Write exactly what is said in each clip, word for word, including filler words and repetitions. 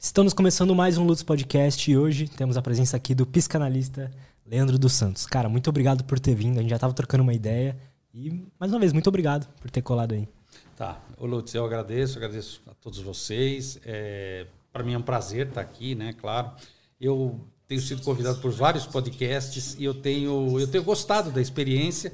Estamos começando mais um Lutz Podcast e hoje temos a presença aqui do psicanalista Leandro dos Santos. Cara, muito obrigado por ter vindo, a gente já estava trocando uma ideia e, mais uma vez, muito obrigado por ter colado aí. Tá, ô Lutz, eu agradeço, agradeço a todos vocês. É, para mim é um prazer estar aqui, né, claro. Eu tenho sido convidado por vários podcasts e eu tenho, eu tenho gostado da experiência,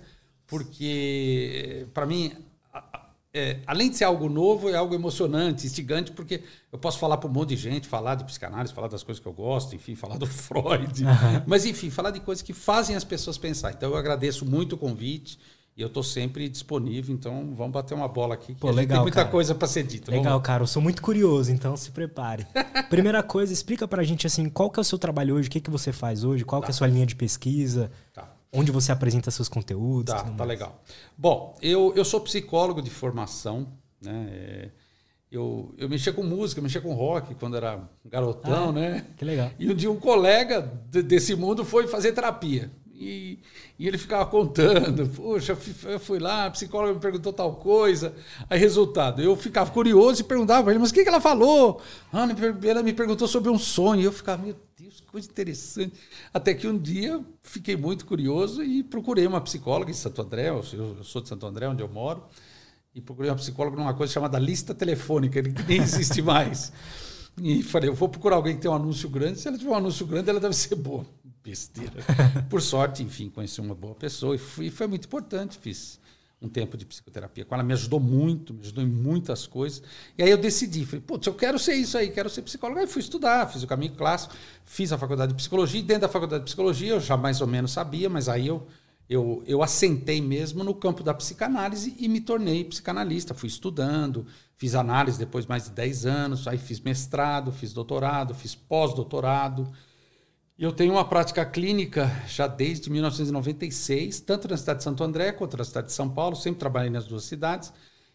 porque, para mim, é, além de ser algo novo, é algo emocionante, instigante, porque eu posso falar para um monte de gente, falar de psicanálise, falar das coisas que eu gosto, enfim, falar do Freud, uhum. Mas, enfim, falar de coisas que fazem as pessoas pensar. Então, eu agradeço muito o convite. E eu estou sempre disponível, então vamos bater uma bola aqui, que Pô, a gente legal, tem muita cara. coisa para ser dita. Legal, vamos... cara. Eu sou muito curioso, então se prepare. Primeira coisa, explica pra gente assim, qual que é o seu trabalho hoje, o que, que você faz hoje, qual tá. que é a sua linha de pesquisa, tá. onde você apresenta seus conteúdos. Tá, tá legal. Bom, eu, eu sou psicólogo de formação, né? Eu, eu mexia com música, mexia com rock quando era garotão, ah, né? Que legal. E um dia um colega desse mundo foi fazer terapia. E, e ele ficava contando, poxa, eu fui lá, a psicóloga me perguntou tal coisa. Aí, resultado, eu ficava curioso e perguntava para ele, mas o que, que ela falou? Ah, ela me perguntou sobre um sonho. E eu ficava, meu Deus, que coisa interessante. Até que um dia fiquei muito curioso e procurei uma psicóloga em Santo André, eu sou de Santo André, onde eu moro, e procurei uma psicóloga numa coisa chamada lista telefônica, que nem existe mais. E falei, eu vou procurar alguém que tem um anúncio grande, se ela tiver um anúncio grande, ela deve ser boa. Besteira. Por sorte, enfim, conheci uma boa pessoa e fui, foi muito importante. Fiz um tempo de psicoterapia com ela, me ajudou muito, me ajudou em muitas coisas. E aí eu decidi, falei, putz, eu quero ser isso aí, quero ser psicólogo. Aí fui estudar, fiz o caminho clássico, fiz a faculdade de psicologia, e dentro da faculdade de psicologia eu já mais ou menos sabia, mas aí eu, eu, eu assentei mesmo no campo da psicanálise e me tornei psicanalista. Fui estudando, fiz análise depois de mais de dez anos, aí fiz mestrado, fiz doutorado, fiz pós-doutorado. Eu tenho uma prática clínica já desde mil novecentos e noventa e seis, tanto na cidade de Santo André quanto na cidade de São Paulo, sempre trabalhei nas duas cidades.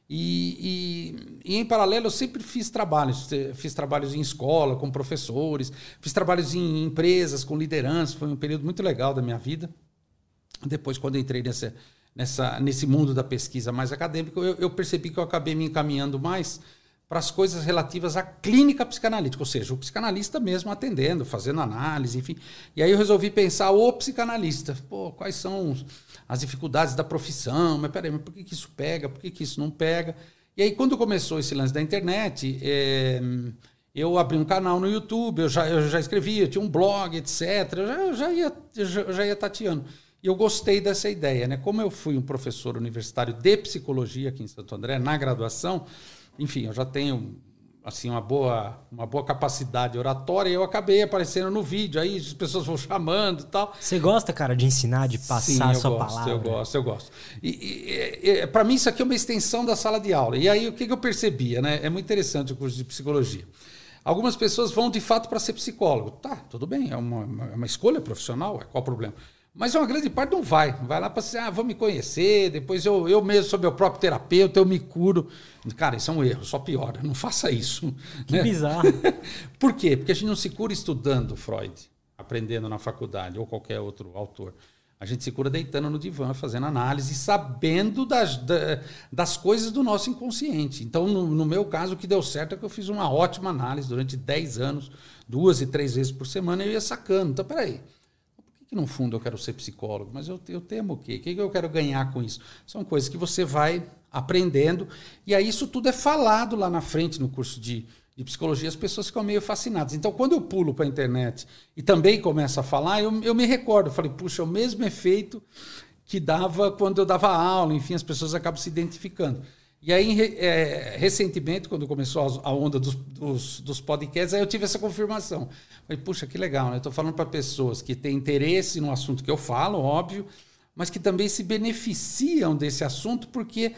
E, e, e em paralelo eu sempre fiz trabalhos, fiz trabalhos em escola, com professores, fiz trabalhos em empresas, com liderança, foi um período muito legal da minha vida. Depois, quando eu entrei nessa, nessa, nesse mundo da pesquisa mais acadêmica, eu, eu percebi que eu acabei me encaminhando mais para as coisas relativas à clínica psicanalítica, ou seja, o psicanalista mesmo atendendo, fazendo análise, enfim. E aí eu resolvi pensar o psicanalista. Pô, quais são as dificuldades da profissão? Mas peraí, mas por que, que isso pega? Por que, que isso não pega? E aí, quando começou esse lance da internet, é, eu abri um canal no YouTube, eu já, eu já escrevia, eu tinha um blog, etcétera. Eu já, eu já, ia, eu já, eu já ia tateando. E eu gostei dessa ideia, né? Como eu fui um professor universitário de psicologia aqui em Santo André, na graduação, enfim, eu já tenho assim, uma, boa, uma boa capacidade oratória e eu acabei aparecendo no vídeo, aí as pessoas vão chamando e tal. Você gosta, cara, de ensinar, de passar Sim, a sua gosto, palavra? eu gosto, eu gosto. E, e, e para mim isso aqui é uma extensão da sala de aula. E aí o que, que eu percebia, né? É muito interessante o curso de psicologia. Algumas pessoas vão de fato para ser psicólogo. Tá, tudo bem, é uma, uma escolha profissional, qual o problema? Mas uma grande parte não vai. Vai lá para dizer, ah, vou me conhecer, depois eu, eu mesmo sou meu próprio terapeuta, eu me curo. Cara, isso é um erro, só piora. Não faça isso. Que né? bizarro. Por quê? Porque a gente não se cura estudando Freud, aprendendo na faculdade ou qualquer outro autor. A gente se cura deitando no divã, fazendo análise, sabendo das, das coisas do nosso inconsciente. Então, no, no meu caso, o que deu certo é que eu fiz uma ótima análise durante dez anos, duas e três vezes por semana, e eu ia sacando. Então, peraí. Que no fundo eu quero ser psicólogo, mas eu, eu temo o quê? O que eu quero ganhar com isso? São coisas que você vai aprendendo, e aí isso tudo é falado lá na frente no curso de, de psicologia, as pessoas ficam meio fascinadas. Então, quando eu pulo para a internet e também começo a falar, eu, eu me recordo, eu falei, puxa, é o mesmo efeito que dava quando eu dava aula, enfim, as pessoas acabam se identificando. E aí, é, recentemente, quando começou a onda dos, dos, dos podcasts, aí eu tive essa confirmação. Falei, puxa, que legal, né? Estou falando para pessoas que têm interesse no assunto que eu falo, óbvio, mas que também se beneficiam desse assunto, porque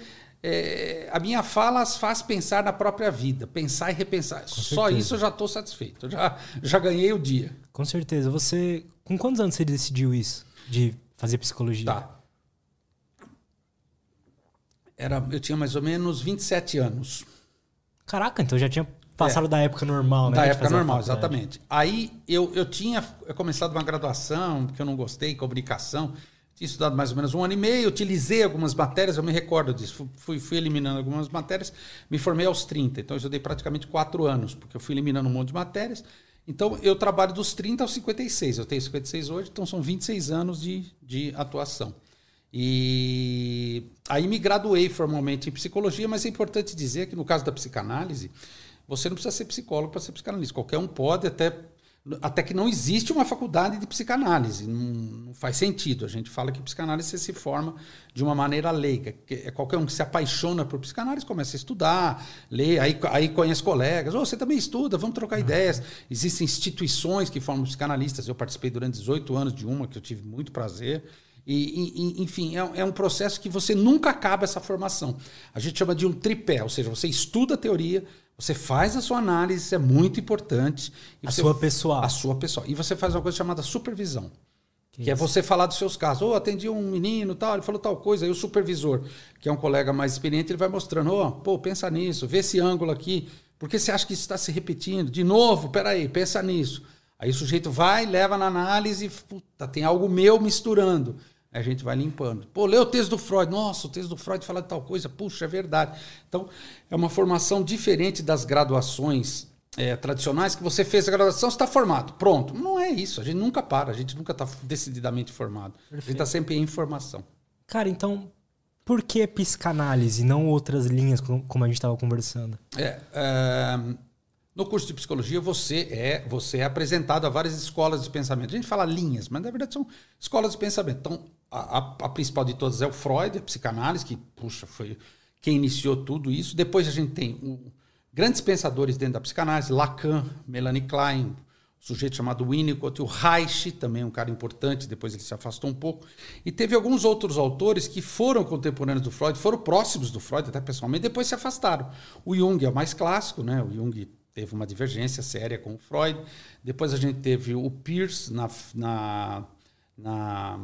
é, a minha fala as faz pensar na própria vida, pensar e repensar. Com Só certeza. Isso eu já estou satisfeito, eu já, já ganhei o dia. Com certeza. Você, com quantos anos você decidiu isso, de fazer psicologia? Tá. Era, eu tinha mais ou menos vinte e sete anos. Caraca, então já tinha passado é, da época normal, né? Da época normal, exatamente. Aí eu, eu tinha começado uma graduação, que eu não gostei, comunicação. tinha estudado mais ou menos um ano e meio, utilizei algumas matérias, eu me recordo disso, fui, fui eliminando algumas matérias, me formei aos trinta, então eu estudei praticamente quatro anos, porque eu fui eliminando um monte de matérias. Então eu trabalho dos trinta aos cinquenta e seis, eu tenho cinquenta e seis hoje, então são vinte e seis anos de, de atuação. E aí me graduei formalmente em psicologia, mas é importante dizer que no caso da psicanálise, você não precisa ser psicólogo para ser psicanalista, qualquer um pode, até... Até que não existe uma faculdade de psicanálise, não, não faz sentido. A gente fala que psicanálise se forma de uma maneira leiga. É qualquer um que se apaixona por psicanálise começa a estudar, lê, aí, aí conhece colegas. Oh, você também estuda, vamos trocar ideias. Existem instituições que formam psicanalistas. Eu participei durante dezoito anos de uma, que eu tive muito prazer. E, e, enfim, é, é um processo que você nunca acaba essa formação. A gente chama de um tripé, ou seja, você estuda a teoria, você faz a sua análise, isso é muito importante. E a você, sua pessoal. A sua pessoal. E você faz uma coisa chamada supervisão. Que, que é você falar dos seus casos. Oh, atendi um menino, tal, ele falou tal coisa. Aí o supervisor, que é um colega mais experiente, ele vai mostrando. Oh, pô, pensa nisso, vê esse ângulo aqui. Por que você acha que isso está se repetindo? De novo, peraí, pensa nisso. Aí o sujeito vai, leva na análise, puta, tem algo meu misturando. Aí a gente vai limpando. Pô, lê o texto do Freud. Nossa, o texto do Freud fala de tal coisa. Puxa, é verdade. Então, é uma formação diferente das graduações é, tradicionais, que você fez a graduação, você está formado. Pronto. Não é isso. A gente nunca para. A gente nunca está decididamente formado. Perfeito. A gente está sempre em formação. Cara, então, por que psicanálise, não outras linhas, como a gente estava conversando? É... é... No curso de psicologia, você é, você é apresentado a várias escolas de pensamento. A gente fala linhas, mas na verdade são escolas de pensamento. Então, a, a, a principal de todas é o Freud, a psicanálise, que, puxa, foi quem iniciou tudo isso. Depois a gente tem um, grandes pensadores dentro da psicanálise, Lacan, Melanie Klein, um sujeito chamado Winnicott, o Reich, também um cara importante, depois ele se afastou um pouco. E teve alguns outros autores que foram contemporâneos do Freud, foram próximos do Freud, até pessoalmente, depois se afastaram. O Jung é o mais clássico, né? O Jung teve uma divergência séria com o Freud. Depois a gente teve o Peirce na, na, na,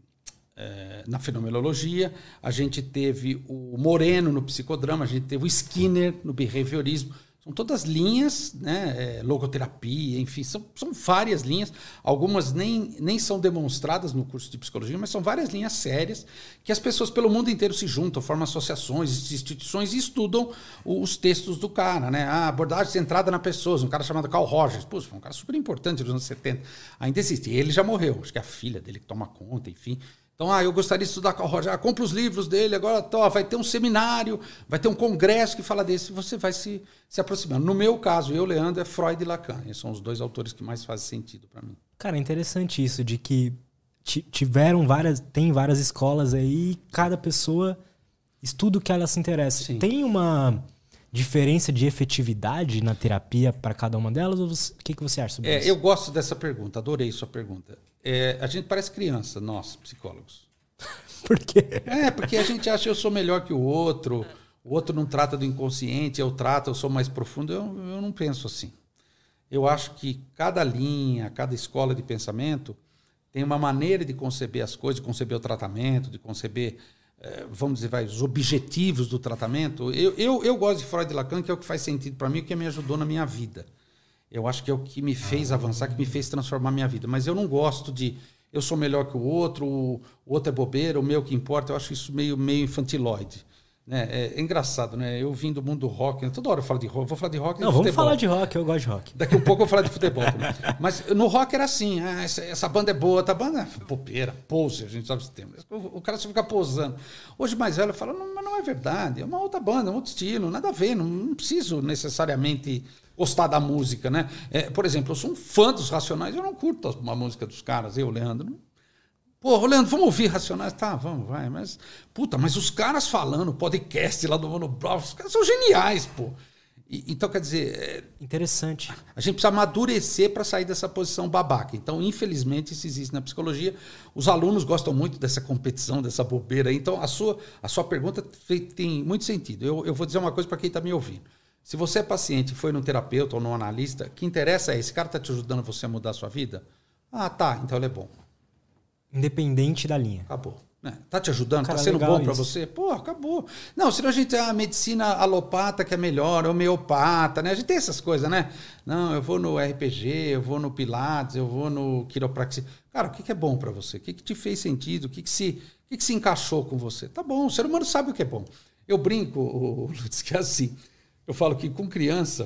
é, na fenomenologia, a gente teve o Moreno no psicodrama, a gente teve o Skinner no behaviorismo. São todas linhas, né? É, logoterapia, enfim, são, são várias linhas. Algumas nem, nem são demonstradas no curso de psicologia, mas são várias linhas sérias que as pessoas pelo mundo inteiro se juntam, formam associações, instituições e estudam os textos do cara, né? A abordagem centrada na pessoa, um cara chamado Carl Rogers, pô, foi um cara super importante nos anos setenta. Ainda existe. Ele já morreu, acho que é a filha dele que toma conta, enfim. Então, ah, eu gostaria de estudar Carl Rogers, ah, compra os livros dele, agora tá, vai ter um seminário, vai ter um congresso que fala desse, você vai se, se aproximando. No meu caso, eu, Leandro, é Freud e Lacan. Esses são os dois autores que mais fazem sentido para mim. Cara, é interessante isso, de que tiveram várias, tem várias escolas aí, e cada pessoa estuda o que ela se interessa. Sim. Tem uma diferença de efetividade na terapia para cada uma delas? Ou você, o que, que você acha sobre é, isso? Eu gosto dessa pergunta, adorei sua pergunta. É, a gente parece criança, nós, psicólogos. Por quê? É, porque a gente acha que eu sou melhor que o outro, o outro não trata do inconsciente, eu trato, eu sou mais profundo. Eu, eu não penso assim. Eu acho que cada linha, cada escola de pensamento tem uma maneira de conceber as coisas, de conceber o tratamento, de conceber, eh, vamos dizer, vai, os objetivos do tratamento. Eu, eu, eu gosto de Freud e Lacan, que é o que faz sentido para mim, o que me ajudou na minha vida. Eu acho que é o que me fez avançar, que me fez transformar a minha vida. Mas eu não gosto de eu sou melhor que o outro, o outro é bobeira, o meu que importa. Eu acho isso meio, meio infantiloide. Né? É, é engraçado, né? Eu vim do mundo do rock, né? Toda hora eu falo de rock, vou falar de rock e Não, de vamos futebol. falar de rock, eu gosto de rock. Daqui a pouco eu vou falar de futebol também. Mas no rock era assim, ah, essa, essa banda é boa, outra banda é bobeira, pose, a gente sabe esse termo. O, o cara só fica posando. Hoje mais velho fala, não, mas não é verdade, é uma outra banda, é um outro estilo, nada a ver, não, não preciso necessariamente gostar da música, né? É, por exemplo, eu sou um fã dos Racionais, eu não curto uma música dos caras, eu, Leandro, não. Pô, Leandro, vamos ouvir Racionais? Tá, vamos, vai. Mas, puta, mas os caras falando, podcast lá do Mano Brown, os caras são geniais, pô. E, então, quer dizer... É, interessante. A gente precisa amadurecer para sair dessa posição babaca. Então, infelizmente, isso existe na psicologia. Os alunos gostam muito dessa competição, dessa bobeira. Então, a sua, a sua pergunta tem muito sentido. Eu, eu vou dizer uma coisa para quem está me ouvindo. Se você é paciente e foi num terapeuta ou num analista, o que interessa é, esse cara está te ajudando você a mudar a sua vida? Ah, tá, então ele é bom. Independente da linha. Acabou. Né? Tá te ajudando? Cara, tá sendo bom para você? Pô, acabou. Não, senão a gente tem a medicina alopata que é melhor, homeopata, né? A gente tem essas coisas, né? Não, eu vou no R P G, eu vou no Pilates, eu vou no quiropraxia. Cara, o que, que é bom para você? O que, que te fez sentido? O que, que, se, o que, que se encaixou com você? Tá bom, o ser humano sabe o que é bom. Eu brinco, o Lutz, que é assim. Eu falo que com criança,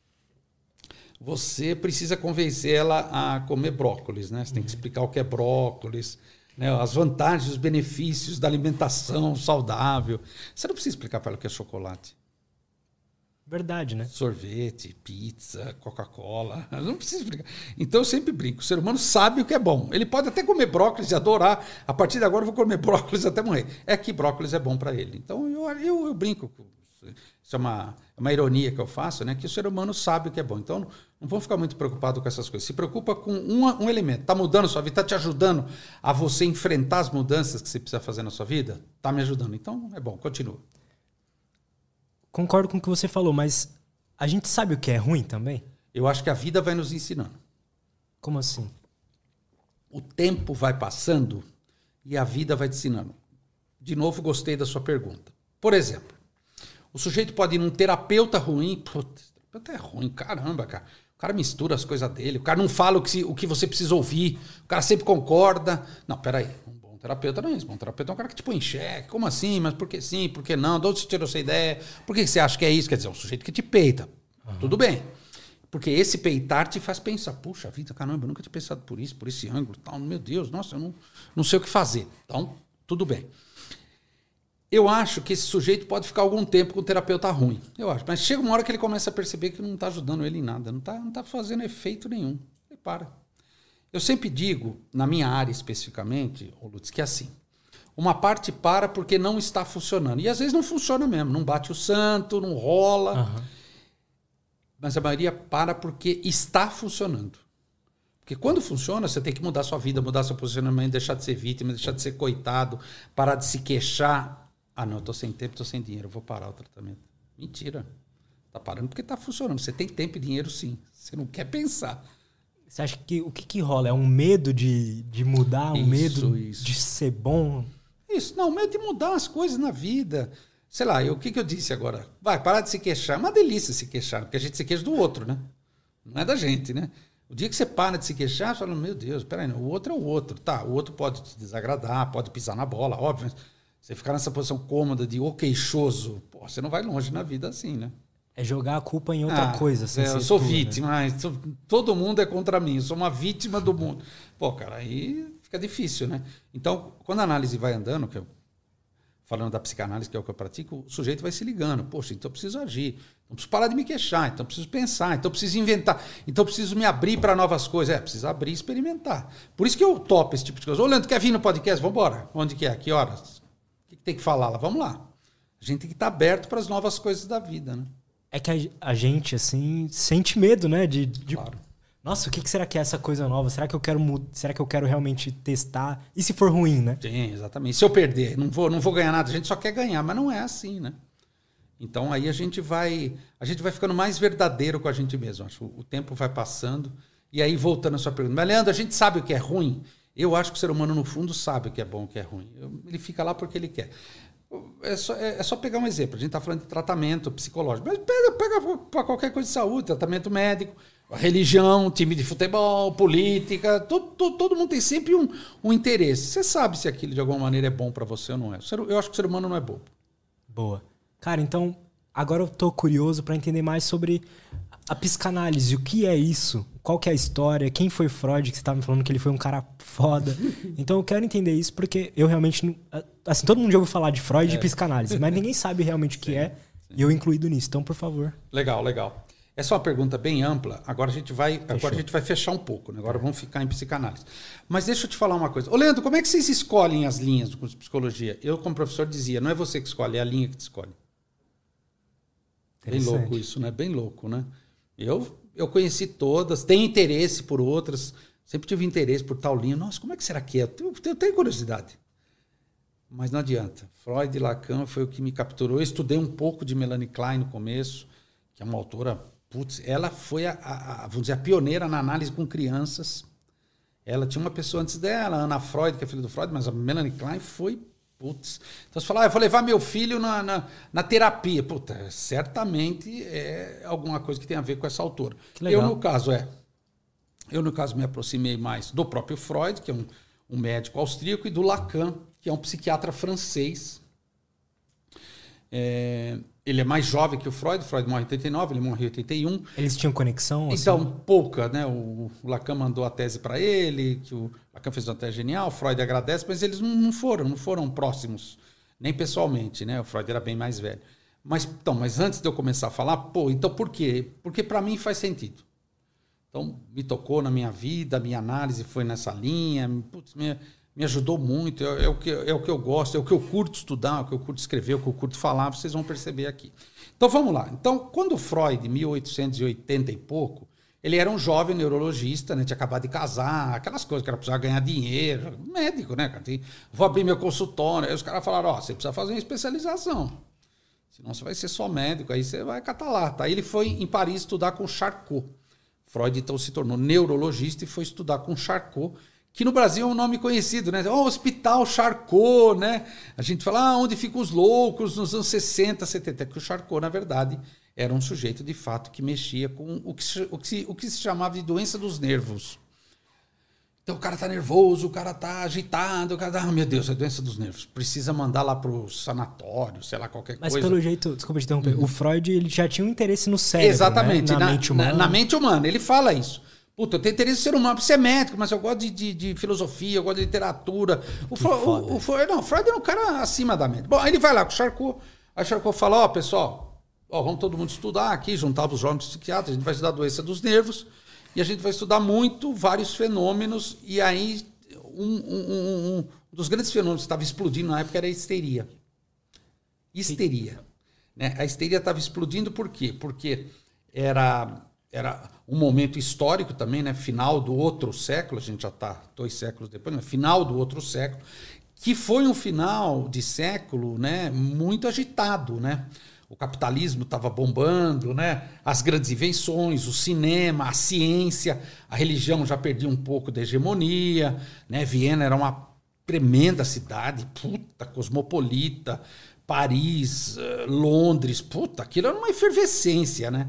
você precisa convencer ela a comer brócolis, né? Você tem que explicar o que é brócolis, né? As vantagens, os benefícios da alimentação saudável. Você não precisa explicar para ela o que é chocolate. Verdade, né? Sorvete, pizza, Coca-Cola. Não precisa explicar. Então eu sempre brinco. O ser humano sabe o que é bom. Ele pode até comer brócolis e adorar. A partir de agora eu vou comer brócolis até morrer. É que brócolis é bom para ele. Então eu, eu, eu brinco. Isso é uma, uma ironia que eu faço, né? Que o ser humano sabe o que é bom. Então não vamos ficar muito preocupados com essas coisas. Se preocupa com um, um elemento. Está mudando a sua vida? Está te ajudando a você enfrentar as mudanças que você precisa fazer na sua vida? Está me ajudando. Então é bom. Continua. Concordo com o que você falou, mas a gente sabe o que é ruim também? Eu acho que a vida vai nos ensinando. Como assim? O tempo vai passando e a vida vai te ensinando. De novo, gostei da sua pergunta. Por exemplo, o sujeito pode ir num terapeuta ruim. Putz, terapeuta é ruim, caramba, cara. O cara mistura as coisas dele, o cara não fala o que, o que você precisa ouvir, o cara sempre concorda. Não, peraí. Um terapeuta não é isso. Um terapeuta é um cara que te põe em xeque. Como assim? Mas por que sim? Por que não? De onde você tirou essa ideia? Por que você acha que é isso? Quer dizer, é um sujeito que te peita. Uhum. Tudo bem. Porque esse peitar te faz pensar. Puxa vida, caramba, eu nunca tinha pensado por isso, por esse ângulo. Tal. Meu Deus, nossa, eu não, não sei o que fazer. Então, tudo bem. Eu acho que esse sujeito pode ficar algum tempo com o terapeuta ruim. Eu acho. Mas chega uma hora que ele começa a perceber que não está ajudando ele em nada. Não está não tá fazendo efeito nenhum. Ele para. Eu sempre digo, na minha área especificamente, Lutz, que é assim, uma parte para porque não está funcionando. E às vezes não funciona mesmo, não bate o santo, não rola. Uhum. Mas a maioria para porque está funcionando. Porque quando funciona, você tem que mudar sua vida, mudar seu posicionamento, deixar de ser vítima, deixar de ser coitado, parar de se queixar. Ah, não, eu estou sem tempo, estou sem dinheiro, eu vou parar o tratamento. Mentira. Está parando porque está funcionando. Você tem tempo e dinheiro, sim. Você não quer pensar. Você acha que o que, que rola? É um medo de, de mudar? Um isso, medo isso. de ser bom? Isso, não, medo de mudar as coisas na vida. Sei lá, eu, o que, que eu disse agora? Vai, parar de se queixar. É uma delícia se queixar, porque a gente se queixa do outro, né? Não é da gente, né? O dia que você para de se queixar, você fala, meu Deus, peraí, não, o outro é o outro. Tá, o outro pode te desagradar, pode pisar na bola, óbvio. Mas você ficar nessa posição cômoda de o queixoso, pô, você não vai longe na vida assim, né? É jogar a culpa em outra ah, coisa. Assim, é, eu sou vítima, né? sou, todo mundo é contra mim, eu sou uma vítima do mundo. Pô, cara, aí fica difícil, né? Então, quando a análise vai andando, que eu, falando da psicanálise, que é o que eu pratico, o sujeito vai se ligando. Poxa, então eu preciso agir, então eu preciso parar de me queixar, então eu preciso pensar, então eu preciso inventar, então eu preciso me abrir para novas coisas. É, preciso abrir e experimentar. Por isso que eu topo esse tipo de coisa. Ô, Leandro, quer vir no podcast? Vamos embora. Onde que é? Que horas? O que, que tem que falar lá? Vamos lá. A gente tem que estar aberto para as novas coisas da vida, né? É que a, a gente, assim, sente medo, né? De, de claro. Nossa, o que, que será que é essa coisa nova? Será que eu quero será que eu quero realmente testar? E se for ruim, né? Sim, exatamente. Se eu perder, não vou, não vou ganhar nada. A gente só quer ganhar, mas não é assim, né? Então aí a gente vai, a gente vai ficando mais verdadeiro com a gente mesmo. Acho. O tempo vai passando. E aí, voltando à sua pergunta, mas Leandro, a gente sabe o que é ruim? Eu acho que o ser humano, no fundo, sabe o que é bom e o que é ruim. Ele fica lá porque ele quer. É só, é, é só pegar um exemplo. A gente está falando de tratamento psicológico. Mas pega, pega para qualquer coisa de saúde, tratamento médico, religião, time de futebol, política. Todo, todo, todo mundo tem sempre um, um interesse. Você sabe se aquilo de alguma maneira é bom para você ou não é. Eu acho que o ser humano não é bobo. Boa. Cara, então, agora eu tô curioso para entender mais sobre a psicanálise. O que é isso? Qual que é a história? Quem foi Freud? Que você estava me falando que ele foi um cara foda. Então eu quero entender isso porque eu realmente... Não, assim, todo mundo já ouviu falar de Freud e é. psicanálise, mas ninguém sabe realmente o que sim, é. Sim. E eu incluído nisso. Então, por favor. Legal, legal. Essa é uma pergunta bem ampla. Agora a gente vai, agora a gente vai fechar um pouco. Né? Agora vamos ficar em psicanálise. Mas deixa eu te falar uma coisa. Ô, Leandro, como é que vocês escolhem as linhas do curso de psicologia? Eu, como professor, dizia, não é você que escolhe, é a linha que te escolhe. Bem louco isso, né? Bem louco, né? Eu, eu conheci todas, tenho interesse por outras, sempre tive interesse por tal linha. Nossa, como é que será que é? Eu tenho, eu tenho curiosidade. Mas não adianta. Freud e Lacan foi o que me capturou. Eu estudei um pouco de Melanie Klein no começo, que é uma autora... Putz, ela foi a, a, a, vamos dizer, a pioneira na análise com crianças. Ela tinha uma pessoa antes dela, a Ana Freud, que é filha do Freud, mas a Melanie Klein foi... Putz. Então você fala, ah, eu vou levar meu filho na, na, na terapia. Puta, certamente é alguma coisa que tem a ver com essa autora. Eu, no caso, é... Eu, no caso, me aproximei mais do próprio Freud, que é um, um médico austríaco, e do Lacan, que é um psiquiatra francês. É, ele é mais jovem que o Freud. O Freud morre em oitenta e nove, ele morre em oitenta e um. Eles tinham conexão? Então, assim? pouca, né? O, o Lacan mandou a tese para ele, que o Lacan fez uma tese genial, o Freud agradece, mas eles não, não foram, não foram próximos, nem pessoalmente, né? O Freud era bem mais velho. Mas, então, mas antes de eu começar a falar, pô, então por quê? Porque para mim faz sentido. Então, me tocou na minha vida, a minha análise foi nessa linha, putz, me, me ajudou muito, é, é, o que, é o que eu gosto, é o que eu curto estudar, é o que eu curto escrever, é o que eu curto falar, vocês vão perceber aqui. Então, vamos lá. Então, quando o Freud, em mil oitocentos e oitenta e pouco, ele era um jovem neurologista, né, tinha acabado de casar, aquelas coisas que era precisar ganhar dinheiro, médico, né, cara? Tem, vou abrir meu consultório. Aí os caras falaram, ó, oh, você precisa fazer uma especialização, senão você vai ser só médico, aí você vai catar lata. Aí ele foi em Paris estudar com Charcot. Freud, então, se tornou neurologista e foi estudar com Charcot, que no Brasil é um nome conhecido, né? Oh, Hospital Charcot, né? A gente fala, ah, onde ficam os loucos nos anos sessenta, setenta. Que o Charcot, na verdade, era um sujeito, de fato, que mexia com o que se, o que se, o que se chamava de doença dos nervos. Então, o cara tá nervoso, o cara tá agitado, o cara tá... Ah, meu Deus, é doença dos nervos. Precisa mandar lá pro sanatório, sei lá, qualquer Mas coisa. Mas pelo jeito, desculpa te interromper, uhum. o Freud ele já tinha um interesse no cérebro, exatamente, né? na, na, mente humana. Na, na mente humana, ele fala isso. Puta, eu tenho interesse no ser humano, pra ser médico, mas eu gosto de, de, de filosofia, eu gosto de literatura. O, Freud, o, o Freud, não, o Freud era um cara acima da mente. Bom, aí ele vai lá com o Charcot, aí o Charcot fala, ó, oh, pessoal, ó, vamos todo mundo estudar aqui, juntar os jovens psiquiatras, a gente vai estudar a doença dos nervos, e a gente vai estudar muito vários fenômenos, e aí... Um, um, um, um dos grandes fenômenos que estava explodindo na época era a histeria. Histeria. Né? A histeria estava explodindo por quê? Porque era, era um momento histórico também, né? Final do outro século, a gente já está dois séculos depois, mas final do outro século, que foi um final de século, né, muito agitado, né? O capitalismo estava bombando, né? As grandes invenções, o cinema, a ciência, a religião já perdia um pouco da hegemonia, né? Viena era uma tremenda cidade, puta, cosmopolita, Paris, Londres, puta, aquilo era uma efervescência, né?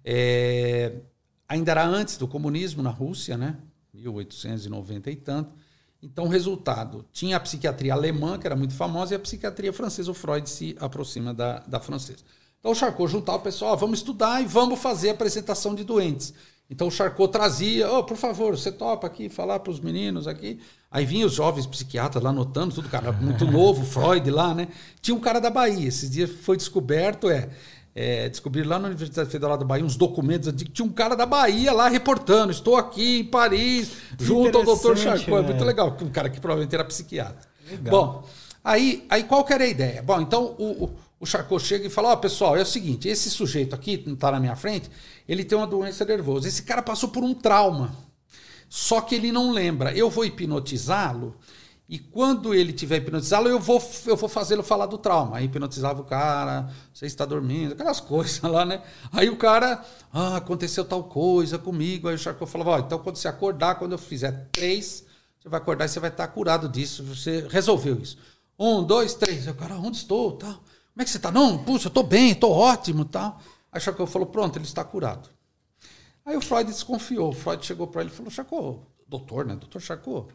É, ainda era antes do comunismo na Rússia, né? mil oitocentos e noventa e tanto. Então, o resultado, tinha a psiquiatria alemã, que era muito famosa, e a psiquiatria francesa, o Freud se aproxima da, da francesa. Então, o Charcot juntava o pessoal, ó, vamos estudar e vamos fazer a apresentação de doentes. Então, o Charcot trazia, oh, por favor, você topa aqui, falar para os meninos aqui. Aí vinha os jovens psiquiatras lá anotando, tudo, cara, muito novo, Freud lá, né? Tinha um cara da Bahia, esses dias foi descoberto, é... É, descobriram lá na Universidade Federal da Bahia uns documentos de que tinha um cara da Bahia lá reportando, estou aqui em Paris, que junto ao doutor Charcot. É muito legal, um cara que provavelmente era psiquiatra. Legal. Bom, aí, aí qual que era a ideia? Bom, então o, o, o Charcot chega e fala, ó, oh, pessoal, é o seguinte, esse sujeito aqui, não está na minha frente, ele tem uma doença nervosa. Esse cara passou por um trauma, só que ele não lembra. Eu vou hipnotizá-lo, e quando ele tiver hipnotizá-lo, eu vou, eu vou fazê-lo falar do trauma. Aí hipnotizava o cara, você está dormindo, aquelas coisas lá, né? Aí o cara, ah, aconteceu tal coisa comigo. Aí o Charcot falava, ó, então quando você acordar, quando eu fizer três, você vai acordar e você vai estar curado disso. Você resolveu isso. Um, dois, três. Aí o cara, onde estou? Tal. Como é que você está? Não, puxa, eu estou bem, estou ótimo. Tal. Aí o Charcot falou, pronto, ele está curado. Aí o Freud desconfiou. O Freud chegou para ele e falou, Charcot, doutor, né? Doutor Charcot,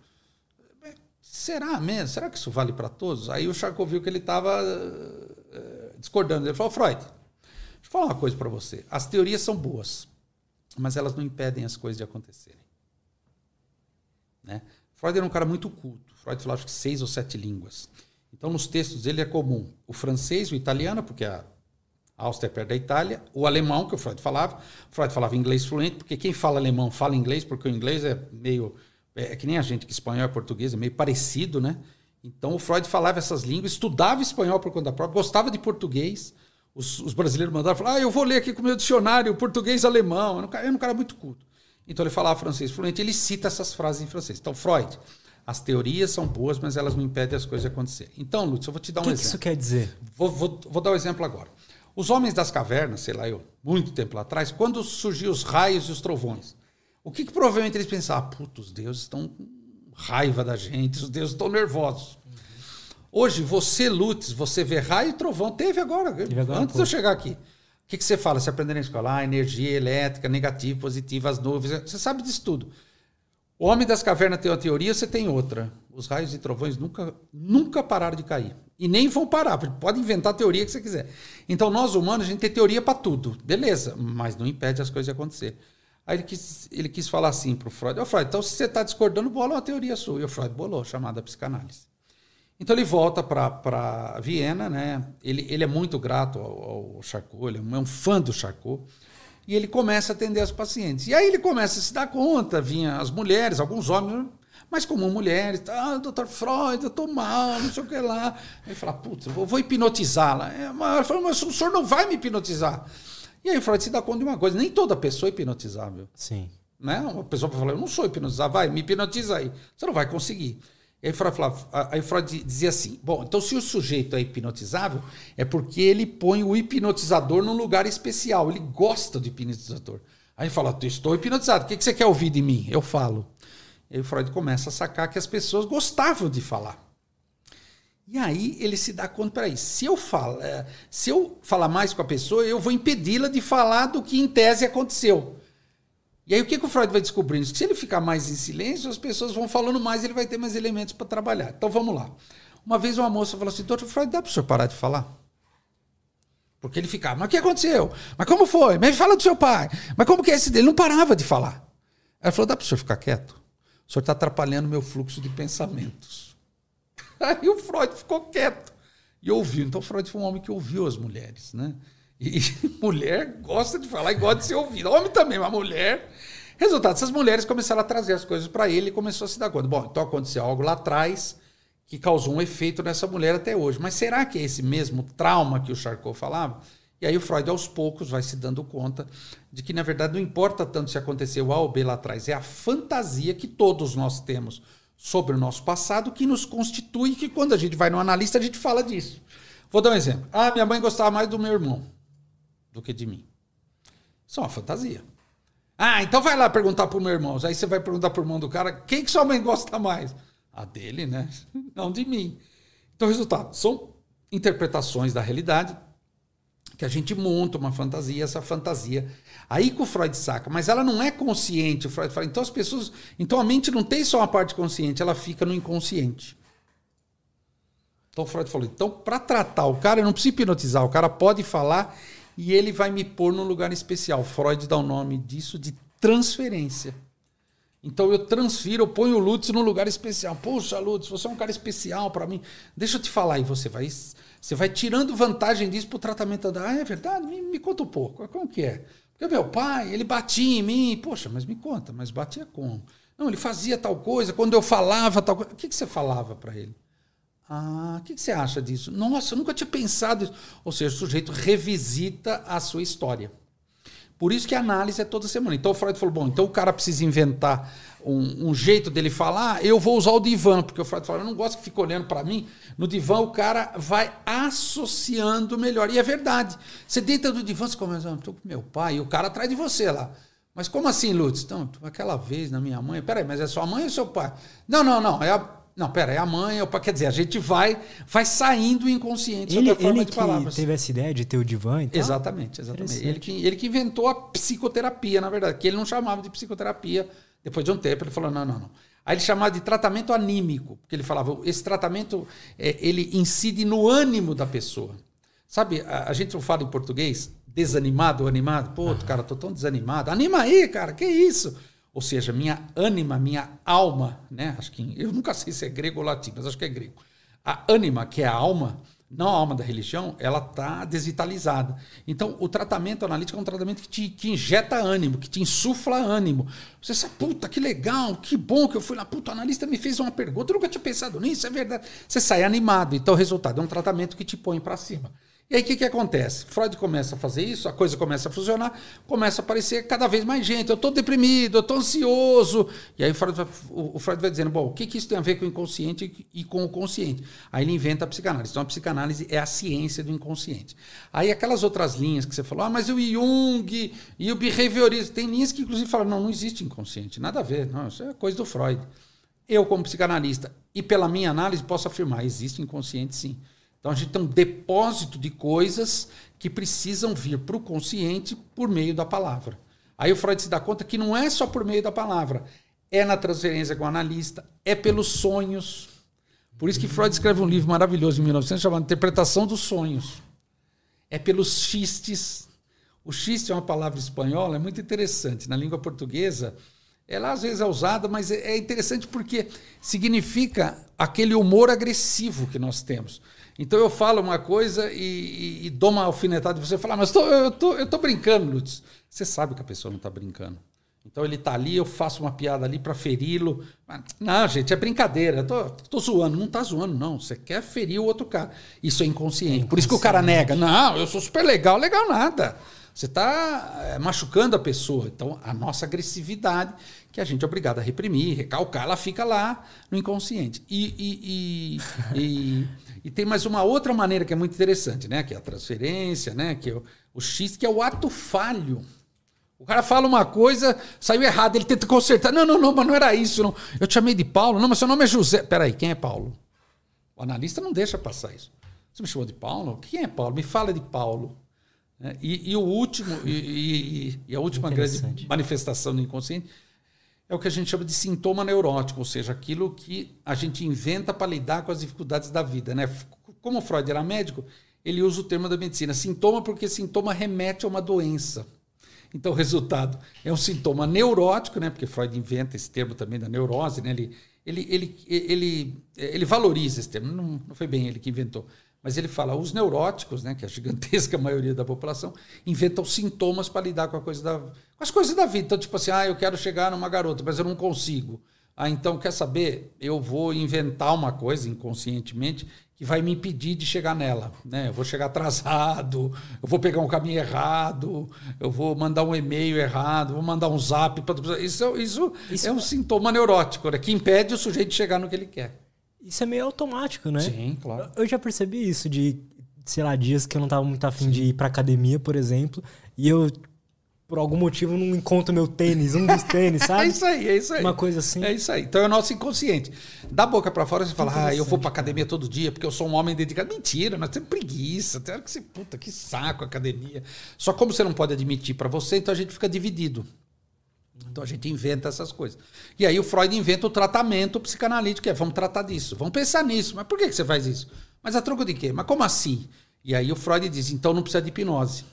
será mesmo? Será que isso vale para todos? Aí o Charcot viu que ele estava uh, discordando. Ele falou, Freud, deixa eu falar uma coisa para você. As teorias são boas, mas elas não impedem as coisas de acontecerem. Né? Freud era um cara muito culto. Freud falava acho que seis ou sete línguas. Então, nos textos dele é comum o francês, o italiano, porque a Áustria é perto da Itália, o alemão, que o Freud falava. Freud falava inglês fluente, porque quem fala alemão fala inglês, porque o inglês é meio... É que nem a gente, que espanhol e português é meio parecido, né? Então, o Freud falava essas línguas, estudava espanhol por conta própria, gostava de português. Os, os brasileiros mandavam falar, ah, eu vou ler aqui com o meu dicionário português-alemão. Era um cara, era um cara muito culto. Então, ele falava francês fluente, ele cita essas frases em francês. Então, Freud, as teorias são boas, mas elas não impedem as coisas de acontecerem. Então, Lúcio, eu vou te dar um que exemplo. O que isso quer dizer? Vou, vou, vou dar um exemplo agora. Os homens das cavernas, sei lá eu, muito tempo lá atrás, quando surgiam os raios e os trovões, O que, que provavelmente eles pensavam? Puta, os deuses estão com raiva da gente, os deuses estão nervosos. Uhum. Hoje, você, Lutz, você vê raio e trovão. Teve agora, Teve agora antes de eu chegar aqui. O que, que você fala? Você aprendeu na escola? Ah, energia elétrica, negativa, positiva, as nuvens. Você sabe disso tudo. O Homem das Cavernas tem uma teoria, você tem outra. Os raios e trovões nunca, nunca pararam de cair. E nem vão parar. Pode inventar a teoria que você quiser. Então, nós humanos, a gente tem teoria para tudo. Beleza, mas não impede as coisas de acontecer. Aí ele quis, ele quis falar assim para o Freud. Ô, Freud, então se você está discordando, bola uma teoria sua. E o Freud bolou, chamada psicanálise. Então ele volta para Viena, né? Ele, ele é muito grato ao, ao Charcot, ele é um fã do Charcot. E ele começa a atender as pacientes. E aí ele começa a se dar conta, vinha as mulheres, alguns homens, mas como mulheres, ah, doutor Freud, eu estou mal, não sei o que lá. Aí ele fala, putz, eu vou, vou hipnotizá-la. Ela fala, mas o senhor não vai me hipnotizar. E aí o Freud se dá conta de uma coisa, nem toda pessoa é hipnotizável. Sim. Né? Uma pessoa pode falar, eu não sou hipnotizável, vai, me hipnotiza aí. Você não vai conseguir. E aí Freud, falava, aí Freud dizia assim, bom, então se o sujeito é hipnotizável, é porque ele põe o hipnotizador num lugar especial, ele gosta do hipnotizador. Aí ele fala, estou hipnotizado, o que você quer ouvir de mim? Eu falo. E aí o Freud começa a sacar que as pessoas gostavam de falar. E aí ele se dá conta, peraí, se eu, falo, se eu falar mais com a pessoa, eu vou impedi-la de falar do que em tese aconteceu. E aí o que, que o Freud vai descobrindo? Que se ele ficar mais em silêncio, as pessoas vão falando mais, ele vai ter mais elementos para trabalhar. Então vamos lá. Uma vez uma moça falou assim, doutor Freud, dá para o senhor parar de falar? Porque ele ficava, mas o que aconteceu? Mas como foi? Mas fala do seu pai. Mas como que é esse dele? Ele não parava de falar. Ela falou, dá para o senhor ficar quieto? O senhor está atrapalhando o meu fluxo de pensamentos. Aí o Freud ficou quieto e ouviu. Então o Freud foi um homem que ouviu as mulheres, né? E mulher gosta de falar e gosta de ser ouvida. Homem também, mas mulher... Resultado, essas mulheres começaram a trazer as coisas para ele e começou a se dar conta. Bom, então aconteceu algo lá atrás que causou um efeito nessa mulher até hoje. Mas será que é esse mesmo trauma que o Charcot falava? E aí o Freud, aos poucos, vai se dando conta de que, na verdade, não importa tanto se aconteceu A ou B lá atrás. É a fantasia que todos nós temos sobre o nosso passado que nos constitui e que, quando a gente vai no analista, a gente fala disso. Vou dar um exemplo. Ah, minha mãe gostava mais do meu irmão do que de mim. Isso é uma fantasia. Ah, então vai lá perguntar pro meu irmão. Aí você vai perguntar pro irmão do cara, quem que sua mãe gosta mais? A dele, né? Não de mim. Então, resultado, são interpretações da realidade que a gente monta uma fantasia, essa fantasia. Aí que o Freud saca, mas ela não é consciente. O Freud fala, então as pessoas... Então a mente não tem só uma parte consciente, ela fica no inconsciente. Então o Freud falou, então para tratar o cara, eu não preciso hipnotizar, o cara pode falar e ele vai me pôr num lugar especial. Freud dá o nome disso de transferência. Então eu transfiro, eu ponho o Lutz num lugar especial. Poxa, Lutz, você é um cara especial para mim. Deixa eu te falar. E você vai, você vai tirando vantagem disso para o tratamento da... Ah, é verdade? Me, me conta um pouco. Como que é? Porque meu pai, ele batia em mim. Poxa, mas me conta, mas batia como? Não, ele fazia tal coisa, quando eu falava tal coisa. O que, que você falava para ele? Ah, o que, que você acha disso? Nossa, eu nunca tinha pensado isso. Ou seja, o sujeito revisita a sua história. Por isso que a análise é toda semana. Então o Freud falou, bom, então o cara precisa inventar um, um jeito dele falar, eu vou usar o divã, porque o Freud falou, eu não gosto que fique olhando para mim. No divã o cara vai associando melhor. E é verdade. Você deita no divã, você começa, ah, estou com meu pai, e o cara atrás de você lá. Mas como assim, Lutz? Então, aquela vez na minha mãe, peraí, mas é sua mãe ou seu pai? Não, não, não, é a... Não, pera, é a mãe, é o pai. Quer dizer, a gente vai, vai saindo inconsciente ele, sob a forma ele de palavras. Ele teve essa ideia de ter o divã e tal? Exatamente, exatamente. Ele que, ele que inventou a psicoterapia, na verdade, que ele não chamava de psicoterapia. Depois de um tempo, ele falou, não, não, não. Aí ele chamava de tratamento anímico, porque ele falava, esse tratamento, é, ele incide no ânimo da pessoa. Sabe, a, a gente não fala em português, desanimado ou animado? Pô, ah. cara, tô tão desanimado. Anima aí, cara, que isso? Ou seja, minha ânima, minha alma, né? Acho que eu nunca sei se é grego ou latim, mas acho que é grego. A ânima, que é a alma, não a alma da religião, ela está desvitalizada. Então, o tratamento analítico é um tratamento que te, te injeta ânimo, que te insufla ânimo. Você sabe, puta, que legal, que bom que eu fui lá. Puta, o analista me fez uma pergunta, eu nunca tinha pensado nisso, é verdade. Você sai animado. Então, o resultado é um tratamento que te põe para cima. E aí o que, que acontece? Freud começa a fazer isso, a coisa começa a funcionar, começa a aparecer cada vez mais gente. Eu estou deprimido, eu estou ansioso. E aí o Freud, vai, o Freud vai dizendo, bom, o que, que isso tem a ver com o inconsciente e com o consciente? Aí ele inventa a psicanálise. Então a psicanálise é a ciência do inconsciente. Aí aquelas outras linhas que você falou, ah, mas o Jung e o behaviorismo, tem linhas que inclusive falam, não, não existe inconsciente, nada a ver, não, isso é coisa do Freud. Eu, como psicanalista, e pela minha análise, posso afirmar, existe inconsciente sim. Então, a gente tem um depósito de coisas que precisam vir para o consciente por meio da palavra. Aí o Freud se dá conta que não é só por meio da palavra, é na transferência com o analista, é pelos sonhos. Por isso que Freud escreve um livro maravilhoso em mil e novecentos chamado Interpretação dos Sonhos. É pelos xistes. O xiste é uma palavra espanhola, é muito interessante. Na língua portuguesa, ela às vezes é usada, mas é interessante porque significa aquele humor agressivo que nós temos. Então eu falo uma coisa e, e, e dou uma alfinetada e você fala, mas tô, eu tô, eu tô brincando, Lutz. Você sabe que a pessoa não está brincando. Então ele está ali, eu faço uma piada ali para feri-lo. Não, gente, é brincadeira. Eu tô, tô zoando. Não está zoando, não. Você quer ferir o outro cara. Isso é inconsciente. É inconsciente. Por isso que o cara nega. Não, eu sou super legal. Legal nada. Você está machucando a pessoa. Então, a nossa agressividade, que a gente é obrigado a reprimir, recalcar, ela fica lá no inconsciente. E, e, e, e, e tem mais uma outra maneira que é muito interessante, né? Que é a transferência, né? Que é o, o X, que é o ato falho. O cara fala uma coisa, saiu errado, ele tenta consertar. Não, não, não, mas não era isso. Não. Eu te chamei de Paulo. Não, mas seu nome é José. Peraí, quem é Paulo? O analista não deixa passar isso. Você me chamou de Paulo? Quem é Paulo? Me fala de Paulo. E, e o último e, e, e a última grande manifestação do inconsciente é o que a gente chama de sintoma neurótico, ou seja, aquilo que a gente inventa para lidar com as dificuldades da vida, né? Como o Freud era médico, ele usa o termo da medicina sintoma porque sintoma remete a uma doença. Então o resultado é um sintoma neurótico, né? Porque Freud inventa esse termo também da neurose, né? Ele ele ele ele, ele valoriza esse termo, não, não foi bem ele que inventou. Mas ele fala, os neuróticos, né, que é a gigantesca maioria da população, inventam sintomas para lidar com, a coisa da, com as coisas da vida. Então, tipo assim, ah, eu quero chegar numa garota, mas eu não consigo. Ah, então, quer saber? Eu vou inventar uma coisa inconscientemente que vai me impedir de chegar nela. Né? Eu vou chegar atrasado, eu vou pegar um caminho errado, eu vou mandar um e-mail errado, vou mandar um zap. Pra... Isso, isso, isso é um sintoma neurótico, né, que impede o sujeito de chegar no que ele quer. Isso é meio automático, né? Sim, claro. Eu já percebi isso de, sei lá, dias que eu não tava muito afim Sim. de ir pra academia, por exemplo, e eu, por algum motivo, não encontro meu tênis, um dos tênis, sabe? É isso aí, é isso aí. Uma coisa assim. É isso aí. Então é o nosso inconsciente. Da boca pra fora você fala, ah, eu vou pra academia todo dia porque eu sou um homem dedicado. Mentira, nós temos preguiça. Tem hora que você, puta, que saco a academia. Só como você não pode admitir pra você, então a gente fica dividido. Então a gente inventa essas coisas. E aí o Freud inventa o tratamento psicanalítico, que é, vamos tratar disso, vamos pensar nisso. Mas por que você faz isso? Mas a troco de quê? Mas como assim? E aí o Freud diz, então não precisa de hipnose.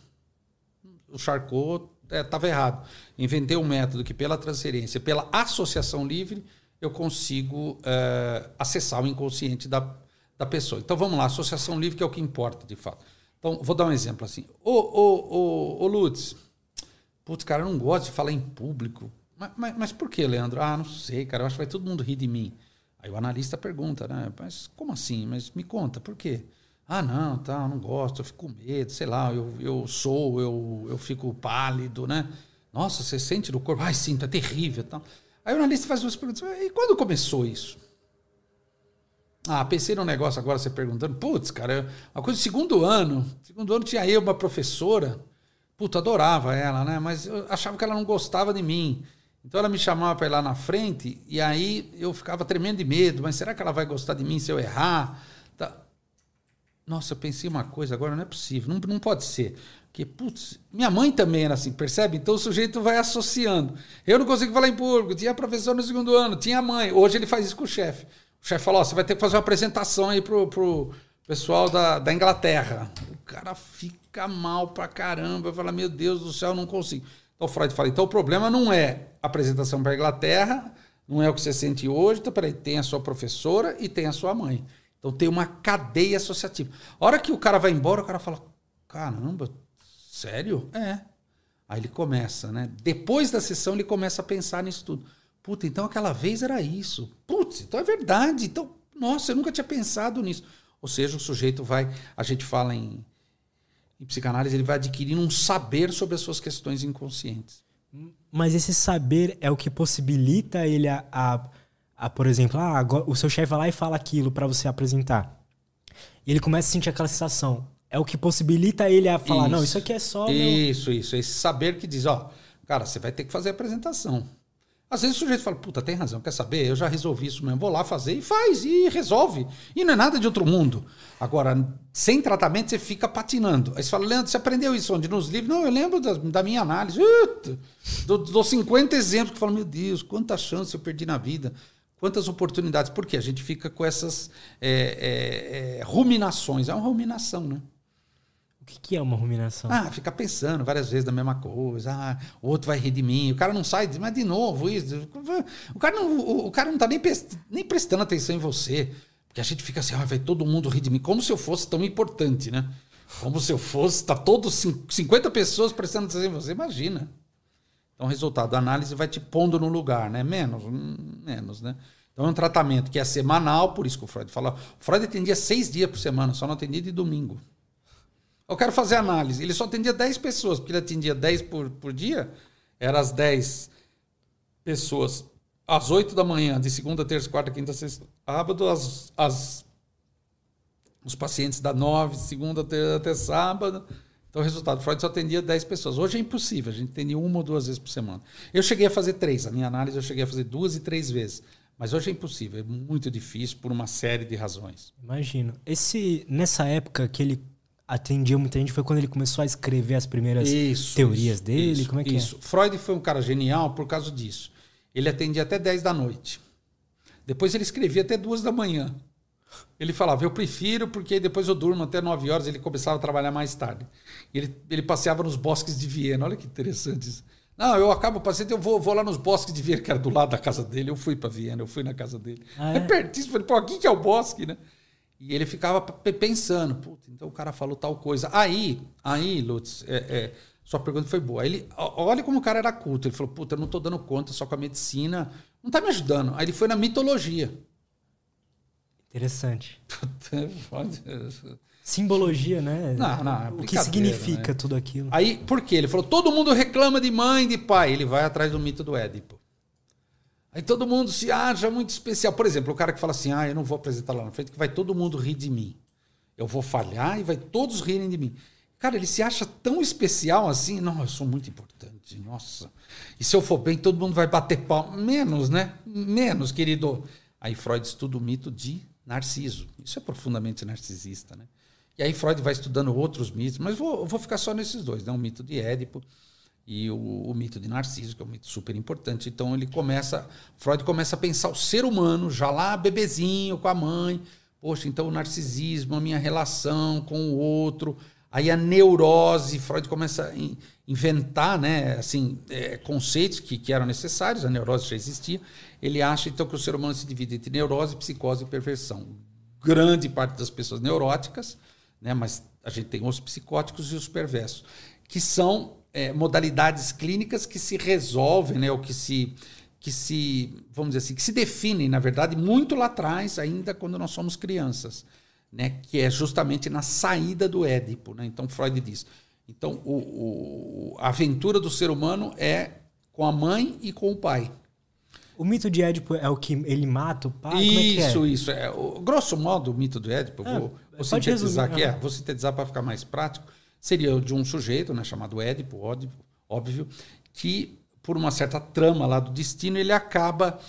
O Charcot estava é, errado. Inventei um método que pela transferência, pela associação livre, eu consigo é, acessar o inconsciente da, da pessoa. Então vamos lá, associação livre que é o que importa de fato. Então vou dar um exemplo assim. Ô, ô, ô, ô Lutz, putz, cara, eu não gosto de falar em público. Mas, mas, mas por que, Leandro? Ah, não sei, cara, eu acho que vai todo mundo rir de mim. Aí o analista pergunta, né? Mas como assim? Mas me conta, por quê? Ah, não, tá, eu não gosto, eu fico com medo, sei lá, eu, eu sou, eu, eu fico pálido, né? Nossa, você sente no corpo? Ai, sinto, é terrível. Tal. Aí o analista faz duas perguntas. E quando começou isso? Ah, pensei num negócio agora, você perguntando. Putz, cara, uma coisa do segundo ano. Segundo ano tinha eu, uma professora. Puta, adorava ela, né? Mas eu achava que ela não gostava de mim. Então ela me chamava para ir lá na frente e aí eu ficava tremendo de medo. Mas será que ela vai gostar de mim se eu errar? Tá. Nossa, eu pensei uma coisa agora, não é possível. Não, não pode ser. Porque, putz, minha mãe também era assim, percebe? Então o sujeito vai associando. Eu não consigo falar em público. Tinha professor no segundo ano, tinha a mãe. Hoje ele faz isso com o chefe. O chefe falou, ó, você vai ter que fazer uma apresentação aí pro... pro pessoal da, da Inglaterra. O cara fica mal pra caramba. Fala, meu Deus do céu, eu não consigo. Então o Freud fala, então o problema não é a apresentação para a Inglaterra, não é o que você sente hoje, então peraí, tem a sua professora e tem a sua mãe. Então tem uma cadeia associativa. A hora que o cara vai embora, o cara fala, caramba, sério? É. Aí ele começa, né? Depois da sessão ele começa a pensar nisso tudo. Puta, então aquela vez era isso. Putz, então é verdade. Então, nossa, eu nunca tinha pensado nisso. Ou seja, o sujeito vai... A gente fala em, Em psicanálise, ele vai adquirindo um saber sobre as suas questões inconscientes. Mas esse saber é o que possibilita ele a, a, a por exemplo, ah, agora, o seu chefe vai lá e fala aquilo para você apresentar. E ele começa a sentir aquela sensação. É o que possibilita ele a falar, isso. não, isso aqui é só... Isso, meu... isso. Esse saber que diz, ó, cara, você vai ter que fazer a apresentação. Às vezes o sujeito fala, puta, tem razão, quer saber? Eu já resolvi isso mesmo, vou lá fazer e faz, e resolve. E não é nada de outro mundo. Agora, sem tratamento, você fica patinando. Aí você fala, Leandro, você aprendeu isso onde? Nos livros? Não, eu lembro da, da minha análise. Uh, dou, dou cinquenta exemplos que falam, meu Deus, quanta chance eu perdi na vida. Quantas oportunidades. Por quê? A gente fica com essas é, é, é, ruminações. É uma ruminação, né? O que, que é uma ruminação? Ah, fica pensando várias vezes na mesma coisa. Ah, o outro vai rir de mim. O cara não sai, mas de novo isso. O cara não, o, o cara não tá nem, nem prestando atenção em você. Porque a gente fica assim, ah, vai todo mundo rir de mim. Como se eu fosse tão importante, né? Como se eu fosse, tá todos cinquenta pessoas prestando atenção em você. Imagina. Então, o resultado da análise vai te pondo no lugar, né? Menos, menos, né? Então, é um tratamento que é semanal, por isso que o Freud fala. O Freud atendia seis dias por semana, só não atendia de domingo. Eu quero fazer análise. Ele só atendia dez pessoas, porque ele atendia dez por, por dia. Eram as dez pessoas às oito da manhã, de segunda, terça, quarta, quinta, sexta, sábado, as, as, os pacientes da nove, segunda até, até sábado. Então, o resultado, Freud só atendia dez pessoas. Hoje é impossível, a gente atendia uma ou duas vezes por semana. Eu cheguei a fazer três, a minha análise eu cheguei a fazer duas e três vezes. Mas hoje é impossível, é muito difícil por uma série de razões. Imagino. Esse, nessa época que ele atendia muita gente, foi quando ele começou a escrever as primeiras isso, teorias isso, dele? Isso, Como é que isso. é? Freud foi um cara genial por causa disso. Ele atendia até dez da noite. Depois ele escrevia até duas da manhã. Ele falava, eu prefiro porque depois eu durmo até nove horas, ele começava a trabalhar mais tarde. Ele, ele passeava nos bosques de Viena, olha que interessante isso. Não, eu acabo passeando, eu vou, vou lá nos bosques de Viena, que era do lado da casa dele, eu fui para Viena, eu fui na casa dele. Ah, é? É pertíssimo, falei, pô, aqui que é o bosque, né? E ele ficava pensando, puta, então o cara falou tal coisa. Aí, aí Lutz, é, é, sua pergunta foi boa. Aí ele, olha como o cara era culto, ele falou, puta, eu não estou dando conta só com a medicina, não está me ajudando. Aí ele foi na mitologia. Interessante. Simbologia, né? Não, não, é o que significa, né? Tudo aquilo. Aí, por quê? Ele falou, todo mundo reclama de mãe, de pai. Ele vai atrás do mito do Édipo. Aí todo mundo se acha muito especial. Por exemplo, o cara que fala assim, ah, eu não vou apresentar lá na frente, que vai todo mundo rir de mim. Eu vou falhar e vai todos rirem de mim. Cara, ele se acha tão especial assim. Não, eu sou muito importante, nossa. E se eu for bem, todo mundo vai bater pau. Menos, né? Menos, querido. Aí Freud estuda o mito de Narciso. Isso é profundamente narcisista, né? E aí Freud vai estudando outros mitos, mas vou, vou ficar só nesses dois, né? O mito de Édipo e o, o mito de Narciso, que é um mito super importante. Então ele começa, Freud começa a pensar o ser humano, já lá bebezinho com a mãe. Poxa, então o narcisismo, a minha relação com o outro, aí a neurose, Freud começa a inventar, né, assim, é, conceitos que, que eram necessários, a neurose já existia. Ele acha então que o ser humano se divide entre neurose, psicose e perversão. Grande parte das pessoas neuróticas, né, mas a gente tem os psicóticos e os perversos, que são é, modalidades clínicas que se resolvem, né, ou que se, que se, vamos dizer assim, que se definem, na verdade, muito lá atrás, ainda quando nós somos crianças, né, que é justamente na saída do Édipo. Né? Então, Freud diz, então, o, o, a aventura do ser humano é com a mãe e com o pai. O mito de Édipo é o que ele mata o pai? Isso, Como é que é? isso. É, o, grosso modo, o mito do Édipo, é, vou, vou sintetizar aqui, é, vou sintetizar para ficar mais prático, seria de um sujeito, né, chamado Édipo, óbvio, óbvio, que por uma certa trama lá do destino, ele acaba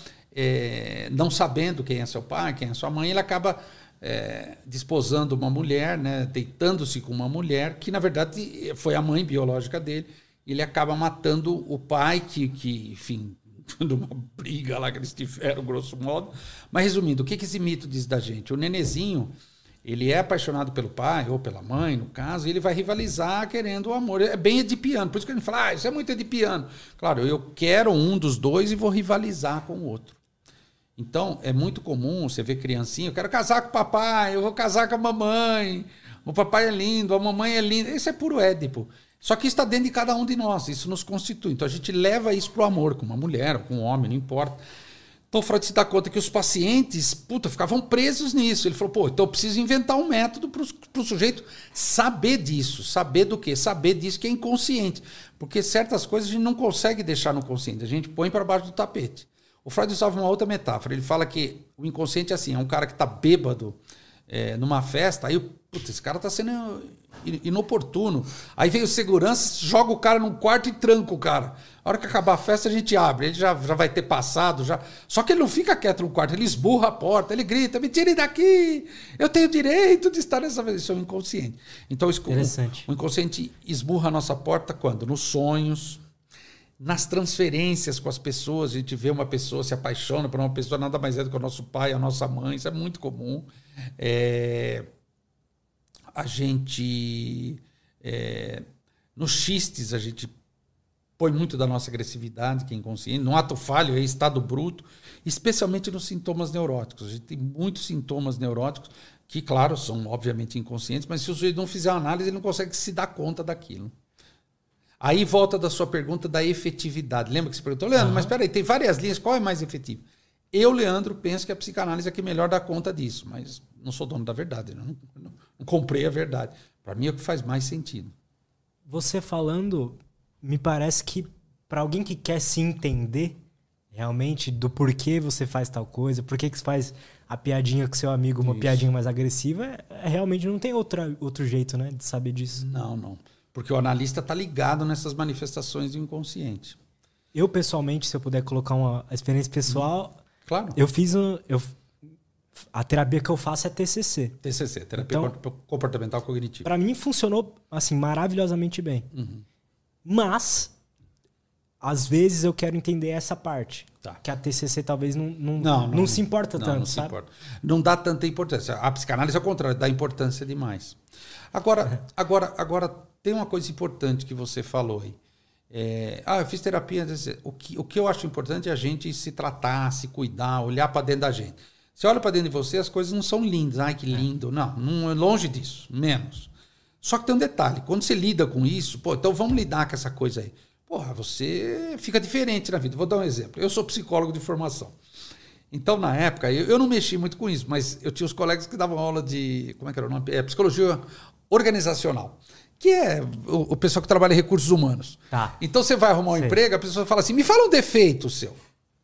é, não sabendo quem é seu pai, quem é sua mãe, ele acaba é, desposando uma mulher, né, deitando-se com uma mulher, que na verdade foi a mãe biológica dele, e ele acaba matando o pai, que, que enfim, numa briga lá que eles tiveram, grosso modo. Mas resumindo, o que, que esse mito diz da gente? O nenezinho, ele é apaixonado pelo pai, ou pela mãe, no caso, e ele vai rivalizar querendo o amor. É bem edipiano, por isso que a gente fala, ah, isso é muito edipiano. Claro, eu quero um dos dois e vou rivalizar com o outro. Então, é muito comum você ver criancinha, eu quero casar com o papai, eu vou casar com a mamãe, o papai é lindo, a mamãe é linda. Isso é puro Édipo. Só que isso está dentro de cada um de nós, isso nos constitui. Então, a gente leva isso para o amor, com uma mulher ou com um homem, não importa. Então o Freud se dá conta que os pacientes, puta, ficavam presos nisso. Ele falou, pô, então eu preciso inventar um método para o sujeito saber disso. Saber do quê? Saber disso que é inconsciente. Porque certas coisas a gente não consegue deixar no consciente, a gente põe para baixo do tapete. O Freud usava uma outra metáfora. Ele fala que o inconsciente é assim, é um cara que está bêbado é, numa festa, aí, puta, esse cara está sendo inoportuno. Aí vem o segurança, joga o cara num quarto e tranca o cara. A hora que acabar a festa, a gente abre. Ele já, já vai ter passado. Já... Só que ele não fica quieto no quarto, ele esburra a porta, ele grita, me tirem daqui, eu tenho direito de estar nessa vez. Isso é o inconsciente. Então o, o inconsciente esburra a nossa porta quando? Nos sonhos, nas transferências com as pessoas. A gente vê uma pessoa, se apaixona por uma pessoa, nada mais é do que o nosso pai, a nossa mãe. Isso é muito comum. É... A gente... É... Nos xistes, a gente põe muito da nossa agressividade, que é inconsciente. No ato falho, é estado bruto, especialmente nos sintomas neuróticos. A gente tem muitos sintomas neuróticos que, claro, são obviamente inconscientes, mas se o sujeito não fizer uma análise, ele não consegue se dar conta daquilo. Aí volta da sua pergunta da efetividade. Lembra que você perguntou, Leandro, uhum. mas espera aí, tem várias linhas, qual é mais efetivo? Eu, Leandro, penso que a psicanálise é que melhor dá conta disso, mas não sou dono da verdade, não, não, não comprei a verdade. Para mim é o que faz mais sentido. Você falando, me parece que para alguém que quer se entender realmente do porquê você faz tal coisa, por que você faz a piadinha com seu amigo, uma Isso. piadinha mais agressiva, é, realmente não tem outra, outro jeito, né, de saber disso. Não, não. Porque o analista está ligado nessas manifestações do inconsciente. Eu, pessoalmente, se eu puder colocar uma experiência pessoal, hum, claro. eu fiz um... Eu, a terapia que eu faço é T C C. T C C, terapia então, comportamental cognitiva. Para mim funcionou assim maravilhosamente bem. Uhum. Mas às vezes eu quero entender essa parte, tá. que a T C C talvez não não, não, não, não se importa não, tanto, não sabe? Se importa. Não dá tanta importância. A psicanálise ao contrário, dá importância demais. Agora, agora, agora tem uma coisa importante que você falou aí. É, ah, eu fiz terapia. O que, o que eu acho importante é a gente se tratar, se cuidar, olhar para dentro da gente. Você olha para dentro de você, as coisas não são lindas. Ai, que lindo. Não, não é longe disso, menos. Só que tem um detalhe. Quando você lida com isso, pô, então vamos lidar com essa coisa aí. Porra, você fica diferente na vida. Vou dar um exemplo. Eu sou psicólogo de formação. Então, na época, eu, eu não mexi muito com isso, mas eu tinha os colegas que davam aula de... Como é que era o nome? É, psicologia organizacional. Que é o, o pessoal que trabalha em recursos humanos. Tá. Então, você vai arrumar um Sei. emprego, a pessoa fala assim, me fala um defeito seu.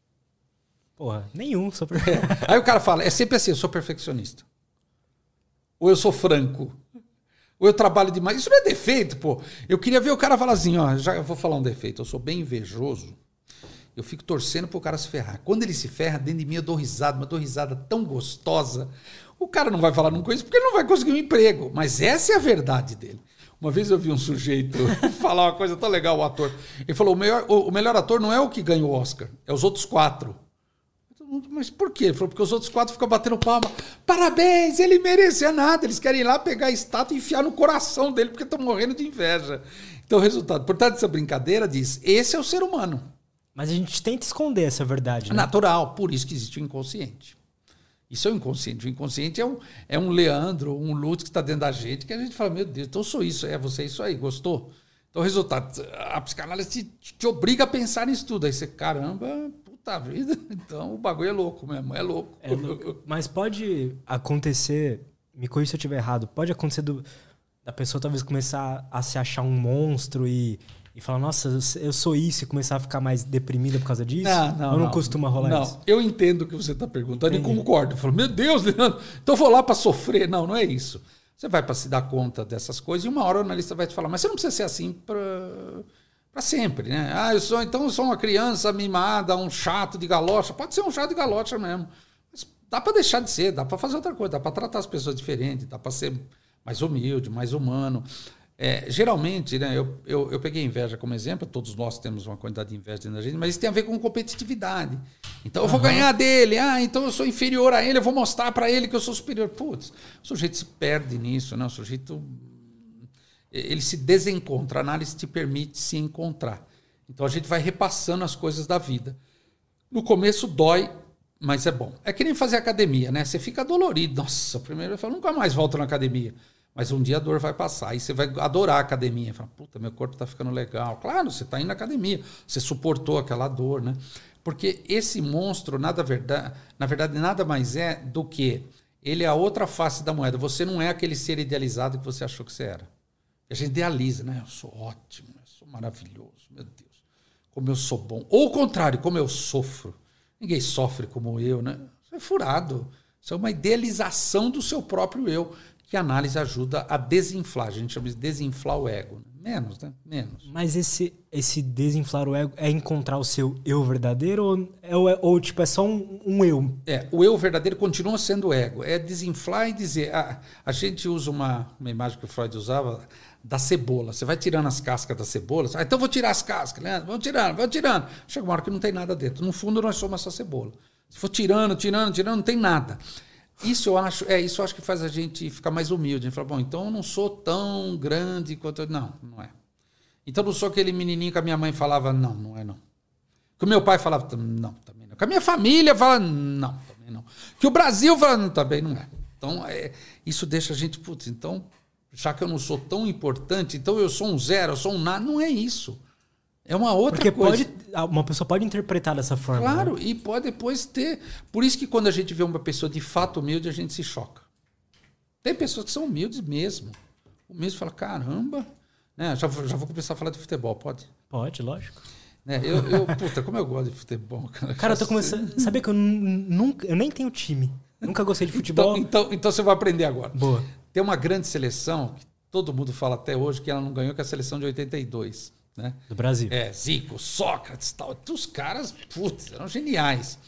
Porra, nenhum. Sou per... Aí o cara fala, é sempre assim, eu sou perfeccionista. Ou eu sou franco. Ou eu trabalho demais. Isso não é defeito, pô. Eu queria ver o cara falar assim, ó, já vou falar um defeito, eu sou bem invejoso, eu fico torcendo pro cara se ferrar. Quando ele se ferra, dentro de mim eu dou risada, uma dou risada tão gostosa. O cara não vai falar nunca isso porque ele não vai conseguir um emprego. Mas essa é a verdade dele. Uma vez eu vi um sujeito falar uma coisa tão legal, o ator. Ele falou, o melhor, o melhor ator não é o que ganha o Oscar, é os outros quatro. Mas por quê? Ele falou, porque os outros quatro ficam batendo palma. Parabéns, ele merecia nada. Eles querem ir lá pegar a estátua e enfiar no coração dele porque estão morrendo de inveja. Então, o resultado, por trás dessa brincadeira, diz, esse é o ser humano. Mas a gente tenta esconder essa verdade, né? Natural, por isso que existe o inconsciente. Isso é o inconsciente. O inconsciente é um, é um Leandro, um Lutz que está dentro da gente, que a gente fala, meu Deus, então eu sou isso, é você isso aí, gostou? Então, o resultado, a psicanálise te, te obriga a pensar nisso tudo. Aí você, caramba... Tá, vida. Então o bagulho é louco mesmo, é louco. É louco. Mas pode acontecer, me corrija se eu estiver errado, pode acontecer do, da pessoa talvez começar a se achar um monstro e, e falar, nossa, eu sou isso, e começar a ficar mais deprimida por causa disso? Não, não, Ou não, não costuma rolar não. isso? Eu entendo o que você está perguntando Entendi. E concordo. Eu falo, meu Deus, Leandro, então eu vou lá para sofrer. Não, não é isso. Você vai para se dar conta dessas coisas e uma hora o analista vai te falar, mas você não precisa ser assim para... Para sempre, né? Ah, eu sou, então eu sou uma criança mimada, um chato de galocha. Pode ser um chato de galocha mesmo. Mas dá para deixar de ser, dá para fazer outra coisa, dá para tratar as pessoas diferentes, dá para ser mais humilde, mais humano. É, geralmente, né, eu, eu, eu peguei inveja como exemplo, todos nós temos uma quantidade de inveja dentro da gente, mas isso tem a ver com competitividade. Então eu vou uhum. ganhar dele, ah, então eu sou inferior a ele, eu vou mostrar para ele que eu sou superior. Putz, o sujeito se perde nisso, né? O sujeito... ele se desencontra, a análise te permite se encontrar. Então a gente vai repassando as coisas da vida. No começo dói, mas é bom. É que nem fazer academia, né? Você fica dolorido. Nossa, primeiro eu falo, nunca mais volto na academia. Mas um dia a dor vai passar, aí você vai adorar a academia. Fala, puta, meu corpo está ficando legal. Claro, você está indo na academia, você suportou aquela dor, né? Porque esse monstro, nada verdade, na verdade, nada mais é do que ele é a outra face da moeda. Você não é aquele ser idealizado que você achou que você era. A gente idealiza, né? Eu sou ótimo, eu sou maravilhoso, meu Deus. Como eu sou bom. Ou o contrário, como eu sofro. Ninguém sofre como eu, né? Isso é furado. Isso é uma idealização do seu próprio eu, que a análise ajuda a desinflar. A gente chama de desinflar o ego. Menos, né? Menos. Mas esse, esse desinflar o ego é encontrar o seu eu verdadeiro ou, é, ou tipo, é só um, um eu? É, o eu verdadeiro continua sendo o ego. É desinflar e dizer... A, a gente usa uma, uma imagem que o Freud usava da cebola. Você vai tirando as cascas da cebola. Ah, então vou tirar as cascas, né? Vamos tirando, vamos tirando. Chega uma hora que não tem nada dentro. No fundo, nós somos essa cebola. Se for tirando, tirando, tirando, não tem nada. Isso eu acho, é, isso eu acho que faz a gente ficar mais humilde. A gente fala, bom, então eu não sou tão grande quanto eu... Não, não é. Então eu não sou aquele menininho que a minha mãe falava, não, não é não. Que o meu pai falava, não, também não. Que a minha família fala, não, também não. Que o Brasil fala, não, também não é. Então, é, isso deixa a gente, putz, então, já que eu não sou tão importante, então eu sou um zero, eu sou um nada. Não é isso. É uma outra Porque coisa. Pode, uma pessoa pode interpretar dessa forma. Claro, né? E pode depois ter... Por isso que quando a gente vê uma pessoa de fato humilde, a gente se choca. Tem pessoas que são humildes mesmo. O mesmo fala, caramba... Né? Já, já vou começar a falar de futebol, pode? Pode, lógico. Né? Eu, eu, puta, como eu gosto de futebol. Cara, cara eu tô começando... Sabia que eu, nunca, eu nem tenho time. Nunca gostei de futebol. Então, então, então você vai aprender agora. Boa. Tem uma grande seleção, que todo mundo fala até hoje, que ela não ganhou, que é a seleção de oitenta e dois. Né? Do Brasil. É, Zico, Sócrates, tal. Os caras, putz, eram geniais.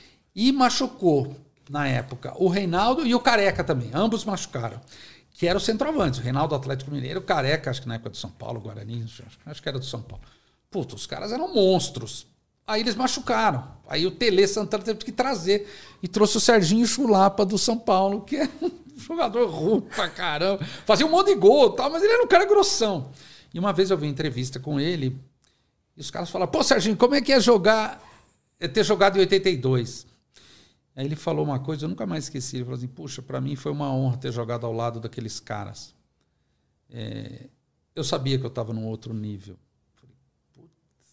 E machucou, na época, o Reinaldo e o Careca também. Ambos machucaram. Que era o centroavante. O Reinaldo, Atlético Mineiro, o Careca, acho que na época do São Paulo, Guarani, acho que era do São Paulo. Putz, os caras eram monstros. Aí eles machucaram. Aí o Tele Santana teve que trazer. E trouxe o Serginho Chulapa do São Paulo, que é um jogador ruim pra caramba. Fazia um monte de gol, tal, mas ele era um cara grossão. E uma vez eu vi entrevista com ele, e os caras falaram, pô, Serginho, como é que é jogar, é ter jogado em oitenta e dois? Aí ele falou uma coisa, eu nunca mais esqueci, ele falou assim, puxa, para mim foi uma honra ter jogado ao lado daqueles caras. É, eu sabia que eu estava num outro nível. Falei, putz.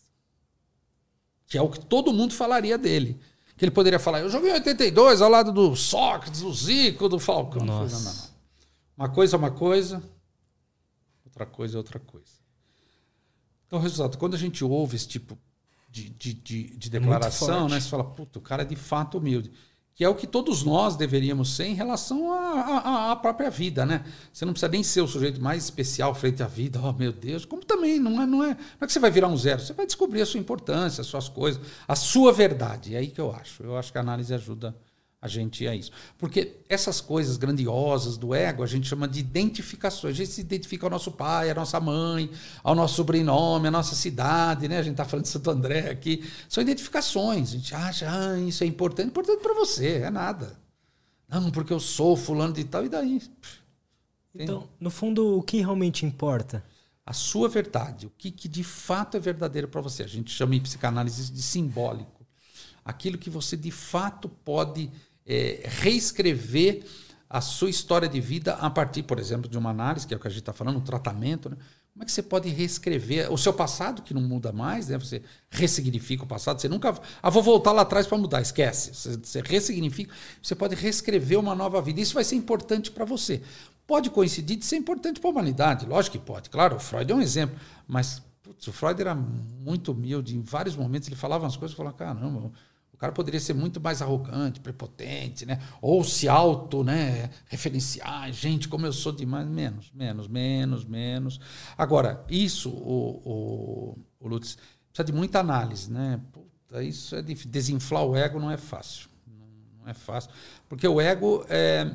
Que é o que todo mundo falaria dele. Que ele poderia falar, eu joguei em oitenta e dois ao lado do Sócrates, do Zico, do Falcão. Nossa. Falei, não, não, não. Uma coisa é uma coisa... Outra coisa é outra coisa. Então, resultado, quando a gente ouve esse tipo de, de, de, de declaração, né, você fala, puta, o cara é de fato humilde. Que é o que todos nós deveríamos ser em relação à própria vida, né? Você não precisa nem ser o sujeito mais especial frente à vida. Oh, meu Deus. Como também não é, não é, não é que você vai virar um zero. Você vai descobrir a sua importância, as suas coisas, a sua verdade. É aí que eu acho. Eu acho que a análise ajuda a gente a isso. Porque essas coisas grandiosas do ego, a gente chama de identificações. A gente se identifica ao nosso pai, à nossa mãe, ao nosso sobrenome, à nossa cidade, né? A gente está falando de Santo André aqui. São identificações. A gente acha, ah, isso é importante. Importante para você, é nada. Não, porque eu sou fulano de tal, e daí? Então, no fundo, o que realmente importa? A sua verdade. O que, que de fato é verdadeiro para você. A gente chama em psicanálise de simbólico. Aquilo que você de fato pode... É, reescrever a sua história de vida a partir, por exemplo, de uma análise, que é o que a gente está falando, um tratamento. Né? Como é que você pode reescrever o seu passado, que não muda mais, né? Você ressignifica o passado, você nunca... Ah, vou voltar lá atrás para mudar, esquece. Você, você ressignifica, você pode reescrever uma nova vida. Isso vai ser importante para você. Pode coincidir de ser importante para a humanidade, lógico que pode. Claro, o Freud é um exemplo, mas putz, o Freud era muito humilde, em vários momentos ele falava umas coisas e falava, caramba... O cara poderia ser muito mais arrogante, prepotente, né? Ou se auto, né? referenciar, gente, como eu sou demais. Menos, menos, menos, menos. Agora, isso, o, o, o Lutz, precisa de muita análise, né? Puta, isso é difícil. Desinflar o ego não é fácil. Não, não é fácil. Porque o ego é,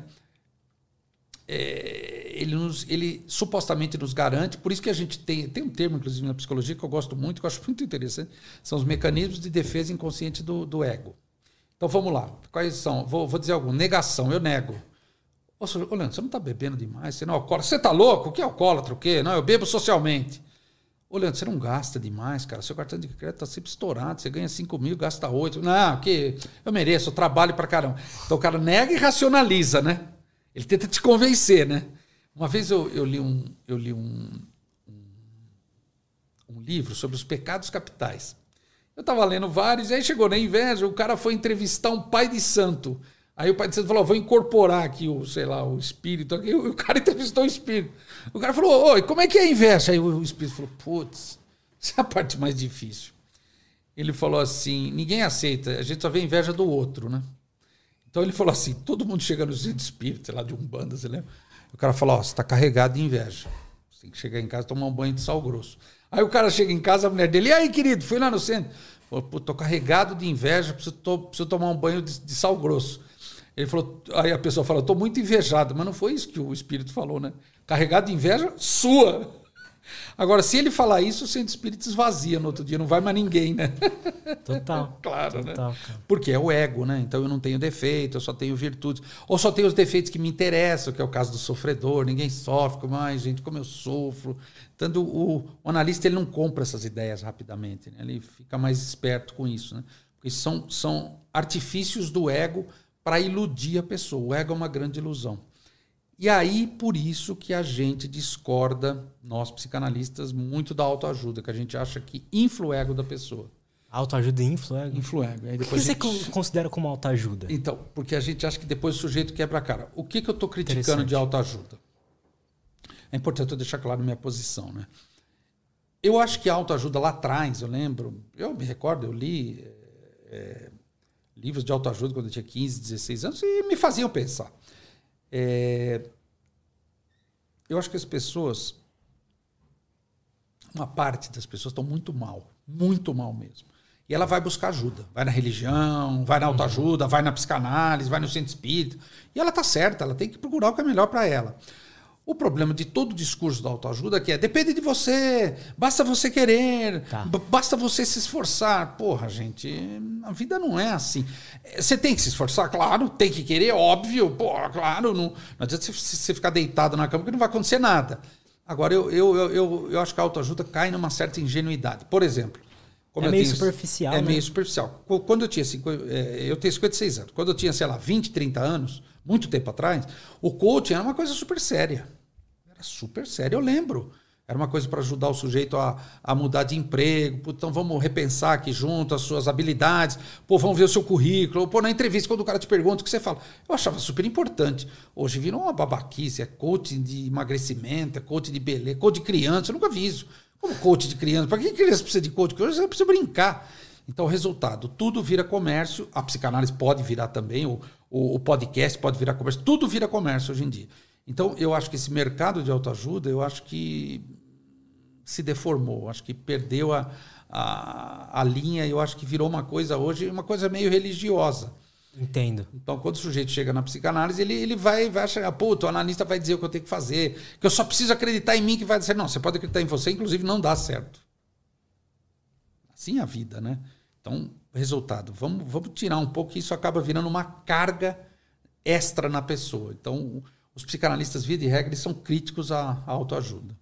é, ele, nos, ele supostamente nos garante, por isso que a gente tem, tem um termo, inclusive, na psicologia, que eu gosto muito, que eu acho muito interessante, são os mecanismos de defesa inconsciente do, do ego. Então, vamos lá. Quais são? Vou, vou dizer algum. Negação, eu nego. Ô, ô Leandro, você não está bebendo demais? Você não é alcoólatra? Você está louco? O que é alcoólatra? O quê? Não, eu bebo socialmente. Ô, Leandro, você não gasta demais, cara. Seu cartão de crédito está sempre estourado. Você ganha cinco mil, gasta oito. Não, que eu mereço, eu trabalho para caramba. Então, o cara nega e racionaliza, né? Ele tenta te convencer, né? Uma vez eu, eu li, um, eu li um, um, um livro sobre os pecados capitais. Eu estava lendo vários, e aí chegou na inveja, o cara foi entrevistar um pai de santo. Aí o pai de santo falou, vou incorporar aqui o, sei lá, o espírito. Aqui. O cara entrevistou o espírito. O cara falou, oi, como é que é a inveja? Aí o espírito falou, putz, essa é a parte mais difícil. Ele falou assim, ninguém aceita, a gente só vê inveja do outro, né? Então ele falou assim, todo mundo chega no centro espírita, sei lá, de Umbanda, você lembra? O cara falou, ó, você está carregado de inveja. Você tem que chegar em casa e tomar um banho de sal grosso. Aí o cara chega em casa, a mulher dele, e aí, querido, fui lá no centro. Falou, pô, tô carregado de inveja, preciso, tô, preciso tomar um banho de, de sal grosso. Ele falou, aí a pessoa falou, tô muito invejado. Mas não foi isso que o espírito falou, né? Carregado de inveja sua. Agora, se ele falar isso, o centro espírita esvazia no outro dia, não vai mais ninguém, né? Total. Claro, total, né? Cara. Porque é o ego, né? Então eu não tenho defeito, eu só tenho virtudes. Ou só tenho os defeitos que me interessam, que é o caso do sofredor, ninguém sofre, como, ai, gente, como eu sofro. Tanto o, o analista ele não compra essas ideias rapidamente, né? Ele fica mais esperto com isso, né? Porque são, são artifícios do ego para iludir a pessoa. O ego é uma grande ilusão. E aí, por isso que a gente discorda, nós psicanalistas, muito da autoajuda, que a gente acha que infla o ego da pessoa. Autoajuda infla o ego? Infla o ego. Aí O que depois você gente... considera como autoajuda? Então, porque a gente acha que depois o sujeito quebra a cara. O que, que eu estou criticando de autoajuda? É importante eu deixar claro a minha posição, né? Eu acho que a autoajuda lá atrás, eu lembro, eu me recordo, eu li é, livros de autoajuda quando eu tinha quinze, dezesseis anos e me faziam pensar. É, eu acho que as pessoas, uma parte das pessoas estão muito mal, muito mal mesmo. E ela vai buscar ajuda. Vai na religião, vai na autoajuda, vai na psicanálise, vai no centro espírita. E ela está certa, ela tem que procurar o que é melhor para ela. O problema de todo o discurso da autoajuda é que é, depende de você, basta você querer, tá. basta você se esforçar. Porra, gente, a vida não é assim. Você tem que se esforçar, claro, tem que querer, óbvio, porra, claro. Não, não adianta você, você ficar deitado na cama que não vai acontecer nada. Agora, eu, eu, eu, eu, eu acho que a autoajuda cai numa certa ingenuidade. Por exemplo... É meio tenho, superficial, É né? meio superficial. Quando eu tinha... Eu tenho cinquenta e seis anos. Quando eu tinha, sei lá, vinte, trinta anos, muito tempo atrás, o coaching era uma coisa super séria. Era super séria, eu lembro. Era uma coisa para ajudar o sujeito a, a mudar de emprego. Pô, então vamos repensar aqui junto as suas habilidades. Pô, vamos ver o seu currículo. Pô, na entrevista, quando o cara te pergunta o que você fala. Eu achava super importante. Hoje virou uma babaquice. É coaching de emagrecimento, é coaching de beleza, coaching de criança. Eu nunca vi isso. Como coach de criança? Para que criança precisa de coach? Criança precisa brincar. Então, o resultado, tudo vira comércio. A psicanálise pode virar também, o, o, o podcast pode virar comércio. Tudo vira comércio hoje em dia. Então, eu acho que esse mercado de autoajuda, eu acho que se deformou. Acho que perdeu a, a, a linha. Eu acho que virou uma coisa hoje, uma coisa meio religiosa. Entendo. Então, quando o sujeito chega na psicanálise, ele, ele vai, vai achar, puto, o analista vai dizer o que eu tenho que fazer, que eu só preciso acreditar em mim que vai dar certo. Não, você pode acreditar em você, inclusive não dá certo. Assim é a vida, né? Então, resultado, vamos, vamos tirar um pouco, que isso acaba virando uma carga extra na pessoa. Então, os psicanalistas, via de regra, eles são críticos à, à autoajuda.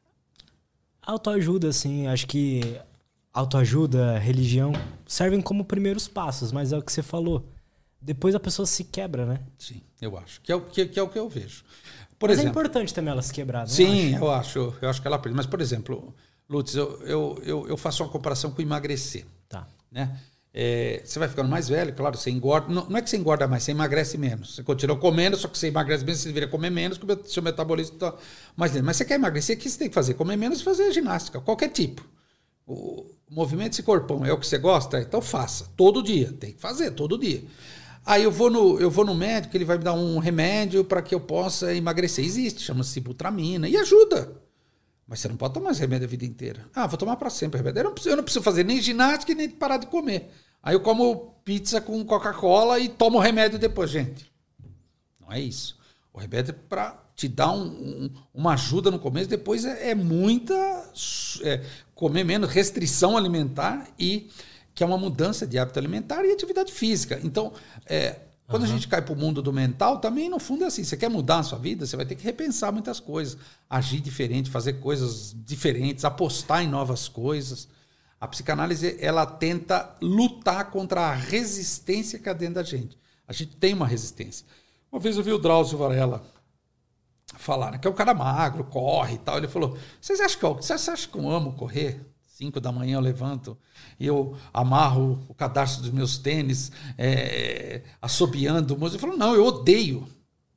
Autoajuda, assim, acho que autoajuda, religião, servem como primeiros passos, mas é o que você falou. Depois a pessoa se quebra, né? Sim, eu acho. Que é o que, que, é o que eu vejo. Por Mas exemplo, é importante também ela se quebrar, não sim, acho? eu acho. Eu, eu acho que ela aprende. Mas, por exemplo, Lutz, eu, eu, eu, eu faço uma comparação com emagrecer. Tá. Né? É, você vai ficando mais velho, claro, você engorda. Não, não é que você engorda mais, você emagrece menos. Você continua comendo, só que você emagrece menos, você deveria comer menos, porque o seu metabolismo está mais lento. Mas você quer emagrecer, o que você tem que fazer? Comer menos e fazer ginástica, qualquer tipo. O movimento desse corpão é o que você gosta? Então faça, todo dia. Tem que fazer, todo dia. Aí eu vou, no, eu vou no médico, ele vai me dar um remédio para que eu possa emagrecer. Existe, chama-se Sibutramina e ajuda. Mas você não pode tomar esse remédio a vida inteira. Ah, vou tomar para sempre o remédio. Eu não, preciso, eu não preciso fazer nem ginástica e nem parar de comer. Aí eu como pizza com Coca-Cola e tomo o remédio depois. Gente, não é isso. O remédio é para te dar um, um, uma ajuda no começo, depois é, é muita... É, comer menos, restrição alimentar e... que é uma mudança de hábito alimentar e atividade física. Então, é, quando uhum. a gente cai para o mundo do mental, também, no fundo, é assim. Você quer mudar a sua vida, você vai ter que repensar muitas coisas. Agir diferente, fazer coisas diferentes, apostar em novas coisas. A psicanálise, ela tenta lutar contra a resistência que há dentro da gente. A gente tem uma resistência. Uma vez eu vi o Drauzio Varela falar, né, que é um cara magro, corre e tal. Ele falou, vocês acham que eu, vocês acham que eu amo correr? Cinco da manhã eu levanto e eu amarro o cadarço dos meus tênis, é, assobiando. Ele falou, não, eu odeio.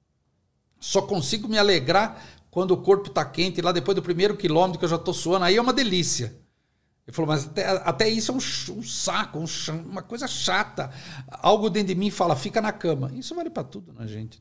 Só consigo me alegrar quando o corpo está quente, lá depois do primeiro quilômetro que eu já estou suando, aí é uma delícia. Ele falou, mas até, até isso é um, um saco, um, uma coisa chata. Algo dentro de mim fala, fica na cama. Isso vale para tudo na gente.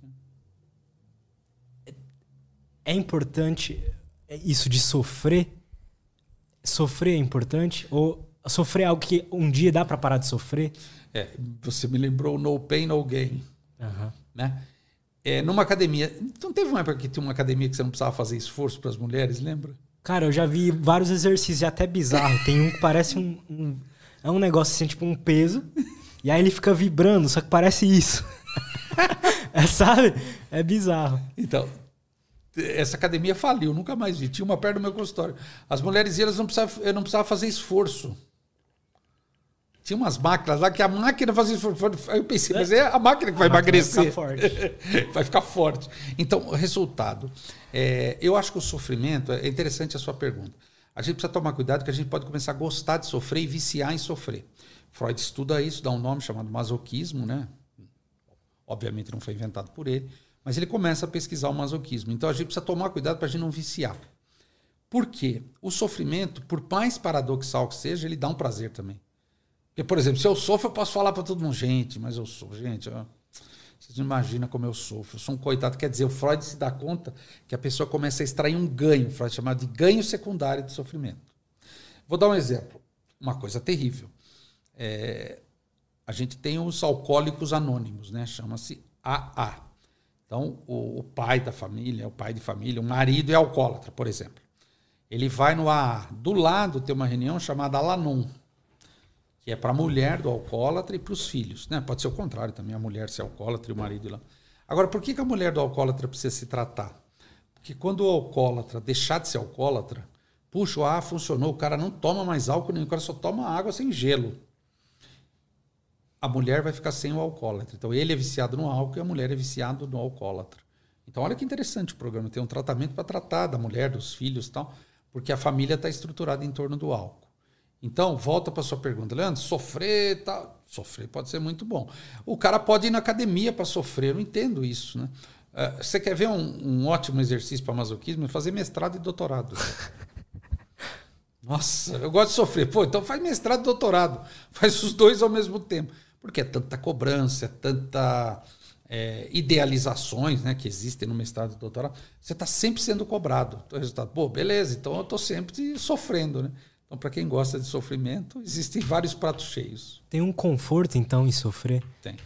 Né? É importante isso de sofrer? Sofrer é importante? Ou sofrer é algo que um dia dá para parar de sofrer? É, você me lembrou no pain, no gain. Uhum. Né? É, numa academia... Não teve uma época que tinha uma academia que você não precisava fazer esforço para as mulheres, lembra? Cara, eu já vi vários exercícios até bizarros. Tem um que parece um, um... É um negócio assim, tipo um peso. E aí ele fica vibrando, só que parece isso. É, sabe? É bizarro. Então... Essa academia faliu, nunca mais vi. Tinha uma perto do meu consultório. As mulheres elas não precisavam, eu não precisava fazer esforço. Tinha umas máquinas lá que a máquina fazia esforço. Aí eu pensei, mas é a máquina que vai emagrecer. Vai ficar forte. Vai ficar forte. Então, resultado. É, eu acho que o sofrimento... É interessante a sua pergunta. A gente precisa tomar cuidado que a gente pode começar a gostar de sofrer e viciar em sofrer. Freud estuda isso, dá um nome chamado masoquismo, né? Obviamente não foi inventado por ele. Mas ele começa a pesquisar o masoquismo. Então a gente precisa tomar cuidado para a gente não viciar. Por quê? O sofrimento, por mais paradoxal que seja, ele dá um prazer também. Porque, por exemplo, se eu sofro, eu posso falar para todo mundo, gente, mas eu sou, gente, ó, vocês não imaginam como eu sofro. Eu sou um coitado. Quer dizer, o Freud se dá conta que a pessoa começa a extrair um ganho, Freud chamado de ganho secundário do sofrimento. Vou dar um exemplo. Uma coisa terrível. É, a gente tem os alcoólicos anônimos, né? Chama-se A A. Então, o, o pai da família, o pai de família, o marido é alcoólatra, por exemplo. Ele vai no A A. Do lado tem uma reunião chamada Alanon, que é para a mulher do alcoólatra e para os filhos. Né? Pode ser o contrário também, a mulher ser alcoólatra e o marido ir lá. Agora, por que, que a mulher do alcoólatra precisa se tratar? Porque quando o alcoólatra deixar de ser alcoólatra, puxa, o A A funcionou, o cara não toma mais álcool, nem o cara só toma água sem gelo. A mulher vai ficar sem o alcoólatra. Então, ele é viciado no álcool e a mulher é viciada no alcoólatra. Então, olha que interessante o programa. Tem um tratamento para tratar da mulher, dos filhos e tal, porque a família está estruturada em torno do álcool. Então, volta para a sua pergunta. Leandro, sofrer, tá... sofrer pode ser muito bom. O cara pode ir na academia para sofrer. Eu não entendo isso, né? Uh, você quer ver um, um ótimo exercício para masoquismo? É fazer mestrado e doutorado. Nossa, eu gosto de sofrer. Pô, então faz mestrado e doutorado. Faz os dois ao mesmo tempo. Porque é tanta cobrança, é tanta é, idealizações, né, que existem no mestrado e doutorado. Você está sempre sendo cobrado. Então, o resultado, pô, beleza, então eu estou sempre sofrendo. Né? Então, para quem gosta de sofrimento, existem vários pratos cheios. Tem um conforto, então, em sofrer? Tem.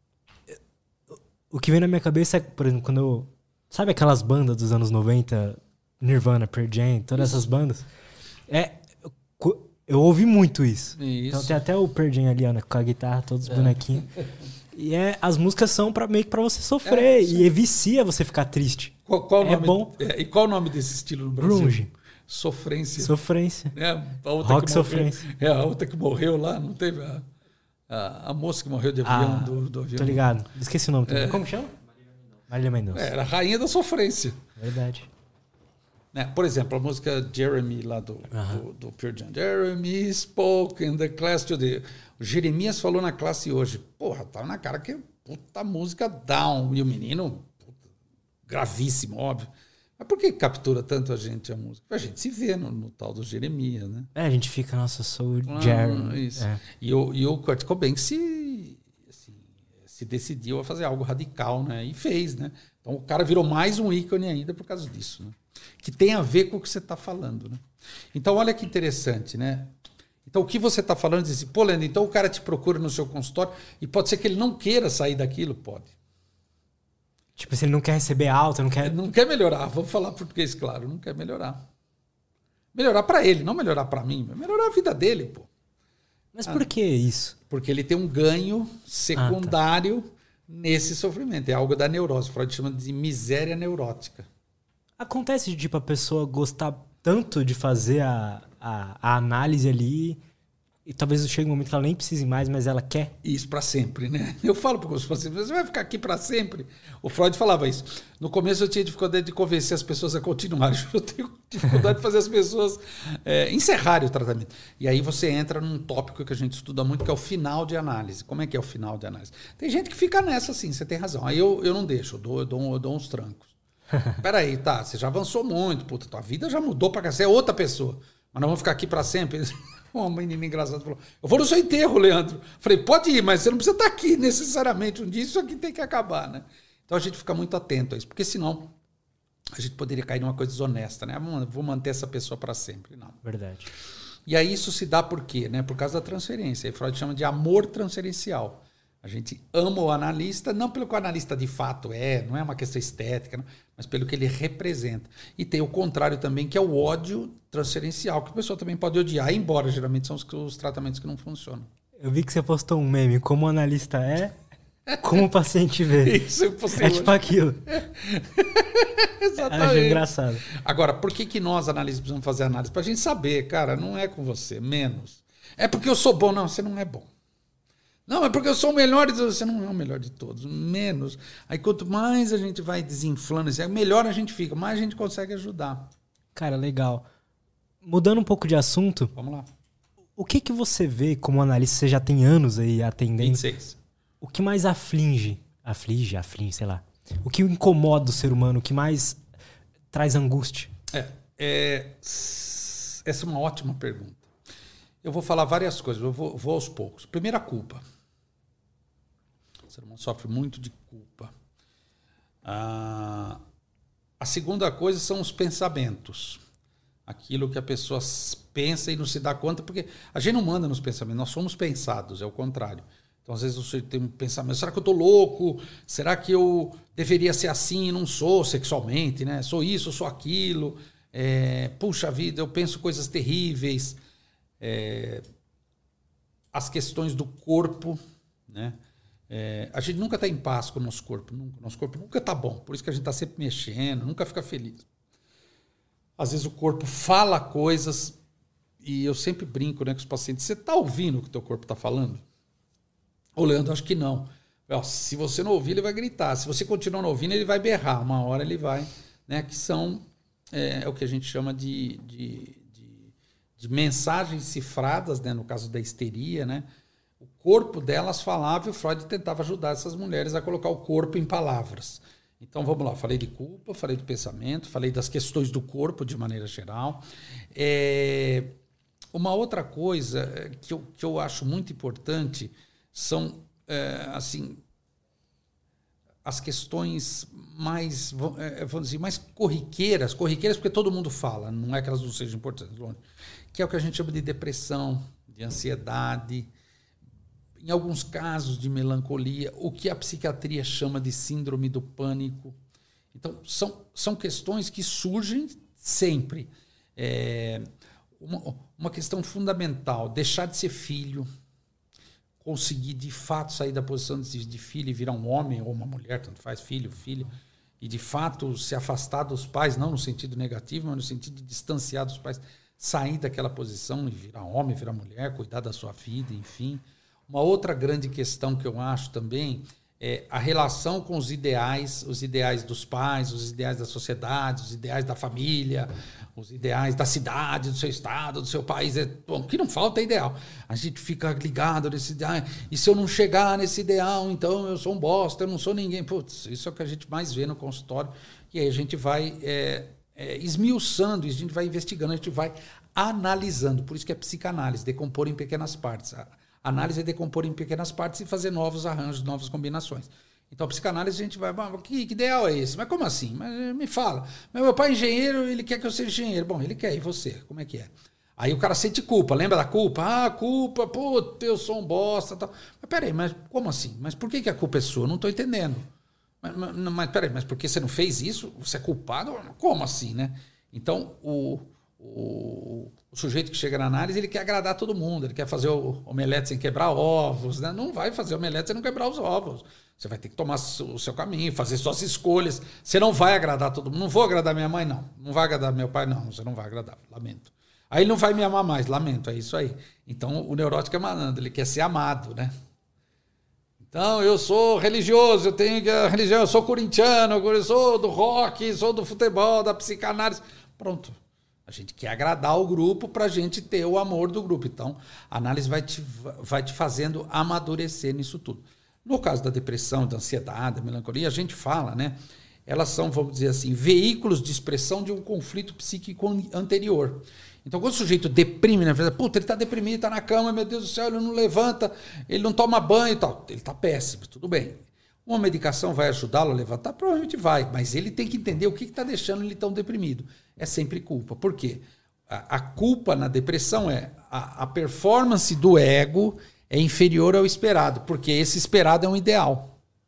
O que vem na minha cabeça é, por exemplo, quando eu... Sabe aquelas bandas dos anos noventa? Nirvana, Pearl Jam, todas isso. Essas bandas? É... Eu ouvi muito isso. isso. Então tem até o Pearl Jam ali, Ana, com a guitarra, todos os é. bonequinhos. E é, as músicas são pra, meio que pra você sofrer. É, e vicia você ficar triste. Qual, qual é nome, bom. É, e qual o nome desse estilo no Brasil? Grunge. Sofrência. Sofrência. É, a outra Rock que sofrência. Morreu, é, a outra que morreu lá, não teve a, a, a moça que morreu de avião, ah, do, do avião. Tô ligado. Esqueci o nome também. É. Como chama? Marília Mendonça. É, era a rainha da sofrência. Verdade. Né? Por exemplo, a música Jeremy lá do, uh-huh. do, do Pearl Jam. Jeremy spoke in the class today. O Jeremias falou na classe hoje. Porra, tá na cara que puta música down. E o menino, puta, gravíssimo, óbvio. Mas por que captura tanto a gente a música? A gente se vê no, no tal do Jeremias, né? É, a gente fica, nossa, sou o ah, Jeremy. Isso. É. E, o, e o Kurt Cobain se, assim, se decidiu a fazer algo radical, né? E fez, né? Então o cara virou mais um ícone ainda por causa disso, né? Que tem a ver com o que você está falando. Né? Então, olha que interessante. Né? Então, o que você está falando, diz assim, pô, Leandro, então o cara te procura no seu consultório e pode ser que ele não queira sair daquilo, pode. Tipo, se ele não quer receber alta, não quer... Ele não quer melhorar, vamos falar português claro, não quer melhorar. Melhorar para ele, não melhorar para mim, melhorar a vida dele, pô. Mas por ah, que isso? Porque ele tem um ganho secundário ah, tá. nesse sofrimento. É algo da neurose, Freud chama de miséria neurótica. Acontece de tipo, a pessoa gostar tanto de fazer a, a, a análise ali E talvez chegue um momento que ela nem precise mais, mas ela quer. Isso, para sempre, né? Eu falo para os pacientes, você vai ficar aqui para sempre? O Freud falava isso. No começo eu tinha dificuldade de convencer as pessoas a continuarem. Eu tenho dificuldade de fazer as pessoas é, encerrarem o tratamento. E aí você entra num tópico que a gente estuda muito, que é o final de análise. Como é que é o final de análise? Tem gente que fica nessa, sim, você tem razão. Aí eu, eu não deixo, eu dou, eu dou, eu dou uns trancos. Peraí, tá, você já avançou muito, puta, tua vida já mudou para cá, você é outra pessoa. Mas não vamos ficar aqui para sempre. Uma menina engraçada falou, eu vou no seu enterro, Leandro. Falei, pode ir, mas você não precisa estar aqui necessariamente. Um dia isso aqui tem que acabar, né? Então a gente fica muito atento a isso, porque senão a gente poderia cair numa coisa desonesta, né? Vou manter essa pessoa para sempre. Não. Verdade. E aí isso se dá por quê? Né? Por causa da transferência. Aí Freud chama de amor transferencial. A gente ama o analista, não pelo que o analista de fato é, não é uma questão estética, não, mas pelo que ele representa. E tem o contrário também, que é o ódio transferencial, que a pessoa também pode odiar, embora geralmente são os, os tratamentos que não funcionam. Eu vi que você postou um meme, como o analista é, como o paciente vê. Isso, eu postei é hoje. tipo aquilo. Exatamente. Acho engraçado. Agora, por que, que nós, analistas, precisamos fazer análise? Para a gente saber, cara, não é com você, menos. É porque eu sou bom. Não, você não é bom. Não, é porque eu sou o melhor de todos. Você não é o melhor de todos, menos. Aí quanto mais a gente vai desinflando, melhor a gente fica, mais a gente consegue ajudar. Cara, legal. Mudando um pouco de assunto. Vamos lá. O que que você vê como analista? Você já tem anos aí atendendo. vinte e seis. O que mais aflige, aflige, aflige, sei lá. O que incomoda o ser humano, o que mais traz angústia? É, é, essa é uma ótima pergunta. Eu vou falar várias coisas, eu vou, vou aos poucos. Primeiro, a culpa. O ser humano sofre muito de culpa. Ah, a segunda coisa são os pensamentos. Aquilo que a pessoa pensa e não se dá conta, porque a gente não manda nos pensamentos, nós somos pensados, é o contrário. Então, às vezes, você tem um pensamento, será que eu estou louco? Será que eu deveria ser assim e não sou sexualmente? Né? Sou isso, sou aquilo. É, puxa vida, eu penso coisas terríveis. É, as questões do corpo, né? É, a gente nunca está em paz com o nosso corpo. Nunca, nosso corpo nunca está bom. Por isso que a gente está sempre mexendo, nunca fica feliz. Às vezes o corpo fala coisas e eu sempre brinco, né, com os pacientes. Você está ouvindo o que o teu corpo está falando? Ô, Leandro, acho que não. Ó, se você não ouvir, ele vai gritar. Se você continuar não ouvindo, ele vai berrar. Uma hora ele vai... Né, que são é, é o que a gente chama de, de, de, de mensagens cifradas, né, no caso da histeria. Né? O corpo delas falava e o Freud tentava ajudar essas mulheres a colocar o corpo em palavras. Então, vamos lá. Falei de culpa, falei do pensamento, falei das questões do corpo de maneira geral. É, uma outra coisa que eu, que eu acho muito importante... são, é, assim, as questões mais, é, vamos dizer, mais corriqueiras, corriqueiras porque todo mundo fala, não é que elas não sejam importantes, que é o que a gente chama de depressão, de ansiedade, em alguns casos de melancolia, o que a psiquiatria chama de síndrome do pânico. Então, são, são questões que surgem sempre. É, uma, uma questão fundamental, deixar de ser filho, conseguir, de fato, sair da posição de, de filho e virar um homem ou uma mulher, tanto faz, filho, filha, e, de fato, se afastar dos pais, não no sentido negativo, mas no sentido de distanciar dos pais, sair daquela posição e virar homem, virar mulher, cuidar da sua vida, enfim. Uma outra grande questão que eu acho também é a relação com os ideais, os ideais dos pais, os ideais da sociedade, os ideais da família, os ideais da cidade, do seu estado, do seu país. É, bom, o que não falta é ideal. A gente fica ligado nesse ideal. E se eu não chegar nesse ideal, então eu sou um bosta, eu não sou ninguém. Putz, isso é o que a gente mais vê no consultório. E aí a gente vai é, é, esmiuçando, a gente vai investigando, a gente vai analisando. Por isso que é psicanálise, decompor em pequenas partes. A análise é decompor em pequenas partes e fazer novos arranjos, novas combinações. Então, a psicanálise, a gente vai... Que, que ideal é esse? Mas como assim? Mas me fala. Mas meu pai é engenheiro, ele quer que eu seja engenheiro. Bom, ele quer. E você? Como é que é? Aí o cara sente culpa. Lembra da culpa? Ah, culpa. Puta, eu sou um bosta. Tal. Mas peraí, mas como assim? Mas por que, que a culpa é sua? Eu não estou entendendo. Mas, mas, mas peraí, mas por que você não fez isso? Você é culpado? Como assim, né? Então, o... O, o sujeito que chega na análise, ele quer agradar todo mundo, ele quer fazer o omelete sem quebrar ovos, né? Não vai fazer omelete sem não quebrar os ovos. Você vai ter que tomar o seu caminho, fazer suas escolhas. Você não vai agradar todo mundo. Não vou agradar minha mãe, não. Não vai agradar meu pai, não. Você não vai agradar, lamento. Aí ele não vai me amar mais, lamento, é isso aí. Então o neurótico é malandro, ele quer ser amado, né? Então eu sou religioso, eu tenho a religião, eu sou corintiano, eu sou do rock, sou do futebol, da psicanálise. Pronto. A gente quer agradar o grupo para a gente ter o amor do grupo. Então a análise vai te, vai te fazendo amadurecer nisso tudo. No caso da depressão, da ansiedade, da melancolia, a gente fala, né? Elas são, vamos dizer assim, veículos de expressão de um conflito psíquico anterior. Então, quando o sujeito deprime, né? Puta, ele está deprimido, está na cama, meu Deus do céu, ele não levanta, ele não toma banho e tal. Ele está péssimo, tudo bem. Uma medicação vai ajudá-lo a levantar? Provavelmente vai, mas ele tem que entender o que está deixando ele tão deprimido. É sempre culpa. Por quê? A, a culpa na depressão é a, a performance do ego é inferior ao esperado, porque esse esperado é um ideal.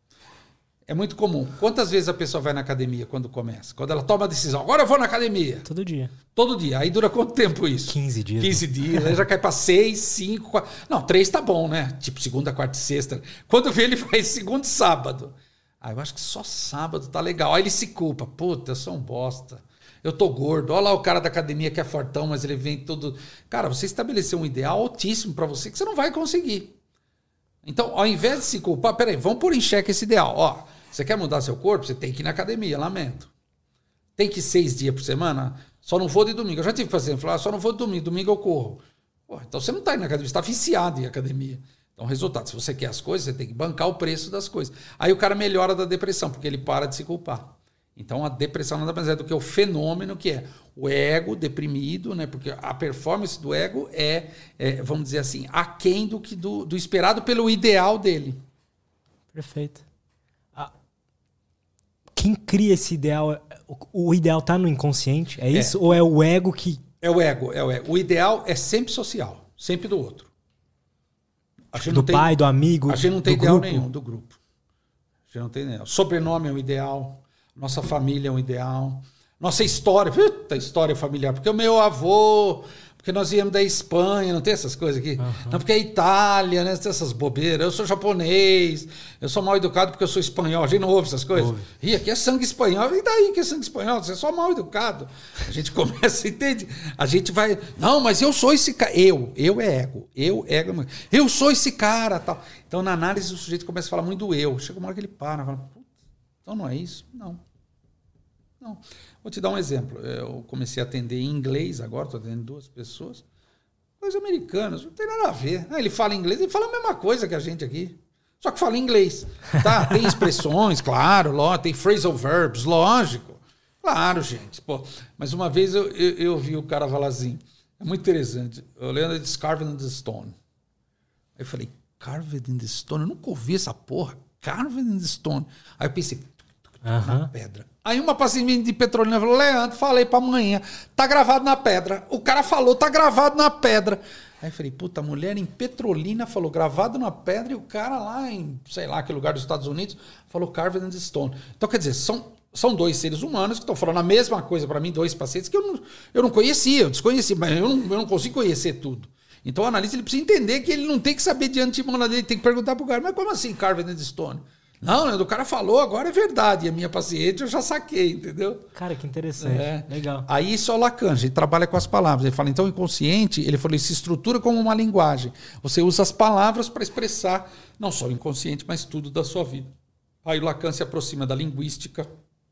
É muito comum. Quantas vezes a pessoa vai na academia quando começa? Quando ela toma a decisão, agora eu vou na academia. Todo dia. Todo dia. Aí dura quanto tempo isso? quinze dias. quinze dias. Aí já cai para seis, cinco, quatro. Não, três tá bom, né? Tipo segunda, quarta e sexta. Quando vê, ele faz segundo e sábado. Ah, eu acho que só sábado tá legal. Aí ele se culpa. Puta, eu sou um bosta. Eu tô gordo. Olha lá o cara da academia que é fortão, mas ele vem todo... Cara, você estabeleceu um ideal altíssimo para você que você não vai conseguir. Então, ao invés de se culpar, peraí, vamos pôr em xeque esse ideal. Ó, você quer mudar seu corpo? Você tem que ir na academia, lamento. Tem que ir seis dias por semana? Só não vou de domingo. Eu já tive fazendo, falar, só não vou de domingo, domingo eu corro. Pô, então você não está indo na academia, você está viciado em academia. Então, resultado, se você quer as coisas, você tem que bancar o preço das coisas. Aí o cara melhora da depressão, porque ele para de se culpar. Então, a depressão nada mais é do que o fenômeno que é o ego deprimido, né? Porque a performance do ego é, é vamos dizer assim, aquém do, que do, do esperado pelo ideal dele. Perfeito. Ah, quem cria esse ideal, o, o ideal está no inconsciente? É isso? É. Ou é o ego que... É o ego, é o ego. O ideal é sempre social, sempre do outro. A gente do não tem, pai, do amigo, a gente não tem ideal grupo. nenhum do grupo. A gente não tem ideal. Sobrenome é um ideal. Nossa família é um ideal. Nossa história, puta, história familiar. Porque o meu avô, porque nós íamos da Espanha, não tem essas coisas aqui? Uhum. Não, porque é Itália, né? Tem essas bobeiras. Eu sou japonês, eu sou mal educado porque eu sou espanhol. A gente não ouve essas coisas. Ouve. E aqui é sangue espanhol. E daí que é sangue espanhol? Você é só mal educado. A gente começa, entende? A gente vai... Não, mas eu sou esse cara. Eu, eu é ego. Eu, ego. Eu sou esse cara, tal. Então, na análise, o sujeito começa a falar muito do eu. Chega uma hora que ele para, fala... Então não é isso? Não. Não. Vou te dar um exemplo. Eu comecei a atender em inglês agora, estou atendendo duas pessoas. Dois americanos, não tem nada a ver. Ah, ele fala inglês, ele fala a mesma coisa que a gente aqui. Só que fala inglês. Tá? Tem expressões, claro, lógico, tem phrasal verbs, lógico. Claro, gente. Pô. Mas uma vez eu, eu, eu vi o cara falar assim, é muito interessante. O Leandro disse Carved in the Stone. Aí eu falei, Carved in the Stone? Eu nunca ouvi essa porra. Carved in the Stone. Aí eu pensei, uhum. na pedra. Aí uma paciente de Petrolina falou, Leandro, falei pra amanhã, tá gravado na pedra. O cara falou, tá gravado na pedra. Aí eu falei, puta, a mulher em Petrolina falou, gravado na pedra, e o cara lá em, sei lá, que lugar dos Estados Unidos, falou Carved in the Stone. Então, quer dizer, são, são dois seres humanos que estão falando a mesma coisa para mim, dois pacientes que eu não, eu não conhecia, eu desconhecia, mas eu não, eu não consigo conhecer tudo. Então o analista ele precisa entender que ele não tem que saber de antemão, ele tem que perguntar pro cara, mas como assim Carved in the Stone? Não, né, o cara falou, agora é verdade. E a minha paciente eu já saquei, entendeu? Cara, que interessante. É. Legal. Aí isso é o Lacan, a gente trabalha com as palavras. Ele fala, então o inconsciente, ele falou, ele se estrutura como uma linguagem. Você usa as palavras para expressar não só o inconsciente, mas tudo da sua vida. Aí o Lacan se aproxima da linguística,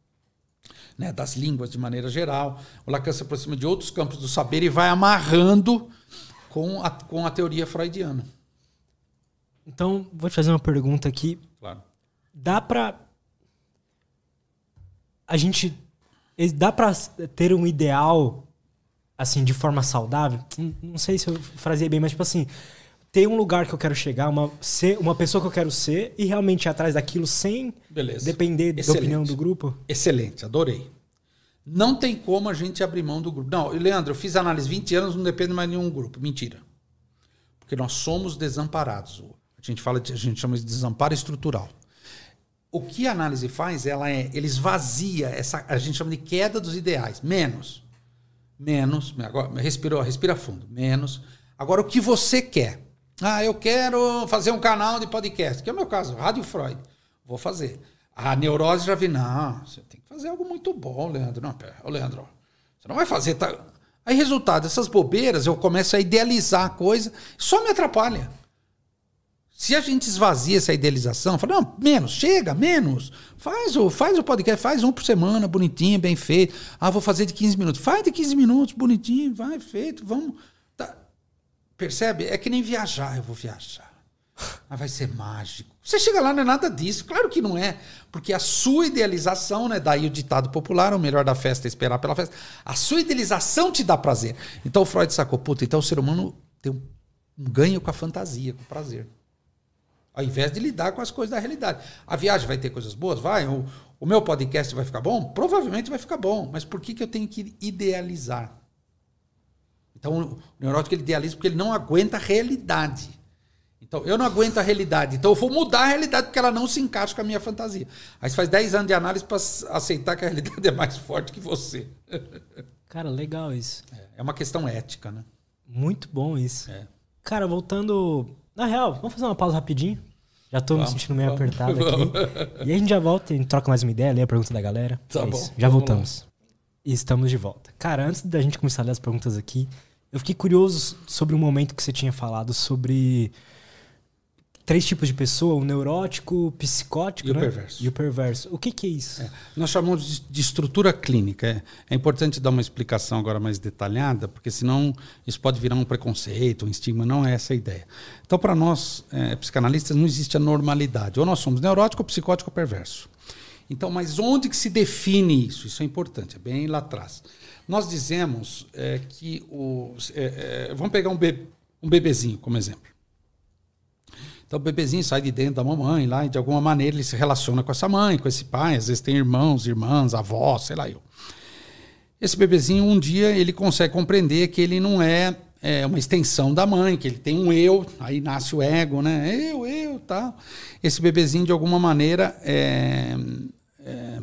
né, das línguas de maneira geral. O Lacan se aproxima de outros campos do saber e vai amarrando com a, com a teoria freudiana. Então, vou te fazer uma pergunta aqui. Claro. Dá pra... A gente... Dá pra ter um ideal, assim, de forma saudável? Não sei se eu fraseei bem, mas, tipo assim... Ter um lugar que eu quero chegar, uma, ser uma pessoa que eu quero ser e realmente ir atrás daquilo sem Beleza. depender Excelente. da opinião do grupo? Excelente, adorei. Não tem como a gente abrir mão do grupo. Não, Leandro, eu fiz análise vinte anos, não depende mais de nenhum grupo. Mentira. Porque nós somos desamparados. A gente fala, de, a gente chama de desamparo estrutural. O que a análise faz, ela é, ele esvazia, essa, a gente chama de queda dos ideais. Menos. Menos. Agora, respira, respira fundo. Menos. Agora, o que você quer? Ah, eu quero fazer um canal de podcast, que é o meu caso, Rádio Freud. Vou fazer. A neurose já vi, não, você tem que fazer algo muito bom, Leandro. Não, pera, ô Leandro, você não vai fazer... Tá... Aí, resultado, essas bobeiras, eu começo a idealizar a coisa, só me atrapalha. Se a gente esvazia essa idealização, fala, não, menos, chega, menos. Faz o, faz o podcast, faz um por semana, bonitinho, bem feito. Ah, vou fazer de quinze minutos. Faz de quinze minutos, bonitinho, vai, feito, vamos. Tá. Percebe? É que nem viajar, eu vou viajar. Ah, vai ser mágico. Você chega lá, não é nada disso. Claro que não é, porque a sua idealização, né, daí o ditado popular, o melhor da festa é esperar pela festa. A sua idealização te dá prazer. Então o Freud sacou, puta, então o ser humano tem um, um ganho com a fantasia, com o prazer. Ao invés de lidar com as coisas da realidade. A viagem vai ter coisas boas? Vai. O, o meu podcast vai ficar bom? Provavelmente vai ficar bom. Mas por que, que eu tenho que idealizar? Então, o neurótico ele idealiza porque ele não aguenta a realidade. Então, eu não aguento a realidade. Então, eu vou mudar a realidade porque ela não se encaixa com a minha fantasia. Aí você faz dez anos de análise para aceitar que a realidade é mais forte que você. Cara, legal isso. É uma questão ética, né? Muito bom isso. É. Cara, voltando... Na real, vamos fazer uma pausa rapidinho? Já tô vamos, me sentindo meio vamos, apertado vamos. aqui. E aí a gente já volta, a gente troca mais uma ideia, lê a pergunta da galera. Tá é bom. Isso. Já voltamos. E estamos de volta. Cara, antes da gente começar a ler as perguntas aqui, eu fiquei curioso sobre um momento que você tinha falado sobre três tipos de pessoa, o neurótico, o psicótico, e né? o perverso. E o perverso. O que, que é isso? É. Nós chamamos de estrutura clínica. É. é importante dar uma explicação agora mais detalhada, porque senão isso pode virar um preconceito, um estigma. Não é essa a ideia. Então, para nós, é, psicanalistas, não existe a normalidade. Ou nós somos neurótico, psicótico ou perverso. Então, mas onde que se define isso? Isso é importante, é bem lá atrás. Nós dizemos é, que... O, é, é, vamos pegar um, be, um bebezinho como exemplo. Então o bebezinho sai de dentro da mamãe lá e de alguma maneira ele se relaciona com essa mãe, com esse pai, às vezes tem irmãos, irmãs, avós, sei lá eu. Esse bebezinho um dia ele consegue compreender que ele não é, é uma extensão da mãe, que ele tem um eu, aí nasce o ego, né? Eu, eu, tal. Esse bebezinho de alguma maneira é, é,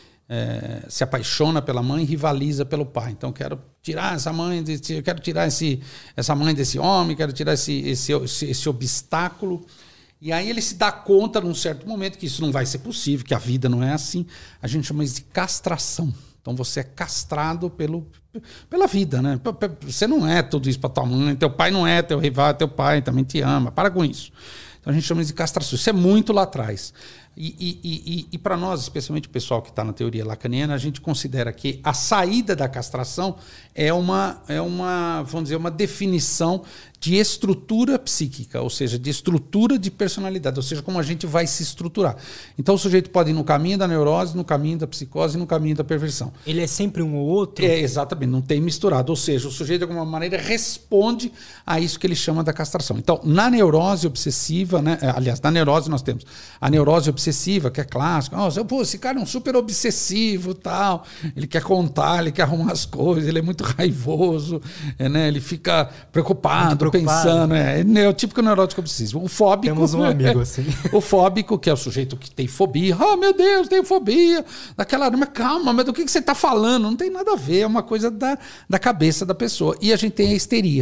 é, se apaixona pela mãe e rivaliza pelo pai. Então quero tirar essa mãe, desse, quero tirar esse, essa mãe desse homem, quero tirar esse, esse, esse, esse obstáculo. E aí ele se dá conta num certo momento que isso não vai ser possível, que a vida não é assim. A gente chama isso de castração. Então você é castrado pelo, pela vida, né? Você não é tudo isso para tua mãe, teu pai não é teu rival, teu pai também te ama. Para com isso. Então a gente chama isso de castração. Isso é muito lá atrás. E, e, e, e para nós, especialmente o pessoal que está na teoria lacaniana, a gente considera que a saída da castração é uma, é uma, vamos dizer, uma definição de estrutura psíquica, ou seja, de estrutura de personalidade, ou seja, como a gente vai se estruturar. Então o sujeito pode ir no caminho da neurose, no caminho da psicose e no caminho da perversão. Ele é sempre um ou outro? É, exatamente, não tem misturado. Ou seja, o sujeito de alguma maneira responde a isso que ele chama da castração. Então, na neurose obsessiva, né, aliás, na neurose nós temos a neurose obsessiva, que é clássica. Oh, pô, esse cara é um super obsessivo, tal. Ele quer contar, ele quer arrumar as coisas, ele é muito raivoso, é, né, ele fica preocupado, pensando, é, é o típico neurótico obsessivo. O fóbico... Temos um amigo assim. O fóbico, que é o sujeito que tem fobia. Oh, meu Deus, tenho fobia. Daquela... Mas calma, mas do que, que você está falando? Não tem nada a ver, é uma coisa da, da cabeça da pessoa. E a gente tem a histeria.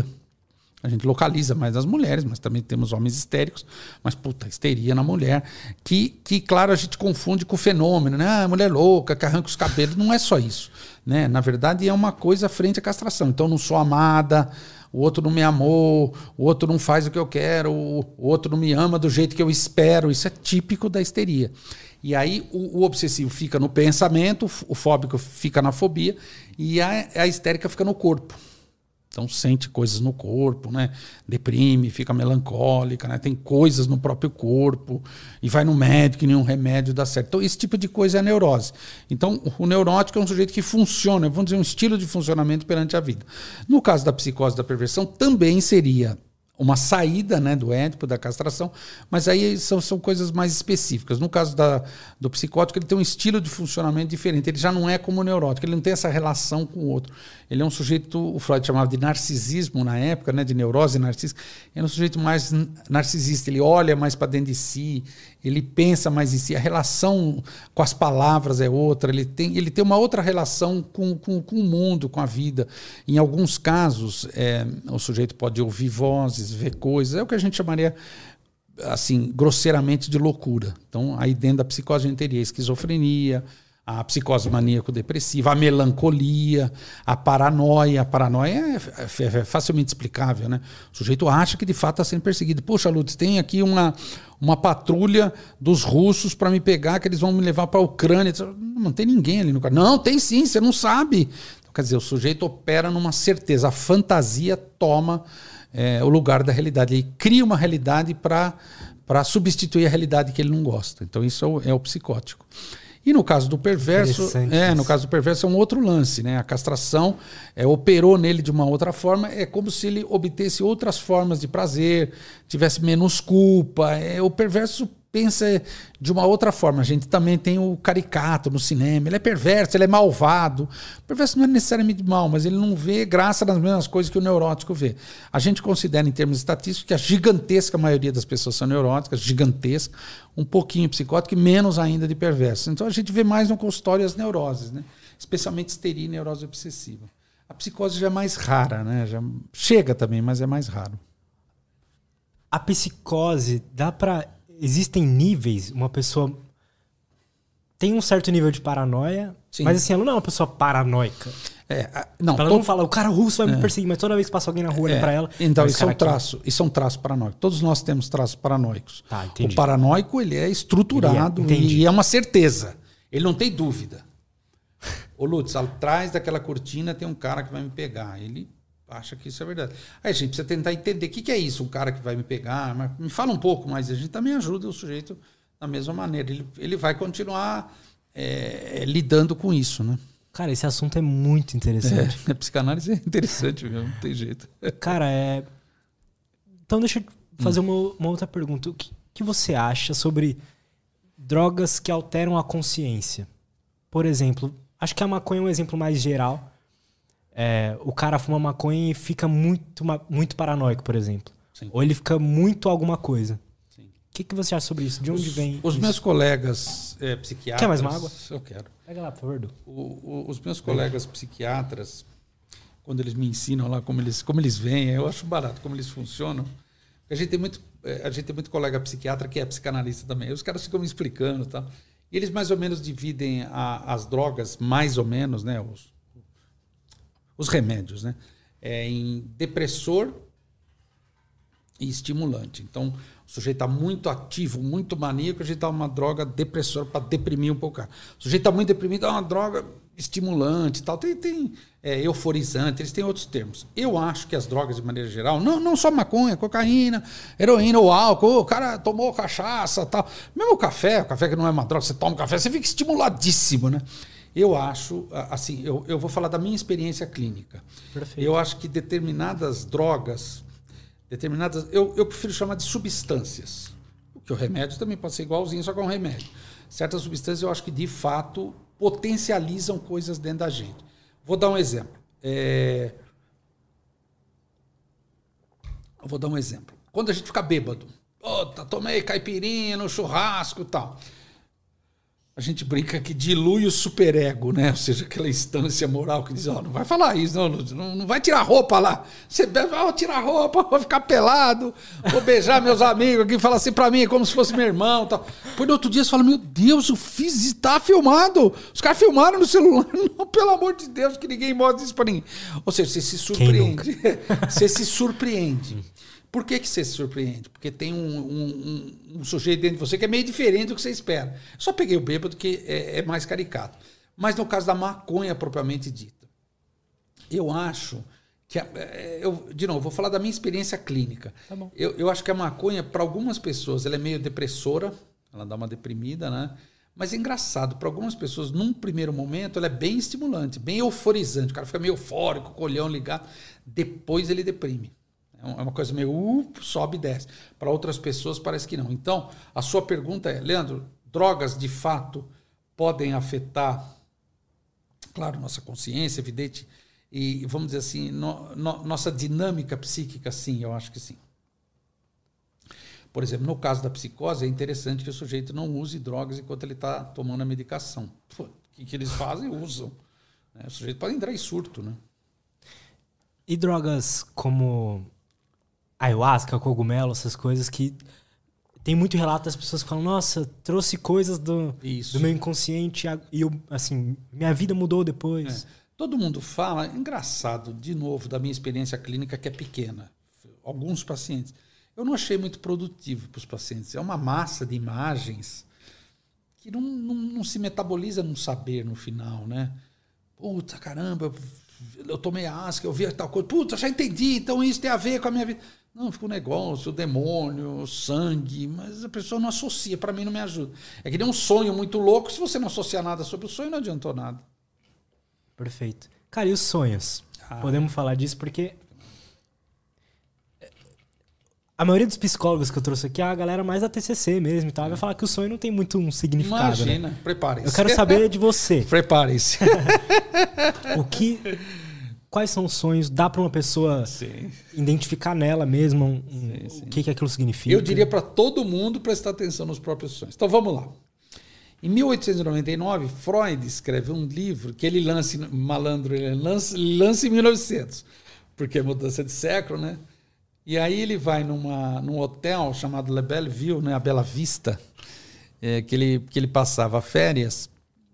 A gente localiza mais nas mulheres, mas também temos homens histéricos. Mas, puta, histeria na mulher. Que, que claro, a gente confunde com o fenômeno, né? Ah, mulher louca, que arranca os cabelos. Não é só isso, né? Na verdade, é uma coisa frente à castração. Então, não sou amada... O outro não me amou, o outro não faz o que eu quero, o outro não me ama do jeito que eu espero. Isso é típico da histeria. E aí o, o obsessivo fica no pensamento, o fóbico fica na fobia e a, a histérica fica no corpo. Então sente coisas no corpo, né? Deprime, fica melancólica, né? Tem coisas no próprio corpo e vai no médico e nenhum remédio dá certo. Então esse tipo de coisa é a neurose. Então o neurótico é um sujeito que funciona, vamos dizer, um estilo de funcionamento perante a vida. No caso da psicose da perversão também seria uma saída, né, do édipo, da castração, mas aí são, são coisas mais específicas. No caso da, do psicótico, ele tem um estilo de funcionamento diferente. Ele já não é como o neurótico, ele não tem essa relação com o outro. Ele é um sujeito, o Freud chamava de narcisismo na época, né, de neurose narcísica. Ele é um sujeito mais narcisista, ele olha mais para dentro de si, ele pensa mais em si, a relação com as palavras é outra, ele tem, ele tem uma outra relação com, com, com o mundo, com a vida. Em alguns casos, é, o sujeito pode ouvir vozes, ver coisas, é o que a gente chamaria, assim, grosseiramente de loucura. Então, aí dentro da psicose a gente teria esquizofrenia, a psicose maníaco-depressiva, a melancolia, a paranoia. A paranoia é, é, é facilmente explicável, né? O sujeito acha que de fato está sendo perseguido. Poxa, Lutz, tem aqui uma, uma patrulha dos russos para me pegar, que eles vão me levar para a Ucrânia. Não tem ninguém ali no carro. Não, tem sim, você não sabe. Então, quer dizer, o sujeito opera numa certeza. A fantasia toma é, o lugar da realidade. Ele cria uma realidade para para substituir a realidade que ele não gosta. Então, isso é o, é o psicótico. E no caso do perverso, é, no caso do perverso é um outro lance, né? A castração é, operou nele de uma outra forma, é como se ele obtesse outras formas de prazer, tivesse menos culpa. É, o perverso pensa de uma outra forma. A gente também tem o caricato no cinema, ele é perverso, ele é malvado. O perverso não é necessariamente mal, mas ele não vê graça nas mesmas coisas que o neurótico vê. A gente considera, em termos estatísticos, que a gigantesca maioria das pessoas são neuróticas, gigantesca, um pouquinho psicótico e menos ainda de perverso. Então a gente vê mais no consultório as neuroses, né? Especialmente histeria e neurose obsessiva. A psicose já é mais rara, né? Já chega também, mas é mais raro. A psicose, dá pra... Existem níveis, uma pessoa tem um certo nível de paranoia, Sim. mas assim, ela não é uma pessoa paranoica. É, não, ela todo... não fala, o cara russo vai é. me perseguir, mas toda vez que passa alguém na rua, olha é. pra ela... Então, isso é, um traço, isso é um traço paranoico. Todos nós temos traços paranoicos. Tá, o paranoico, ele é estruturado ele é, e é uma certeza. Ele não tem dúvida. Ô, Lutz, atrás daquela cortina tem um cara que vai me pegar. Ele... acha que isso é verdade. Aí a gente precisa tentar entender o que, que é isso, um cara que vai me pegar. Mas me fala um pouco, mas a gente também ajuda o sujeito da mesma maneira. Ele, ele vai continuar é, lidando com isso, né? Cara, esse assunto é muito interessante. É, a psicanálise é interessante mesmo, não tem jeito. Cara, é... Então deixa eu fazer hum. uma, uma outra pergunta. O que, que você acha sobre drogas que alteram a consciência? Por exemplo, acho que a maconha é um exemplo mais geral. É, o cara fuma maconha e fica muito, muito paranoico, por exemplo. Sim. Ou ele fica muito alguma coisa. O que, que você acha sobre isso? De onde os, vem Os isso? meus colegas é, psiquiatras... Quer mais uma água? Eu quero. Pega lá, por favor, Du. O, o, os meus colegas psiquiatras, quando eles me ensinam lá como eles, como eles veem, eu acho barato como eles funcionam. A gente tem muito, a gente tem muito colega psiquiatra que é psicanalista também. Os caras ficam me explicando e tal. E eles mais ou menos dividem a, as drogas, mais ou menos, né? Os, os remédios, né? É, em depressor e estimulante. Então, o sujeito está muito ativo, muito maníaco, a gente dá uma droga depressora para deprimir um pouco. O sujeito está muito deprimido, dá uma droga estimulante e tal. Tem, tem é, euforizante, eles têm outros termos. Eu acho que as drogas, de maneira geral, não, não só maconha, cocaína, heroína ou álcool, o cara tomou cachaça e tal. Mesmo o café, o café que não é uma droga, você toma um café, você fica estimuladíssimo, né? Eu acho, assim, eu, eu vou falar da minha experiência clínica. Perfeito. Eu acho que determinadas drogas, determinadas, eu, eu prefiro chamar de substâncias, porque o remédio também pode ser igualzinho, só que é um remédio. Certas substâncias eu acho que, de fato, potencializam coisas dentro da gente. Vou dar um exemplo. É... Eu vou dar um exemplo. Quando a gente fica bêbado, oh, tomei caipirinha no churrasco e tal... A gente brinca que dilui o superego, né? Ou seja, aquela instância moral que diz, ó, oh, não vai falar isso, não, não, não vai tirar roupa lá. Você bebe, ó, oh, tirar roupa, vou ficar pelado, vou beijar meus amigos aqui, fala assim pra mim, como se fosse meu irmão e tal. Depois no outro dia você fala, meu Deus, eu fiz isso, tá filmado. Os caras filmaram no celular. Não, pelo amor de Deus, que ninguém mostra isso pra ninguém. Ou seja, você se surpreende. Você se surpreende. Por que, que você se surpreende? Porque tem um, um, um, um sujeito dentro de você que é meio diferente do que você espera. Só peguei o bêbado que é, é mais caricato. Mas no caso da maconha propriamente dita, eu acho que... A, eu, de novo, vou falar da minha experiência clínica. Tá bom. Eu, eu acho que a maconha, para algumas pessoas, ela é meio depressora, ela dá uma deprimida, né? Mas é engraçado, para algumas pessoas, num primeiro momento, ela é bem estimulante, bem euforizante. O cara fica meio eufórico, colhão ligado. Depois ele deprime. É uma coisa meio uh, sobe e desce. Para outras pessoas parece que não. Então, a sua pergunta é, Leandro, drogas de fato podem afetar, claro, nossa consciência, evidente, e vamos dizer assim, no, no, nossa dinâmica psíquica, sim, eu acho que sim. Por exemplo, no caso da psicose, é interessante que o sujeito não use drogas enquanto ele está tomando a medicação. Pô, o que, que eles fazem? Usam. O sujeito pode entrar em surto, né? E drogas como... ayahuasca, cogumelo, essas coisas que tem muito relato das pessoas que falam, nossa, trouxe coisas do, do meu inconsciente e eu, assim, minha vida mudou depois. É. Todo mundo fala, engraçado, de novo, da minha experiência clínica que é pequena. Alguns pacientes. Eu não achei muito produtivo para os pacientes. É uma massa de imagens que não, não, não se metaboliza num saber no final, né? Puta, caramba, eu, eu tomei asca, eu vi tal coisa. Puta, já entendi, então isso tem a ver com a minha vida. Não, fica um negócio, o demônio, o sangue, mas a pessoa não associa, para mim não me ajuda. É que nem um sonho muito louco, se você não associar nada sobre o sonho, não adiantou nada. Perfeito. Cara, e os sonhos? Ah. Podemos falar disso porque a maioria dos psicólogos que eu trouxe aqui é a galera mais da T C C mesmo e tal. Vai falar que o sonho não tem muito um significado. Imagina, né? Preparem-se. Eu quero saber de você. Preparem-se. O que, quais são os sonhos? Dá para uma pessoa sim. identificar nela mesma um, sim, sim. o que, que aquilo significa? Eu diria para todo mundo prestar atenção nos próprios sonhos. Então vamos lá. Em mil oitocentos e noventa e nove, Freud escreve um livro que ele lança, malandro, ele lança, lança em mil e novecentos, porque é mudança de século, né? E aí ele vai numa, num hotel chamado Le Belle Ville, né, a Bela Vista, é, que, ele, que ele passava férias,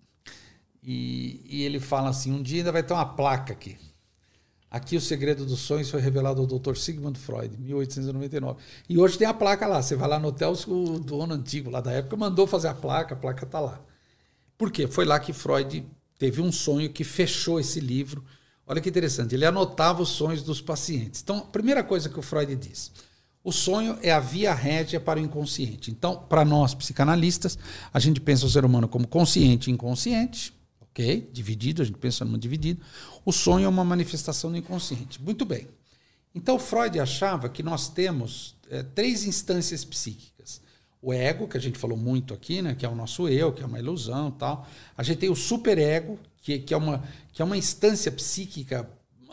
e, e ele fala assim, um dia ainda vai ter uma placa aqui. Aqui o segredo dos sonhos foi revelado ao doutor Sigmund Freud, mil oitocentos e noventa e nove. E hoje tem a placa lá. Você vai lá no hotel, o dono antigo lá da época mandou fazer a placa, a placa está lá. Por quê? Foi lá que Freud teve um sonho que fechou esse livro. Olha que interessante, ele anotava os sonhos dos pacientes. Então, a primeira coisa que o Freud diz, o sonho é a via régia para o inconsciente. Então, para nós psicanalistas, a gente pensa o ser humano como consciente e inconsciente, ok? Dividido, a gente pensa no dividido. O sonho é uma manifestação do inconsciente. Muito bem. Então, Freud achava que nós temos é, três instâncias psíquicas. O ego, que a gente falou muito aqui, né, que é o nosso eu, que é uma ilusão e tal. A gente tem o superego, que, que, é, uma, que é uma instância psíquica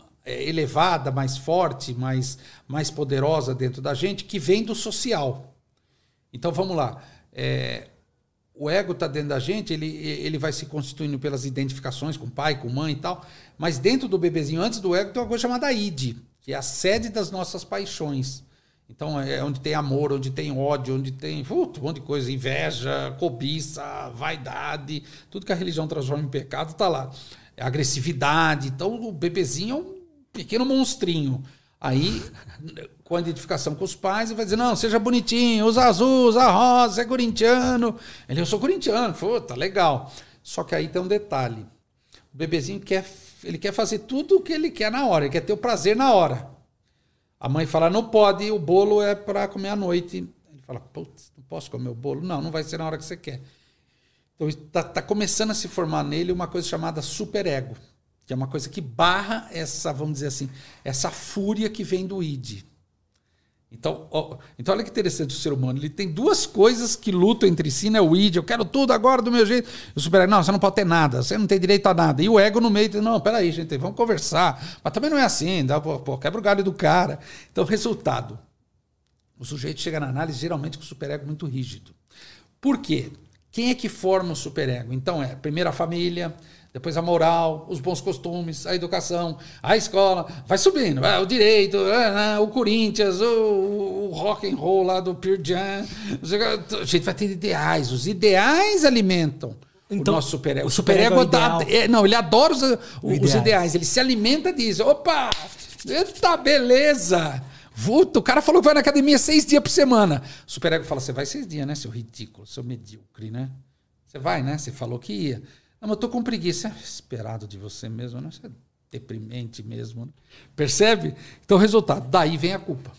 elevada, mais forte, mais, mais poderosa dentro da gente, que vem do social. Então, vamos lá. É, o ego está dentro da gente, ele, ele vai se constituindo pelas identificações com pai, com mãe e tal, mas dentro do bebezinho, antes do ego, tem uma coisa chamada id, que é a sede das nossas paixões. Então, é onde tem amor, onde tem ódio, onde tem uh, um monte de coisa, inveja, cobiça, vaidade, tudo que a religião transforma em pecado está lá. É agressividade. Então, o bebezinho é um pequeno monstrinho. Aí, com a identificação com os pais, ele vai dizer, não, seja bonitinho, usa azul, usa rosa, é corintiano. Ele, eu sou corintiano, puta, legal. Só que aí tem um detalhe. O bebezinho quer, ele quer fazer tudo o que ele quer na hora, ele quer ter o prazer na hora. A mãe fala, não pode, o bolo é para comer à noite. Ele fala, putz, não posso comer o bolo? Não, não vai ser na hora que você quer. Então, está tá começando a se formar nele uma coisa chamada superego, que é uma coisa que barra essa, vamos dizer assim, essa fúria que vem do id. Então, ó, então olha que interessante o ser humano. Ele tem duas coisas que lutam entre si, né? O id, eu quero tudo agora do meu jeito. E o superego, não, você não pode ter nada, você não tem direito a nada. E o ego no meio, diz, não, peraí, gente, vamos conversar. Mas também não é assim, dá, pô, pô, quebra o galho do cara. Então, resultado, o sujeito chega na análise geralmente com o superego muito rígido. Por quê? Quem é que forma o superego? Então é, primeiro a família, depois a moral, os bons costumes, a educação, a escola, vai subindo, vai, o direito, o Corinthians, o, o rock and roll lá do Pearl Jam. A gente vai ter ideais, os ideais alimentam então, o nosso superego. O superego, o superego é, é, não, ele adora os, os ideais. ideais, ele se alimenta disso. Opa, eita beleza! O cara falou que vai na academia seis dias por semana. O superego fala, você vai seis dias, né, seu ridículo, seu medíocre, né? Você vai, né? Você falou que ia. Não, mas eu tô com preguiça. É esperado de você mesmo, né? Você é deprimente mesmo. Né? Percebe? Então, resultado. Daí vem a culpa.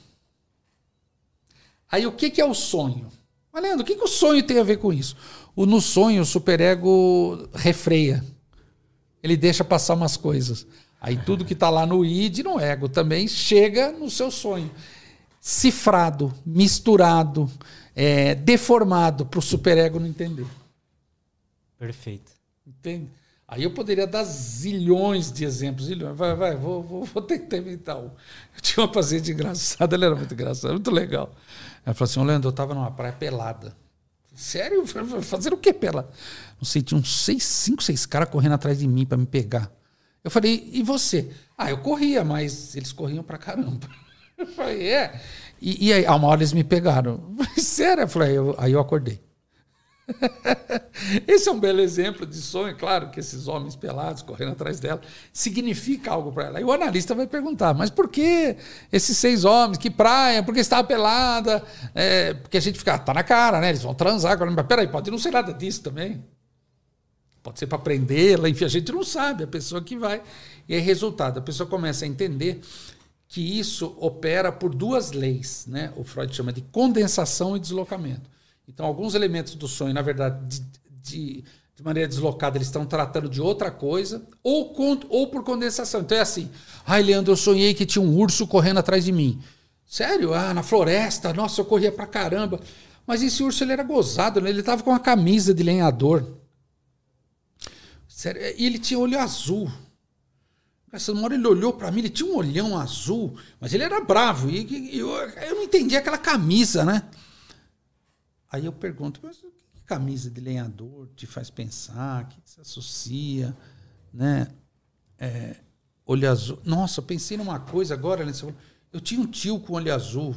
Aí, o que, que é o sonho? Mas, Leandro, o que, que o sonho tem a ver com isso? O, no sonho, o superego refreia. Ele deixa passar umas coisas. Aí tudo que está lá no id, no ego também, chega no seu sonho. Cifrado, misturado, é, deformado, para o superego não entender. Perfeito. Entende? Aí eu poderia dar zilhões de exemplos. Zilhões. Vai, vai, vou, vou, vou tentar inventar um. Eu tinha uma paciente engraçada, ela era muito engraçada, muito legal. Ela falou assim, Leandro, eu estava numa praia pelada. Sério? Fazer o quê pelada? Não sei, tinha uns seis, cinco, seis caras correndo atrás de mim para me pegar. Eu falei, e você? Ah, eu corria, mas eles corriam pra caramba. Eu falei, é. E, e aí, a uma hora eles me pegaram. Sério? Eu falei, eu, aí eu acordei. Esse é um belo exemplo de sonho, claro que esses homens pelados correndo atrás dela significa algo para ela. E o analista vai perguntar, mas por que esses seis homens? Que praia? Por que estava pelada? É, porque a gente fica, tá na cara, né? Eles vão transar. Mas peraí, pode não ser nada disso também. Pode ser para prendê-la, enfim, a gente não sabe, a pessoa que vai. E aí, resultado, a pessoa começa a entender que isso opera por duas leis, né? O Freud chama de condensação e deslocamento. Então, alguns elementos do sonho, na verdade, de, de, de maneira deslocada, eles estão tratando de outra coisa, ou, com, ou por condensação. Então é assim, ai, Leandro, eu sonhei que tinha um urso correndo atrás de mim. Sério? Ah, na floresta, nossa, eu corria pra caramba. Mas esse urso, ele era gozado, né? Ele estava com uma camisa de lenhador. Sério? E ele tinha olho azul. Essa hora ele olhou para mim, ele tinha um olhão azul, mas ele era bravo. E, e eu, eu não entendia aquela camisa, né? Aí eu pergunto, mas que camisa de lenhador te faz pensar? O que se associa? Né? É, olho azul. Nossa, eu pensei numa coisa agora. Né? Eu tinha um tio com olho azul.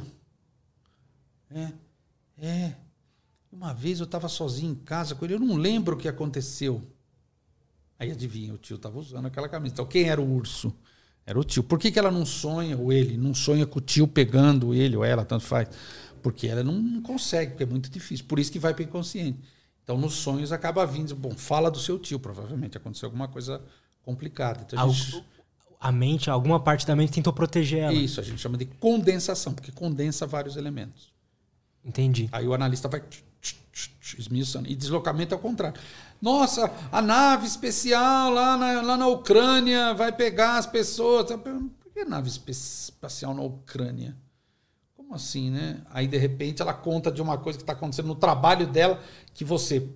É, é. Uma vez eu estava sozinho em casa com ele, eu não lembro o que aconteceu. Aí adivinha, o tio estava usando aquela camisa. Então quem era o urso? Era o tio. Por que, que ela não sonha, ou ele, não sonha com o tio pegando ele ou ela, tanto faz? Porque ela não consegue, porque é muito difícil. Por isso que vai para o inconsciente. Então, nos sonhos, acaba vindo. Bom, fala do seu tio. Provavelmente aconteceu alguma coisa complicada. Então, a, gente... a mente, alguma parte da mente tentou proteger ela. Isso, a gente chama de condensação, porque condensa vários elementos. Entendi. Aí o analista vai esmiuçando. E deslocamento é o contrário. Nossa, a nave especial lá na, lá na Ucrânia vai pegar as pessoas. Por que nave espacial na Ucrânia? Como assim, né? Aí, de repente, ela conta de uma coisa que está acontecendo no trabalho dela, que você,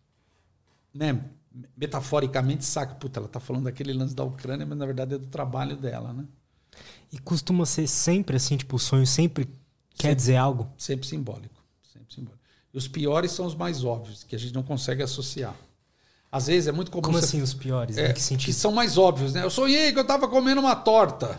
né, metaforicamente saca, puta, ela está falando daquele lance da Ucrânia, mas na verdade é do trabalho dela, né? E costuma ser sempre assim, tipo, o sonho sempre quer sempre, dizer algo? Sempre simbólico, sempre simbólico. E os piores são os mais óbvios, que a gente não consegue associar. Às vezes é muito comum... Como você... assim os piores? É, em que sentido? Que são mais óbvios, né? Eu sonhei que eu estava comendo uma torta.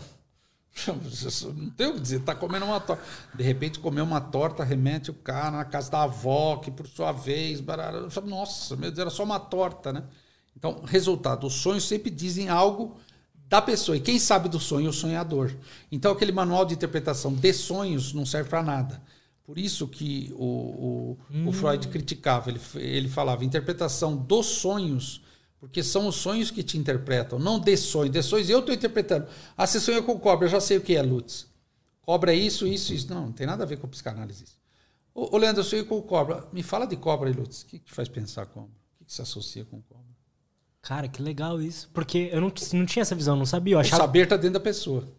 Não tem o que dizer, está comendo uma torta. De repente, comeu uma torta, remete o cara na casa da avó, que por sua vez... Barará. Nossa, meu Deus, era só uma torta, né? Então, resultado, os sonhos sempre dizem algo da pessoa. E quem sabe do sonho é o sonhador. Então, aquele manual de interpretação de sonhos não serve para nada. Por isso que o, o, hum. o Freud criticava. Ele, ele falava interpretação dos sonhos... Porque são os sonhos que te interpretam, não de sonhos. De sonhos eu estou interpretando. Ah, você sonha com cobra, eu já sei o que é, Lutz. Cobra é isso, isso, isso. Não, não tem nada a ver com psicanálise. Ô, ô Leandro, eu sonhei com cobra. Me fala de cobra aí, Lutz. O que te faz pensar cobra? O que se associa com cobra? Cara, que legal isso. Porque eu não, não tinha essa visão, não sabia. Eu achava... O saber está dentro da pessoa.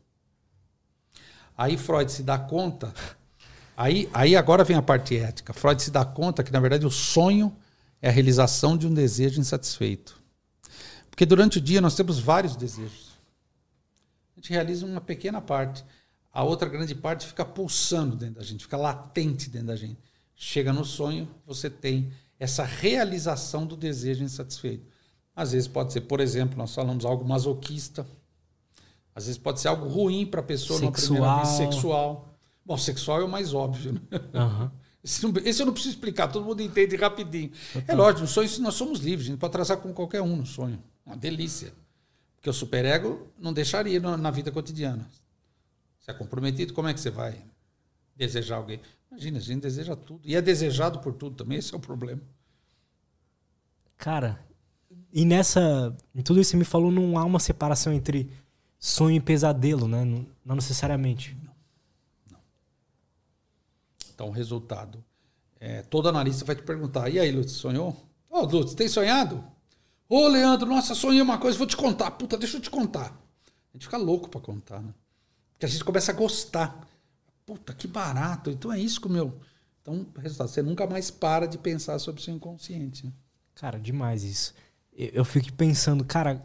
Aí Freud se dá conta... Aí, aí agora vem a parte ética. Freud se dá conta que, na verdade, o sonho é a realização de um desejo insatisfeito. Porque durante o dia nós temos vários desejos. A gente realiza uma pequena parte. A outra grande parte fica pulsando dentro da gente, fica latente dentro da gente. Chega no sonho, você tem essa realização do desejo insatisfeito. Às vezes pode ser, por exemplo, nós falamos algo masoquista. Às vezes pode ser algo ruim para a pessoa na primeira vez, sexual. Bom, sexual é o mais óbvio, né? Uhum. Esse, não, esse eu não preciso explicar, todo mundo entende rapidinho. Uhum. É lógico, no sonho nós somos livres, a gente pode traçar com qualquer um no sonho. Uma delícia. Porque o superego não deixaria na vida cotidiana. Você é comprometido, como é que você vai desejar alguém? Imagina, a gente deseja tudo. E é desejado por tudo também, esse é o problema. Cara, e nessa... Em tudo isso você me falou, não há uma separação entre sonho e pesadelo, né? Não, não necessariamente. Não. Não. Então, o resultado... É, todo analista vai te perguntar, e aí, Lutz, sonhou? Ô, oh, Lutz, tem sonhado? Ô, oh, Leandro, nossa, sonhei uma coisa, vou te contar. Puta, deixa eu te contar. A gente fica louco pra contar, né? Porque a gente começa a gostar. Puta, que barato. Então é isso que o meu... Então, resultado, você nunca mais para de pensar sobre o seu inconsciente. Né? Cara, demais isso. Eu, eu fico pensando, cara...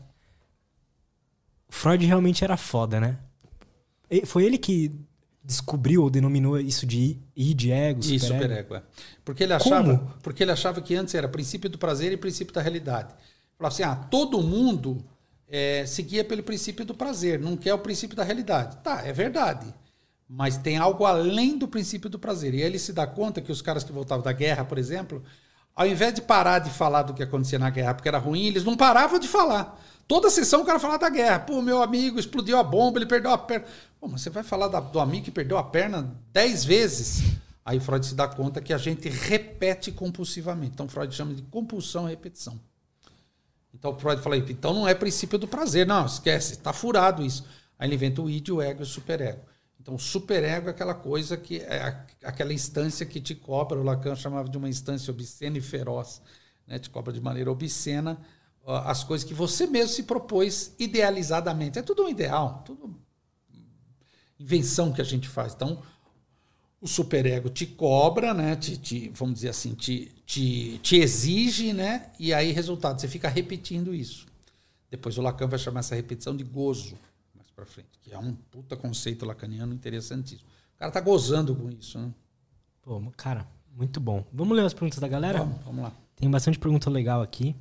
Freud realmente era foda, né? Foi ele que descobriu ou denominou isso de I, de ego, superego? Isso, superego, é. Porque ele achava, porque ele achava que antes era princípio do prazer e princípio da realidade. Falava assim, ah, todo mundo é, seguia pelo princípio do prazer, não quer o princípio da realidade. Tá, é verdade. Mas tem algo além do princípio do prazer. E aí ele se dá conta que os caras que voltavam da guerra, por exemplo, ao invés de parar de falar do que acontecia na guerra porque era ruim, eles não paravam de falar. Toda sessão o cara falava da guerra. Pô, meu amigo explodiu a bomba, ele perdeu a perna. Pô, mas você vai falar da, do amigo que perdeu a perna dez vezes? Aí Freud se dá conta que a gente repete compulsivamente. Então Freud chama de compulsão e repetição. Então Freud fala, então não é princípio do prazer. Não, esquece, está furado isso. Aí ele inventa o id, o ego e o superego. Então o superego é aquela coisa que é aquela instância que te cobra, o Lacan chamava de uma instância obscena e feroz, né? Te cobra de maneira obscena as coisas que você mesmo se propôs idealizadamente. É tudo um ideal, tudo invenção que a gente faz. Então o superego te cobra, né? te, te, vamos dizer assim, te, te, te exige, né? E aí, resultado, você fica repetindo isso. Depois o Lacan vai chamar essa repetição de gozo, mais para frente, que é um puta conceito lacaniano interessantíssimo. O cara tá gozando com isso, né? Pô, cara, muito bom. Vamos ler as perguntas da galera? Vamos, vamos lá. Tem bastante pergunta legal aqui.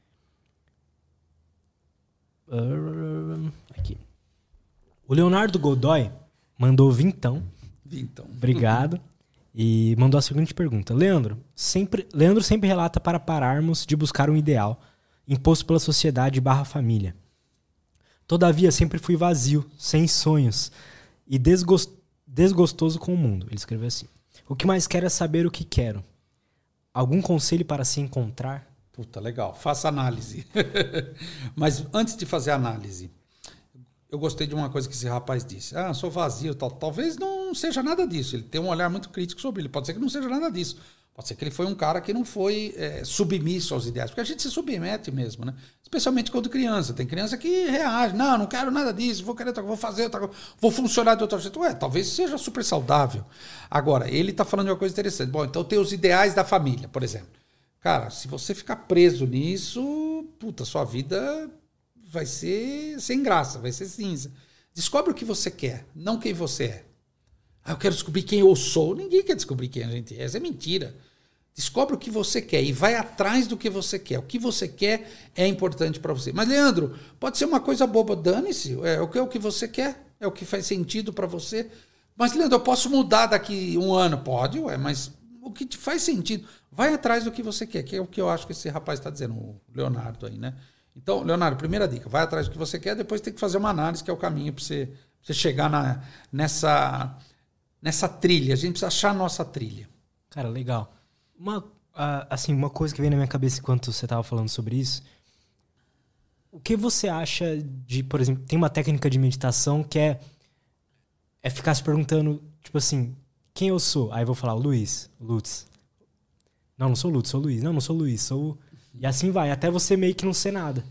Vamos lá. Aqui. O Leonardo Godoy mandou vintão. Então. Obrigado. E mandou a seguinte pergunta. Leandro sempre, Leandro sempre relata para pararmos de buscar um ideal imposto pela sociedade barra família. Todavia, sempre fui vazio, sem sonhos e desgost, desgostoso com o mundo. Ele escreveu assim. O que mais quero é saber o que quero. Algum conselho para se encontrar? Puta, legal. Faça análise. Mas antes de fazer análise, eu gostei de uma coisa que esse rapaz disse. Ah, sou vazio, tal. Talvez não seja nada disso. Ele tem um olhar muito crítico sobre ele. Pode ser que não seja nada disso. Pode ser que ele foi um cara que não foi é, submisso aos ideais. Porque a gente se submete mesmo, né? Especialmente quando criança. Tem criança que reage. Não, não quero nada disso. Vou querer, vou fazer outra coisa. Vou funcionar de outra jeito. Ué, talvez seja super saudável. Agora, ele está falando de uma coisa interessante. Bom, então tem os ideais da família, por exemplo. Cara, se você ficar preso nisso, puta, sua vida vai ser sem graça, vai ser cinza. Descobre o que você quer, não quem você é. Ah, eu quero descobrir quem eu sou. Ninguém quer descobrir quem a gente é. Isso é mentira. Descobre o que você quer e vai atrás do que você quer. O que você quer é importante para você. Mas, Leandro, pode ser uma coisa boba. Dane-se. É o que, é o que você quer. É o que faz sentido para você. Mas, Leandro, eu posso mudar daqui um ano? Pode, ué, mas o que te faz sentido? Vai atrás do que você quer, que é o que eu acho que esse rapaz está dizendo, o Leonardo aí, né? Então, Leonardo, primeira dica, vai atrás do que você quer, depois tem que fazer uma análise, que é o caminho para você, você chegar na, nessa, nessa trilha. A gente precisa achar a nossa trilha. Cara, legal. Uma, assim, uma coisa que veio na minha cabeça enquanto você estava falando sobre isso, o que você acha de, por exemplo, tem uma técnica de meditação que é, é ficar se perguntando, tipo assim, quem eu sou? Aí eu vou falar, Luiz, Lutz. Não, não sou Lutz, sou Luiz. Não, não sou Luiz, sou... E assim vai, até você meio que não ser nada.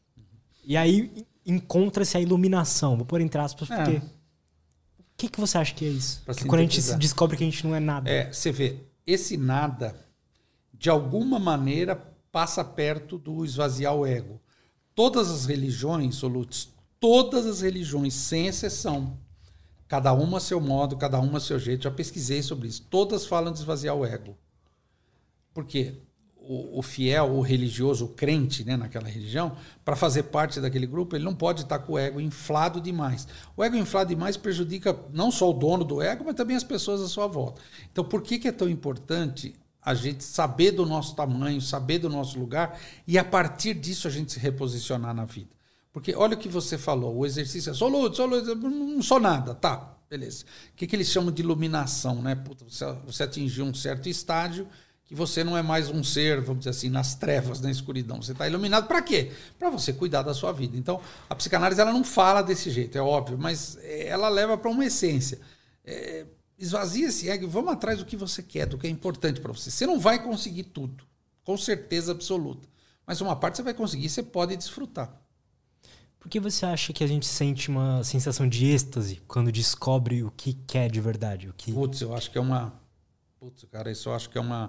E aí encontra-se a iluminação. Vou pôr entre aspas, porque... É. O que, que você acha que é isso? Porque quando a gente descobre que a gente não é nada. É, você vê, esse nada, de alguma maneira, passa perto do esvaziar o ego. Todas as religiões, Lutz, todas as religiões, sem exceção, cada uma a seu modo, cada uma a seu jeito, já pesquisei sobre isso, todas falam de esvaziar o ego. Por quê? O, o fiel, o religioso, o crente, né, naquela religião, para fazer parte daquele grupo, ele não pode estar com o ego inflado demais. O ego inflado demais prejudica não só o dono do ego, mas também as pessoas à sua volta. Então, por que, que é tão importante a gente saber do nosso tamanho, saber do nosso lugar e, a partir disso, a gente se reposicionar na vida? Porque olha o que você falou, o exercício é sou luz, sou luz, não sou nada, tá, beleza. O que, que eles chamam de iluminação, né? Puta, você, você atingiu um certo estágio que você não é mais um ser, vamos dizer assim, nas trevas, na escuridão. Você está iluminado para quê? Para você cuidar da sua vida. Então, a psicanálise ela não fala desse jeito, é óbvio, mas ela leva para uma essência. É, esvazia esse ego, vamos atrás do que você quer, do que é importante para você. Você não vai conseguir tudo, com certeza absoluta. Mas uma parte você vai conseguir, você pode desfrutar. Por que você acha que a gente sente uma sensação de êxtase quando descobre o que quer de verdade? O que... Putz, eu acho que é uma... Putz, cara, isso eu acho que é uma...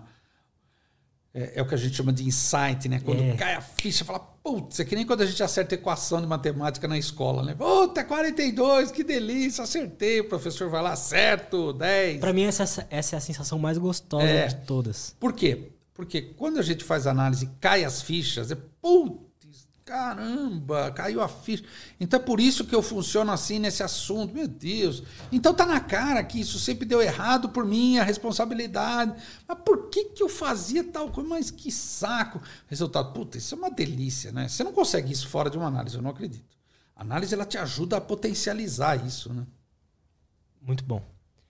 É, é o que a gente chama de insight, né? Quando é. cai a ficha, fala, putz, é que nem quando a gente acerta equação de matemática na escola, né? Puta, quarenta e dois, que delícia, acertei. O professor vai lá, certo, dez. Pra mim, essa, essa é a sensação mais gostosa é. de todas. Por quê? Porque quando a gente faz análise, cai as fichas, é putz, caramba, caiu a ficha. Então é por isso que eu funciono assim nesse assunto. Meu Deus. Então tá na cara que isso sempre deu errado por minha responsabilidade. Mas por que que eu fazia tal coisa? Mas que saco. Resultado, puta, isso é uma delícia, né? Você não consegue isso fora de uma análise, eu não acredito. A análise, ela te ajuda a potencializar isso, né? Muito bom.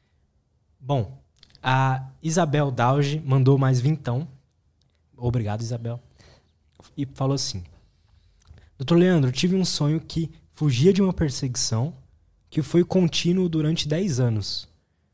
Bom, a Isabel Dauge mandou mais vintão. Obrigado, Isabel. E falou assim: doutor Leandro, tive um sonho que fugia de uma perseguição que foi contínuo durante dez anos.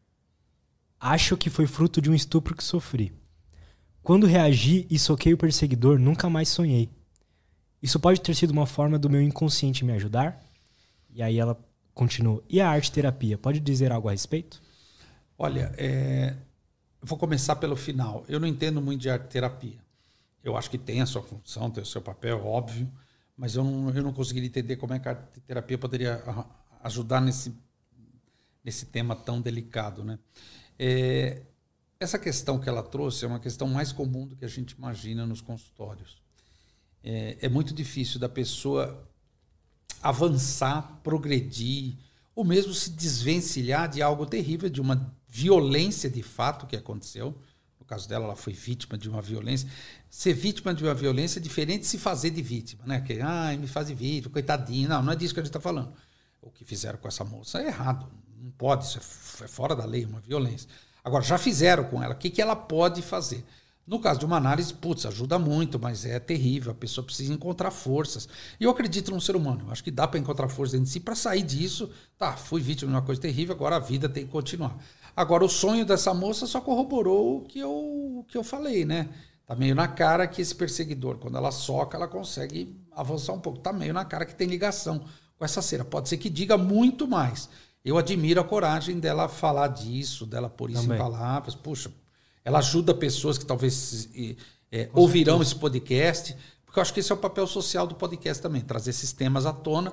Acho que foi fruto de um estupro que sofri. Quando reagi e soquei o perseguidor, nunca mais sonhei. Isso pode ter sido uma forma do meu inconsciente me ajudar? E aí ela continuou. E a arte-terapia, pode dizer algo a respeito? Olha, é... eu vou começar pelo final. Eu não entendo muito de arte-terapia. Eu acho que tem a sua função, tem o seu papel, óbvio, mas eu não, eu não conseguiria entender como é que a arte-terapia poderia ajudar nesse, nesse tema tão delicado, né? É... Essa questão que ela trouxe é uma questão mais comum do que a gente imagina nos consultórios. É, é muito difícil da pessoa avançar, progredir, ou mesmo se desvencilhar de algo terrível, de uma violência de fato que aconteceu. No caso dela, ela foi vítima de uma violência. Ser vítima de uma violência é diferente de se fazer de vítima, né? Que, ai, me faz de vítima, coitadinho. Não, não é disso que a gente está falando. O que fizeram com essa moça é errado. Não pode, isso é fora da lei, uma violência. Agora, já fizeram com ela. O que, que ela pode fazer? No caso de uma análise, putz, ajuda muito, mas é terrível. A pessoa precisa encontrar forças. E eu acredito no ser humano. Eu acho que dá para encontrar forças dentro de si para sair disso. Tá, fui vítima de uma coisa terrível, agora a vida tem que continuar. Agora, o sonho dessa moça só corroborou o que eu, o que eu falei, né? Tá meio na cara que esse perseguidor, quando ela soca, ela consegue avançar um pouco. Tá meio na cara que tem ligação com essa cera. Pode ser que diga muito mais. Eu admiro a coragem dela falar disso, dela pôr isso Também. em palavras. Puxa, ela ajuda pessoas que talvez é, ouvirão esse podcast, porque eu acho que esse é o papel social do podcast também, trazer esses temas à tona,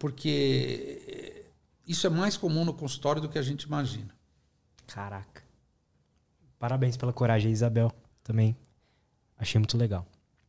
porque isso é mais comum no consultório do que a gente imagina. Caraca. Parabéns pela coragem, Isabel. Também achei muito legal.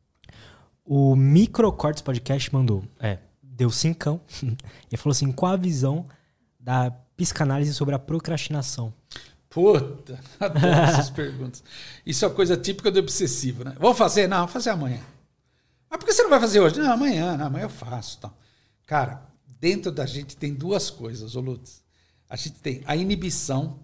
O Microcortes Podcast mandou, é, deu cincão, e falou assim, qual a visão da psicanálise sobre a procrastinação? Puta, adoro essas perguntas. Isso é coisa típica do obsessivo, né? Vou fazer? Não, vou fazer amanhã. Mas por que você não vai fazer hoje? Não, amanhã, não, amanhã eu faço. Tá. Cara, dentro da gente tem duas coisas, ô Lutz. A gente tem a inibição,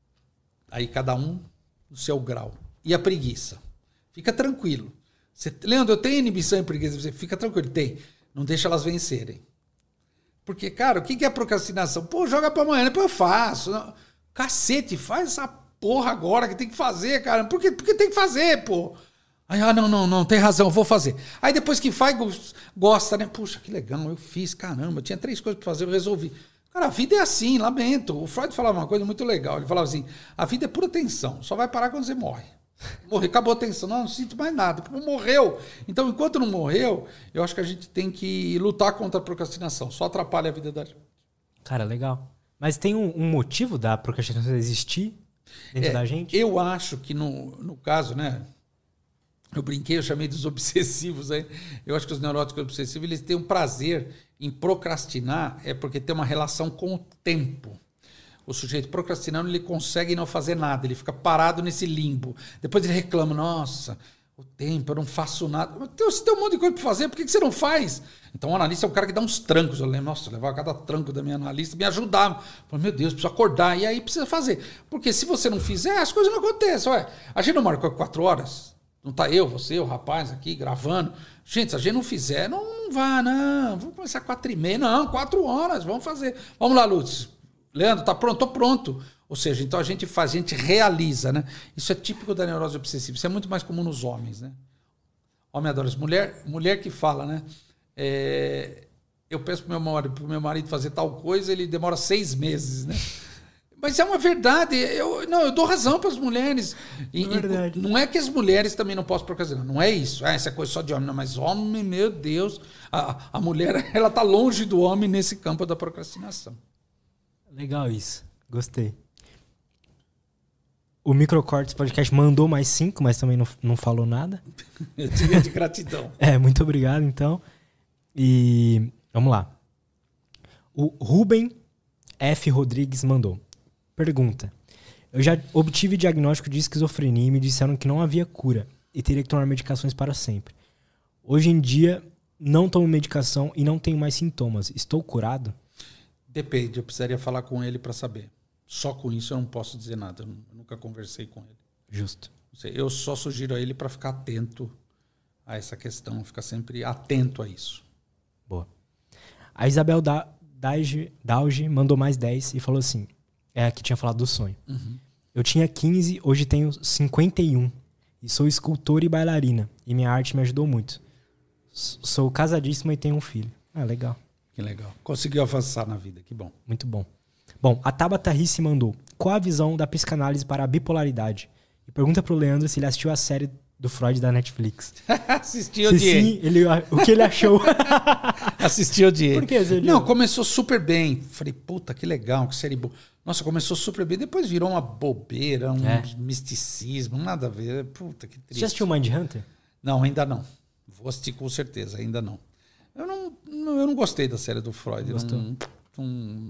aí cada um no seu grau, e a preguiça. Fica tranquilo. Você, Leandro, eu tenho inibição e preguiça. Você fica tranquilo, tem. Não deixa elas vencerem. Porque, cara, o que é procrastinação? Pô, joga pra amanhã, depois eu faço. Cacete, faz essa porra agora que tem que fazer, cara. Por que, por que tem que fazer, pô? Aí, ah, não, não, não, tem razão, eu vou fazer. Aí depois que faz, gosta, né? Puxa, que legal, eu fiz, caramba, eu tinha três coisas pra fazer, eu resolvi. Cara, a vida é assim, lamento. O Freud falava uma coisa muito legal. Ele falava assim, a vida é pura tensão, só vai parar quando você morre. Morreu, acabou a tensão, não, não sinto mais nada, porque morreu. Então, enquanto não morreu, eu acho que a gente tem que lutar contra a procrastinação. Só atrapalha a vida da gente. Cara, legal. Mas tem um, um motivo da procrastinação existir dentro é, da gente? Eu acho que no, no caso, né? Eu brinquei, eu chamei dos obsessivos aí. Eu acho que os neuróticos obsessivos, eles têm um prazer em procrastinar, é porque tem uma relação com o tempo. O sujeito procrastinando, ele consegue não fazer nada, ele fica parado nesse limbo. Depois ele reclama, nossa, o tempo, eu não faço nada. Mas você tem um monte de coisa para fazer, por que você não faz? Então o analista é um cara que dá uns trancos. Eu lembro, nossa, eu levava cada tranco da minha analista, me ajudava. Falei, meu Deus, preciso acordar. E aí precisa fazer. Porque se você não fizer, as coisas não acontecem. Ué, a gente não marcou quatro horas? Não tá eu, você, o rapaz aqui gravando. Gente, se a gente não fizer, não, não vai, não. Vamos começar quatro e meia. Não, quatro horas, vamos fazer. Vamos lá, Lutz. Leandro, tá pronto? Tô pronto. Ou seja, então a gente faz, a gente realiza, né? Isso é típico da neurose obsessiva. Isso é muito mais comum nos homens, né? Homem adora isso. Mulher, mulher que fala, né? É, eu peço pro meu marido, pro meu marido fazer tal coisa, ele demora seis meses, né? Mas é uma verdade. Eu, não, eu dou razão para as mulheres. E, é verdade. Não é que as mulheres também não possam procrastinar. Não é isso. Ah, essa é coisa só de homem. Não, mas homem, meu Deus. A, a mulher, ela tá longe do homem nesse campo da procrastinação. Legal isso. Gostei. O Microcortes Podcast mandou mais cinco, mas também não, não falou nada. Eu tinha de gratidão. É, muito obrigado, então. E vamos lá. O Ruben F. Rodrigues mandou. Pergunta. Eu já obtive diagnóstico de esquizofrenia e me disseram que não havia cura e teria que tomar medicações para sempre. Hoje em dia, não tomo medicação e não tenho mais sintomas. Estou curado? Depende, eu precisaria falar com ele para saber. Só com isso eu não posso dizer nada. Eu nunca conversei com ele. Justo. Eu só sugiro a ele para ficar atento a essa questão, ficar sempre atento a isso. Boa. A Isabel da Dauge, Dauge mandou mais dez e falou assim, é a que tinha falado do sonho. Uhum. Eu tinha quinze, hoje tenho cinquenta e um e sou escultora e bailarina e minha arte me ajudou muito. Sou casadíssima e tenho um filho. Ah, legal. Que legal. Conseguiu avançar na vida, que bom. Muito bom. Bom, a Tabata Risse mandou, qual a visão da psicanálise para a bipolaridade? E pergunta pro Leandro se ele assistiu a série do Freud da Netflix. Assistiu se de sim, ele, o que ele achou. Assistiu de Por que, Zé? Não, começou super bem. Falei, puta, que legal, que série boa. Nossa, começou super bem. Depois virou uma bobeira, um é. misticismo, nada a ver. Puta, que triste. Você já assistiu Mindhunter? Não, ainda não. Vou assistir com certeza, ainda não. Eu não, eu não gostei da série do Freud. Gostou? Não, não,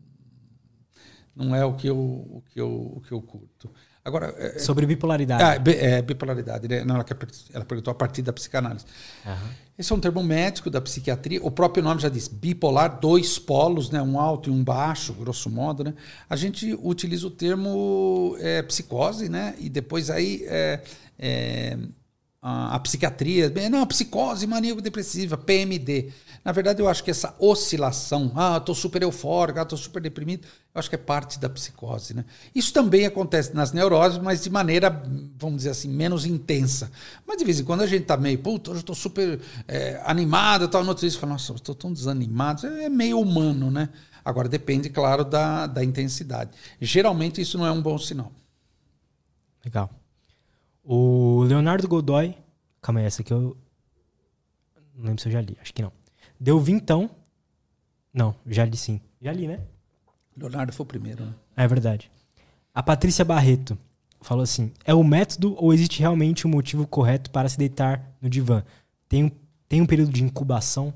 não é o que eu, o que eu, o que eu curto. Agora, é, sobre bipolaridade. Ah, é, bipolaridade. Né? Não, ela, ela perguntou a partir da psicanálise. Uhum. Esse é um termo médico da psiquiatria. O próprio nome já diz bipolar, dois polos, né? Um alto e um baixo, grosso modo. Né? A gente utiliza o termo é, psicose, né? E depois aí é, é, a, a psiquiatria, não, psicose maníaco-depressiva, P M D. Na verdade, eu acho que essa oscilação, ah, estou super eufórico, ah, estou super deprimido, eu acho que é parte da psicose. Né? Isso também acontece nas neuroses, mas de maneira, vamos dizer assim, menos intensa. Mas de vez em quando a gente está meio, puta, hoje eu estou super é, animado, tal, no outro dia você fala, nossa, eu estou tão desanimado. É meio humano, né? Agora depende, claro, da, da intensidade. Geralmente isso não é um bom sinal. Legal. O Leonardo Godoy, calma aí, essa aqui eu não lembro se eu já li, acho que não. Deu vintão. Não, já li sim. Já li, né? Leonardo foi o primeiro, né? É verdade. A Patrícia Barreto falou assim, é o método ou existe realmente um motivo correto para se deitar no divã? Tem um, tem um período de incubação?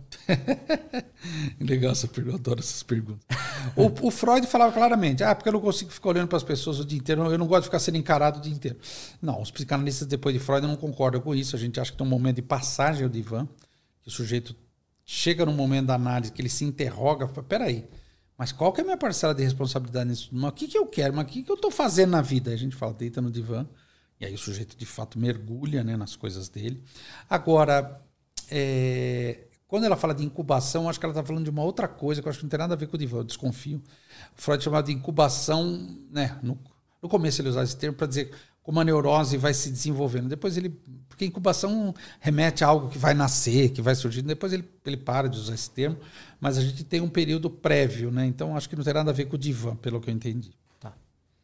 Legal essa pergunta, eu adoro essas perguntas. o, o Freud falava claramente, ah, porque eu não consigo ficar olhando para as pessoas o dia inteiro, eu não gosto de ficar sendo encarado o dia inteiro. Não, os psicanalistas depois de Freud não concordam com isso, a gente acha que tem um momento de passagem ao divã, que o sujeito chega num momento da análise que ele se interroga, fala, peraí, mas qual que é a minha parcela de responsabilidade nisso? Mas o que, que eu quero? Mas o que, que eu estou fazendo na vida? Aí a gente fala, deita no divã, e aí o sujeito de fato mergulha, né, nas coisas dele. Agora, é, quando ela fala de incubação, eu acho que ela está falando de uma outra coisa, que eu acho que não tem nada a ver com o divã, eu desconfio. O Freud chamava de incubação, né, no, no começo ele usava esse termo para dizer como a neurose vai se desenvolvendo. Depois ele... Porque incubação remete a algo que vai nascer, que vai surgindo. Depois ele, ele para de usar esse termo. Mas a gente tem um período prévio, né? Então acho que não tem nada a ver com o divã, pelo que eu entendi. Tá.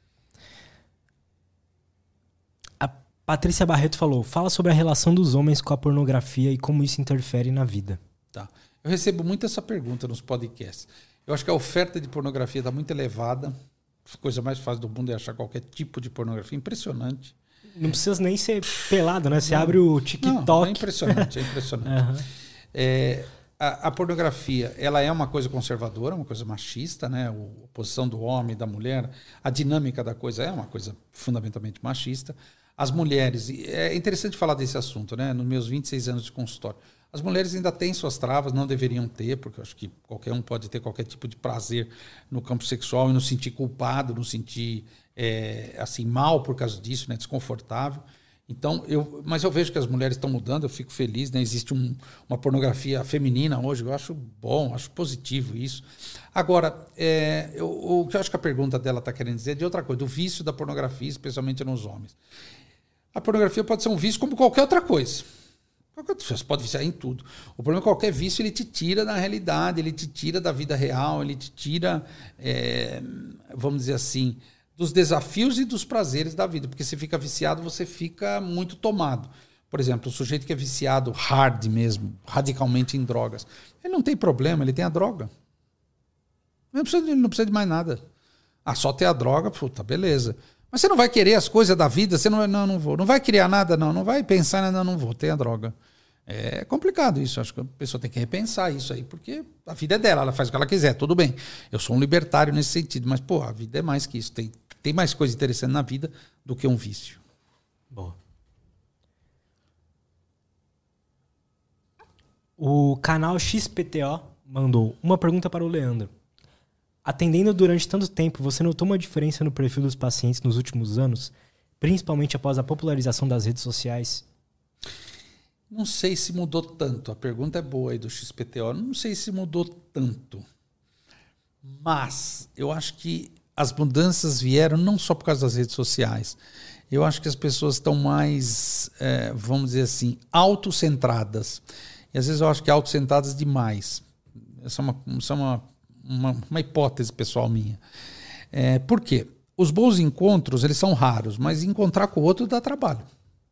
A Patrícia Barreto falou, fala sobre a relação dos homens com a pornografia e como isso interfere na vida. Tá. Eu recebo muito essa pergunta nos podcasts. Eu acho que a oferta de pornografia está muito elevada. A coisa mais fácil do mundo é achar qualquer tipo de pornografia. Impressionante. Não precisa nem ser pelado, né? Você não, abre o TikTok. Não, é impressionante, é impressionante. Uhum. É, a, a pornografia, ela é uma coisa conservadora, uma coisa machista, né? A posição do homem e da mulher, a dinâmica da coisa é uma coisa fundamentalmente machista. As mulheres, é interessante falar desse assunto, né? Nos meus vinte e seis anos de consultório, as mulheres ainda têm suas travas, não deveriam ter, porque eu acho que qualquer um pode ter qualquer tipo de prazer no campo sexual e não sentir culpado, não sentir é, assim, mal por causa disso, né, desconfortável. Então, eu, mas eu vejo que as mulheres estão mudando, eu fico feliz, né? Existe um, uma pornografia feminina hoje, eu acho bom, acho positivo isso. Agora, é, eu, o que eu acho que a pergunta dela está querendo dizer é de outra coisa, do vício da pornografia, especialmente nos homens. A pornografia pode ser um vício como qualquer outra coisa. Você pode viciar em tudo. O problema é que qualquer vício ele te tira da realidade, ele te tira da vida real, ele te tira, é, vamos dizer assim, dos desafios e dos prazeres da vida. Porque se fica viciado, você fica muito tomado. Por exemplo, o sujeito que é viciado hard mesmo, radicalmente em drogas, ele não tem problema, ele tem a droga. Ele não precisa, ele não precisa de mais nada. Ah, só ter a droga, puta, beleza. Mas você não vai querer as coisas da vida, você não, não, não vou. Não vai criar nada, não. Não vai pensar, não, não vou, tem a droga. É complicado isso. Acho que a pessoa tem que repensar isso aí, porque a vida é dela, ela faz o que ela quiser, tudo bem. Eu sou um libertário nesse sentido, mas, pô, a vida é mais que isso. Tem, tem mais coisa interessante na vida do que um vício. Boa. O canal X P T O mandou uma pergunta para o Leandro. Atendendo durante tanto tempo, você notou uma diferença no perfil dos pacientes nos últimos anos, principalmente após a popularização das redes sociais? Não sei se mudou tanto. A pergunta é boa aí do X P T O. Não sei se mudou tanto. Mas eu acho que as mudanças vieram não só por causa das redes sociais. Eu acho que as pessoas estão mais, é, vamos dizer assim, autocentradas. E às vezes eu acho que autocentradas demais. Essa é uma, essa é uma, uma, uma hipótese pessoal minha. É, por quê? Os bons encontros, eles são raros, mas encontrar com o outro dá trabalho.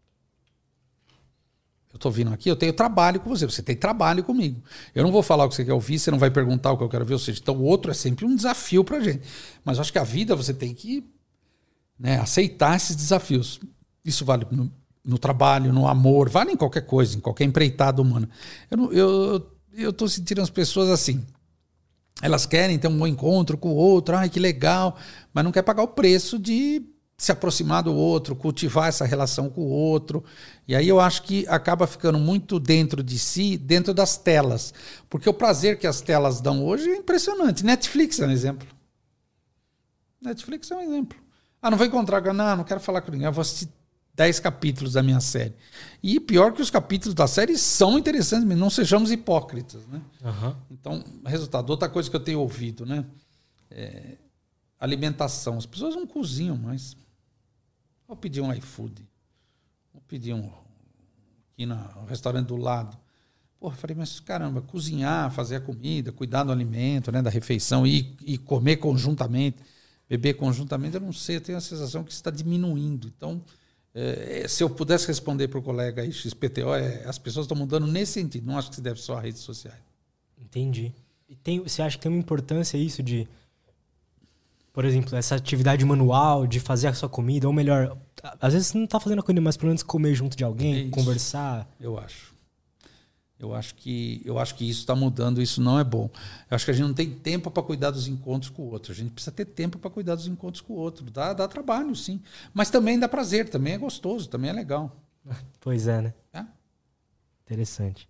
Eu estou vindo aqui, eu tenho trabalho com você, você tem trabalho comigo. Eu não vou falar o que você quer ouvir, você não vai perguntar o que eu quero ver, ou seja, então o outro é sempre um desafio para a gente. Mas eu acho que a vida você tem que, né, aceitar esses desafios. Isso vale no, no trabalho, no amor, vale em qualquer coisa, em qualquer empreitada humana. Eu estou eu, eu tô sentindo as pessoas assim, elas querem ter um bom encontro com o outro, ai que legal, mas não quer pagar o preço de se aproximar do outro, cultivar essa relação com o outro. E aí eu acho que acaba ficando muito dentro de si, dentro das telas. Porque o prazer que as telas dão hoje é impressionante. Netflix é um exemplo. Netflix é um exemplo. Ah, não vou encontrar... Não, não quero falar com ninguém. Eu vou assistir dez capítulos da minha série. E pior que os capítulos da série são interessantes, mas não sejamos hipócritas, né? Uhum. Então, resultado. Outra coisa que eu tenho ouvido, né? É alimentação. As pessoas não cozinham mais. Vou pedir um iFood. Vou pedir um aqui no restaurante do lado. Porra, falei, mas caramba, cozinhar, fazer a comida, cuidar do alimento, né, da refeição e, e comer conjuntamente, beber conjuntamente, eu não sei, eu tenho a sensação que isso está diminuindo. Então, é, se eu pudesse responder para o colega aí, X P T O, é, as pessoas estão mudando nesse sentido. Não acho que se deve só a redes sociais. Entendi. E tem, você acha que tem uma importância isso de... Por exemplo, essa atividade manual de fazer a sua comida, ou melhor, às vezes você não está fazendo a comida, mas pelo menos comer junto de alguém, isso, conversar. Eu acho. Eu acho que, eu acho que isso está mudando, isso não é bom. Eu acho que a gente não tem tempo para cuidar dos encontros com o outro. A gente precisa ter tempo para cuidar dos encontros com o outro. Dá, dá trabalho, sim. Mas também dá prazer, também é gostoso, também é legal. Pois é, né? É? Interessante.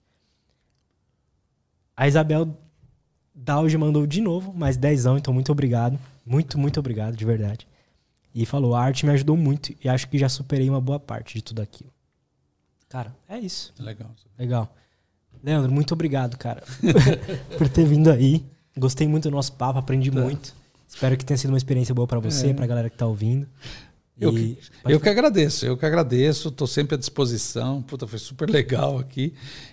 A Isabel Dauge mandou de novo, mais dezão, então muito obrigado. Muito, muito obrigado, de verdade. E falou, a arte me ajudou muito e acho que já superei uma boa parte de tudo aquilo. Cara, é isso. Legal. Legal. Leandro, muito obrigado, cara, por ter vindo aí. Gostei muito do nosso papo, aprendi tá. muito. Espero que tenha sido uma experiência boa pra você, é. pra galera que tá ouvindo. Eu, que, eu que agradeço, eu que agradeço, estou sempre à disposição. Puta, foi super legal aqui.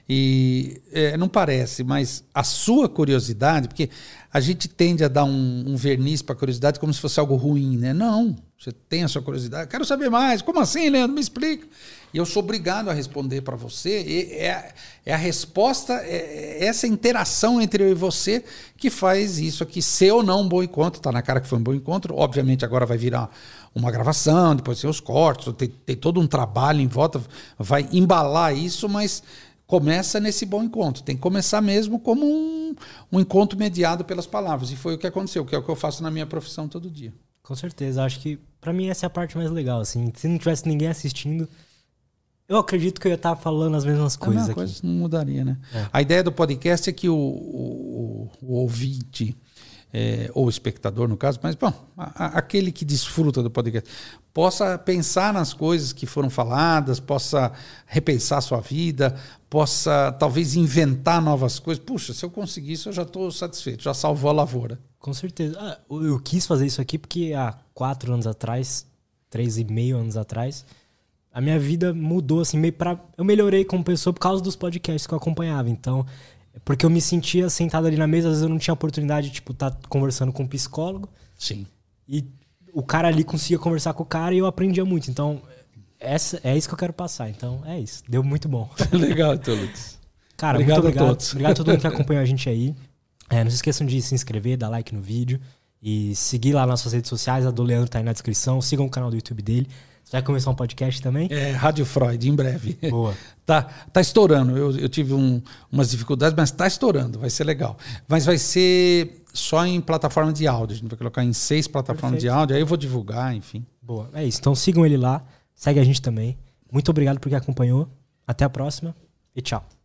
E é, não parece, mas a sua curiosidade, porque a gente tende a dar um, um verniz para a curiosidade como se fosse algo ruim, né? Não, você tem a sua curiosidade. Quero saber mais. Como assim, Leandro? Me explica. E eu sou obrigado a responder para você. E é, é a resposta, é, é essa interação entre eu e você que faz isso aqui ser ou não um bom encontro. Está na cara que foi um bom encontro. Obviamente agora vai virar uma gravação, depois tem os cortes, tem, tem todo um trabalho em volta, vai embalar isso, mas começa nesse bom encontro. Tem que começar mesmo como um, um encontro mediado pelas palavras. E foi o que aconteceu, que é o que eu faço na minha profissão todo dia. Com certeza. Acho que, pra mim, essa é a parte mais legal. Assim. Se não tivesse ninguém assistindo, eu acredito que eu ia estar falando as mesmas coisas aqui. Coisa não mudaria, né? É. A ideia do podcast é que o, o, o ouvinte... É, ou espectador, no caso, mas bom, a, a, aquele que desfruta do podcast, possa pensar nas coisas que foram faladas, possa repensar a sua vida, possa talvez inventar novas coisas. Puxa, se eu conseguir isso, eu já estou satisfeito, já salvou a lavoura. Com certeza. Ah, eu quis fazer isso aqui porque há quatro anos atrás, três e meio anos atrás, a minha vida mudou, assim, meio pra... eu melhorei como pessoa por causa dos podcasts que eu acompanhava, então... Porque eu me sentia sentado ali na mesa, às vezes eu não tinha oportunidade de, tipo, estar tá conversando com um psicólogo. Sim. E o cara ali conseguia conversar com o cara e eu aprendia muito. Então, essa, é isso que eu quero passar. Então, é isso. Deu muito bom. Legal, então, Lucas. Cara, obrigado muito obrigado. a todos. Obrigado a todo mundo que acompanhou a gente aí. É, não se esqueçam de se inscrever, dar like no vídeo e seguir lá nas suas redes sociais. A do Leandro tá aí na descrição. Sigam o canal do YouTube dele. Você vai começar um podcast também? É, Rádio Freud, em breve. Boa. Tá, tá estourando. Eu, eu tive um, umas dificuldades, mas tá estourando. Vai ser legal. Mas vai ser só em plataforma de áudio. A gente vai colocar em seis plataformas Perfeito. de áudio. Aí eu vou divulgar, enfim. Boa. É isso. Então sigam ele lá. Segue a gente também. Muito obrigado por quem acompanhou. Até a próxima e tchau.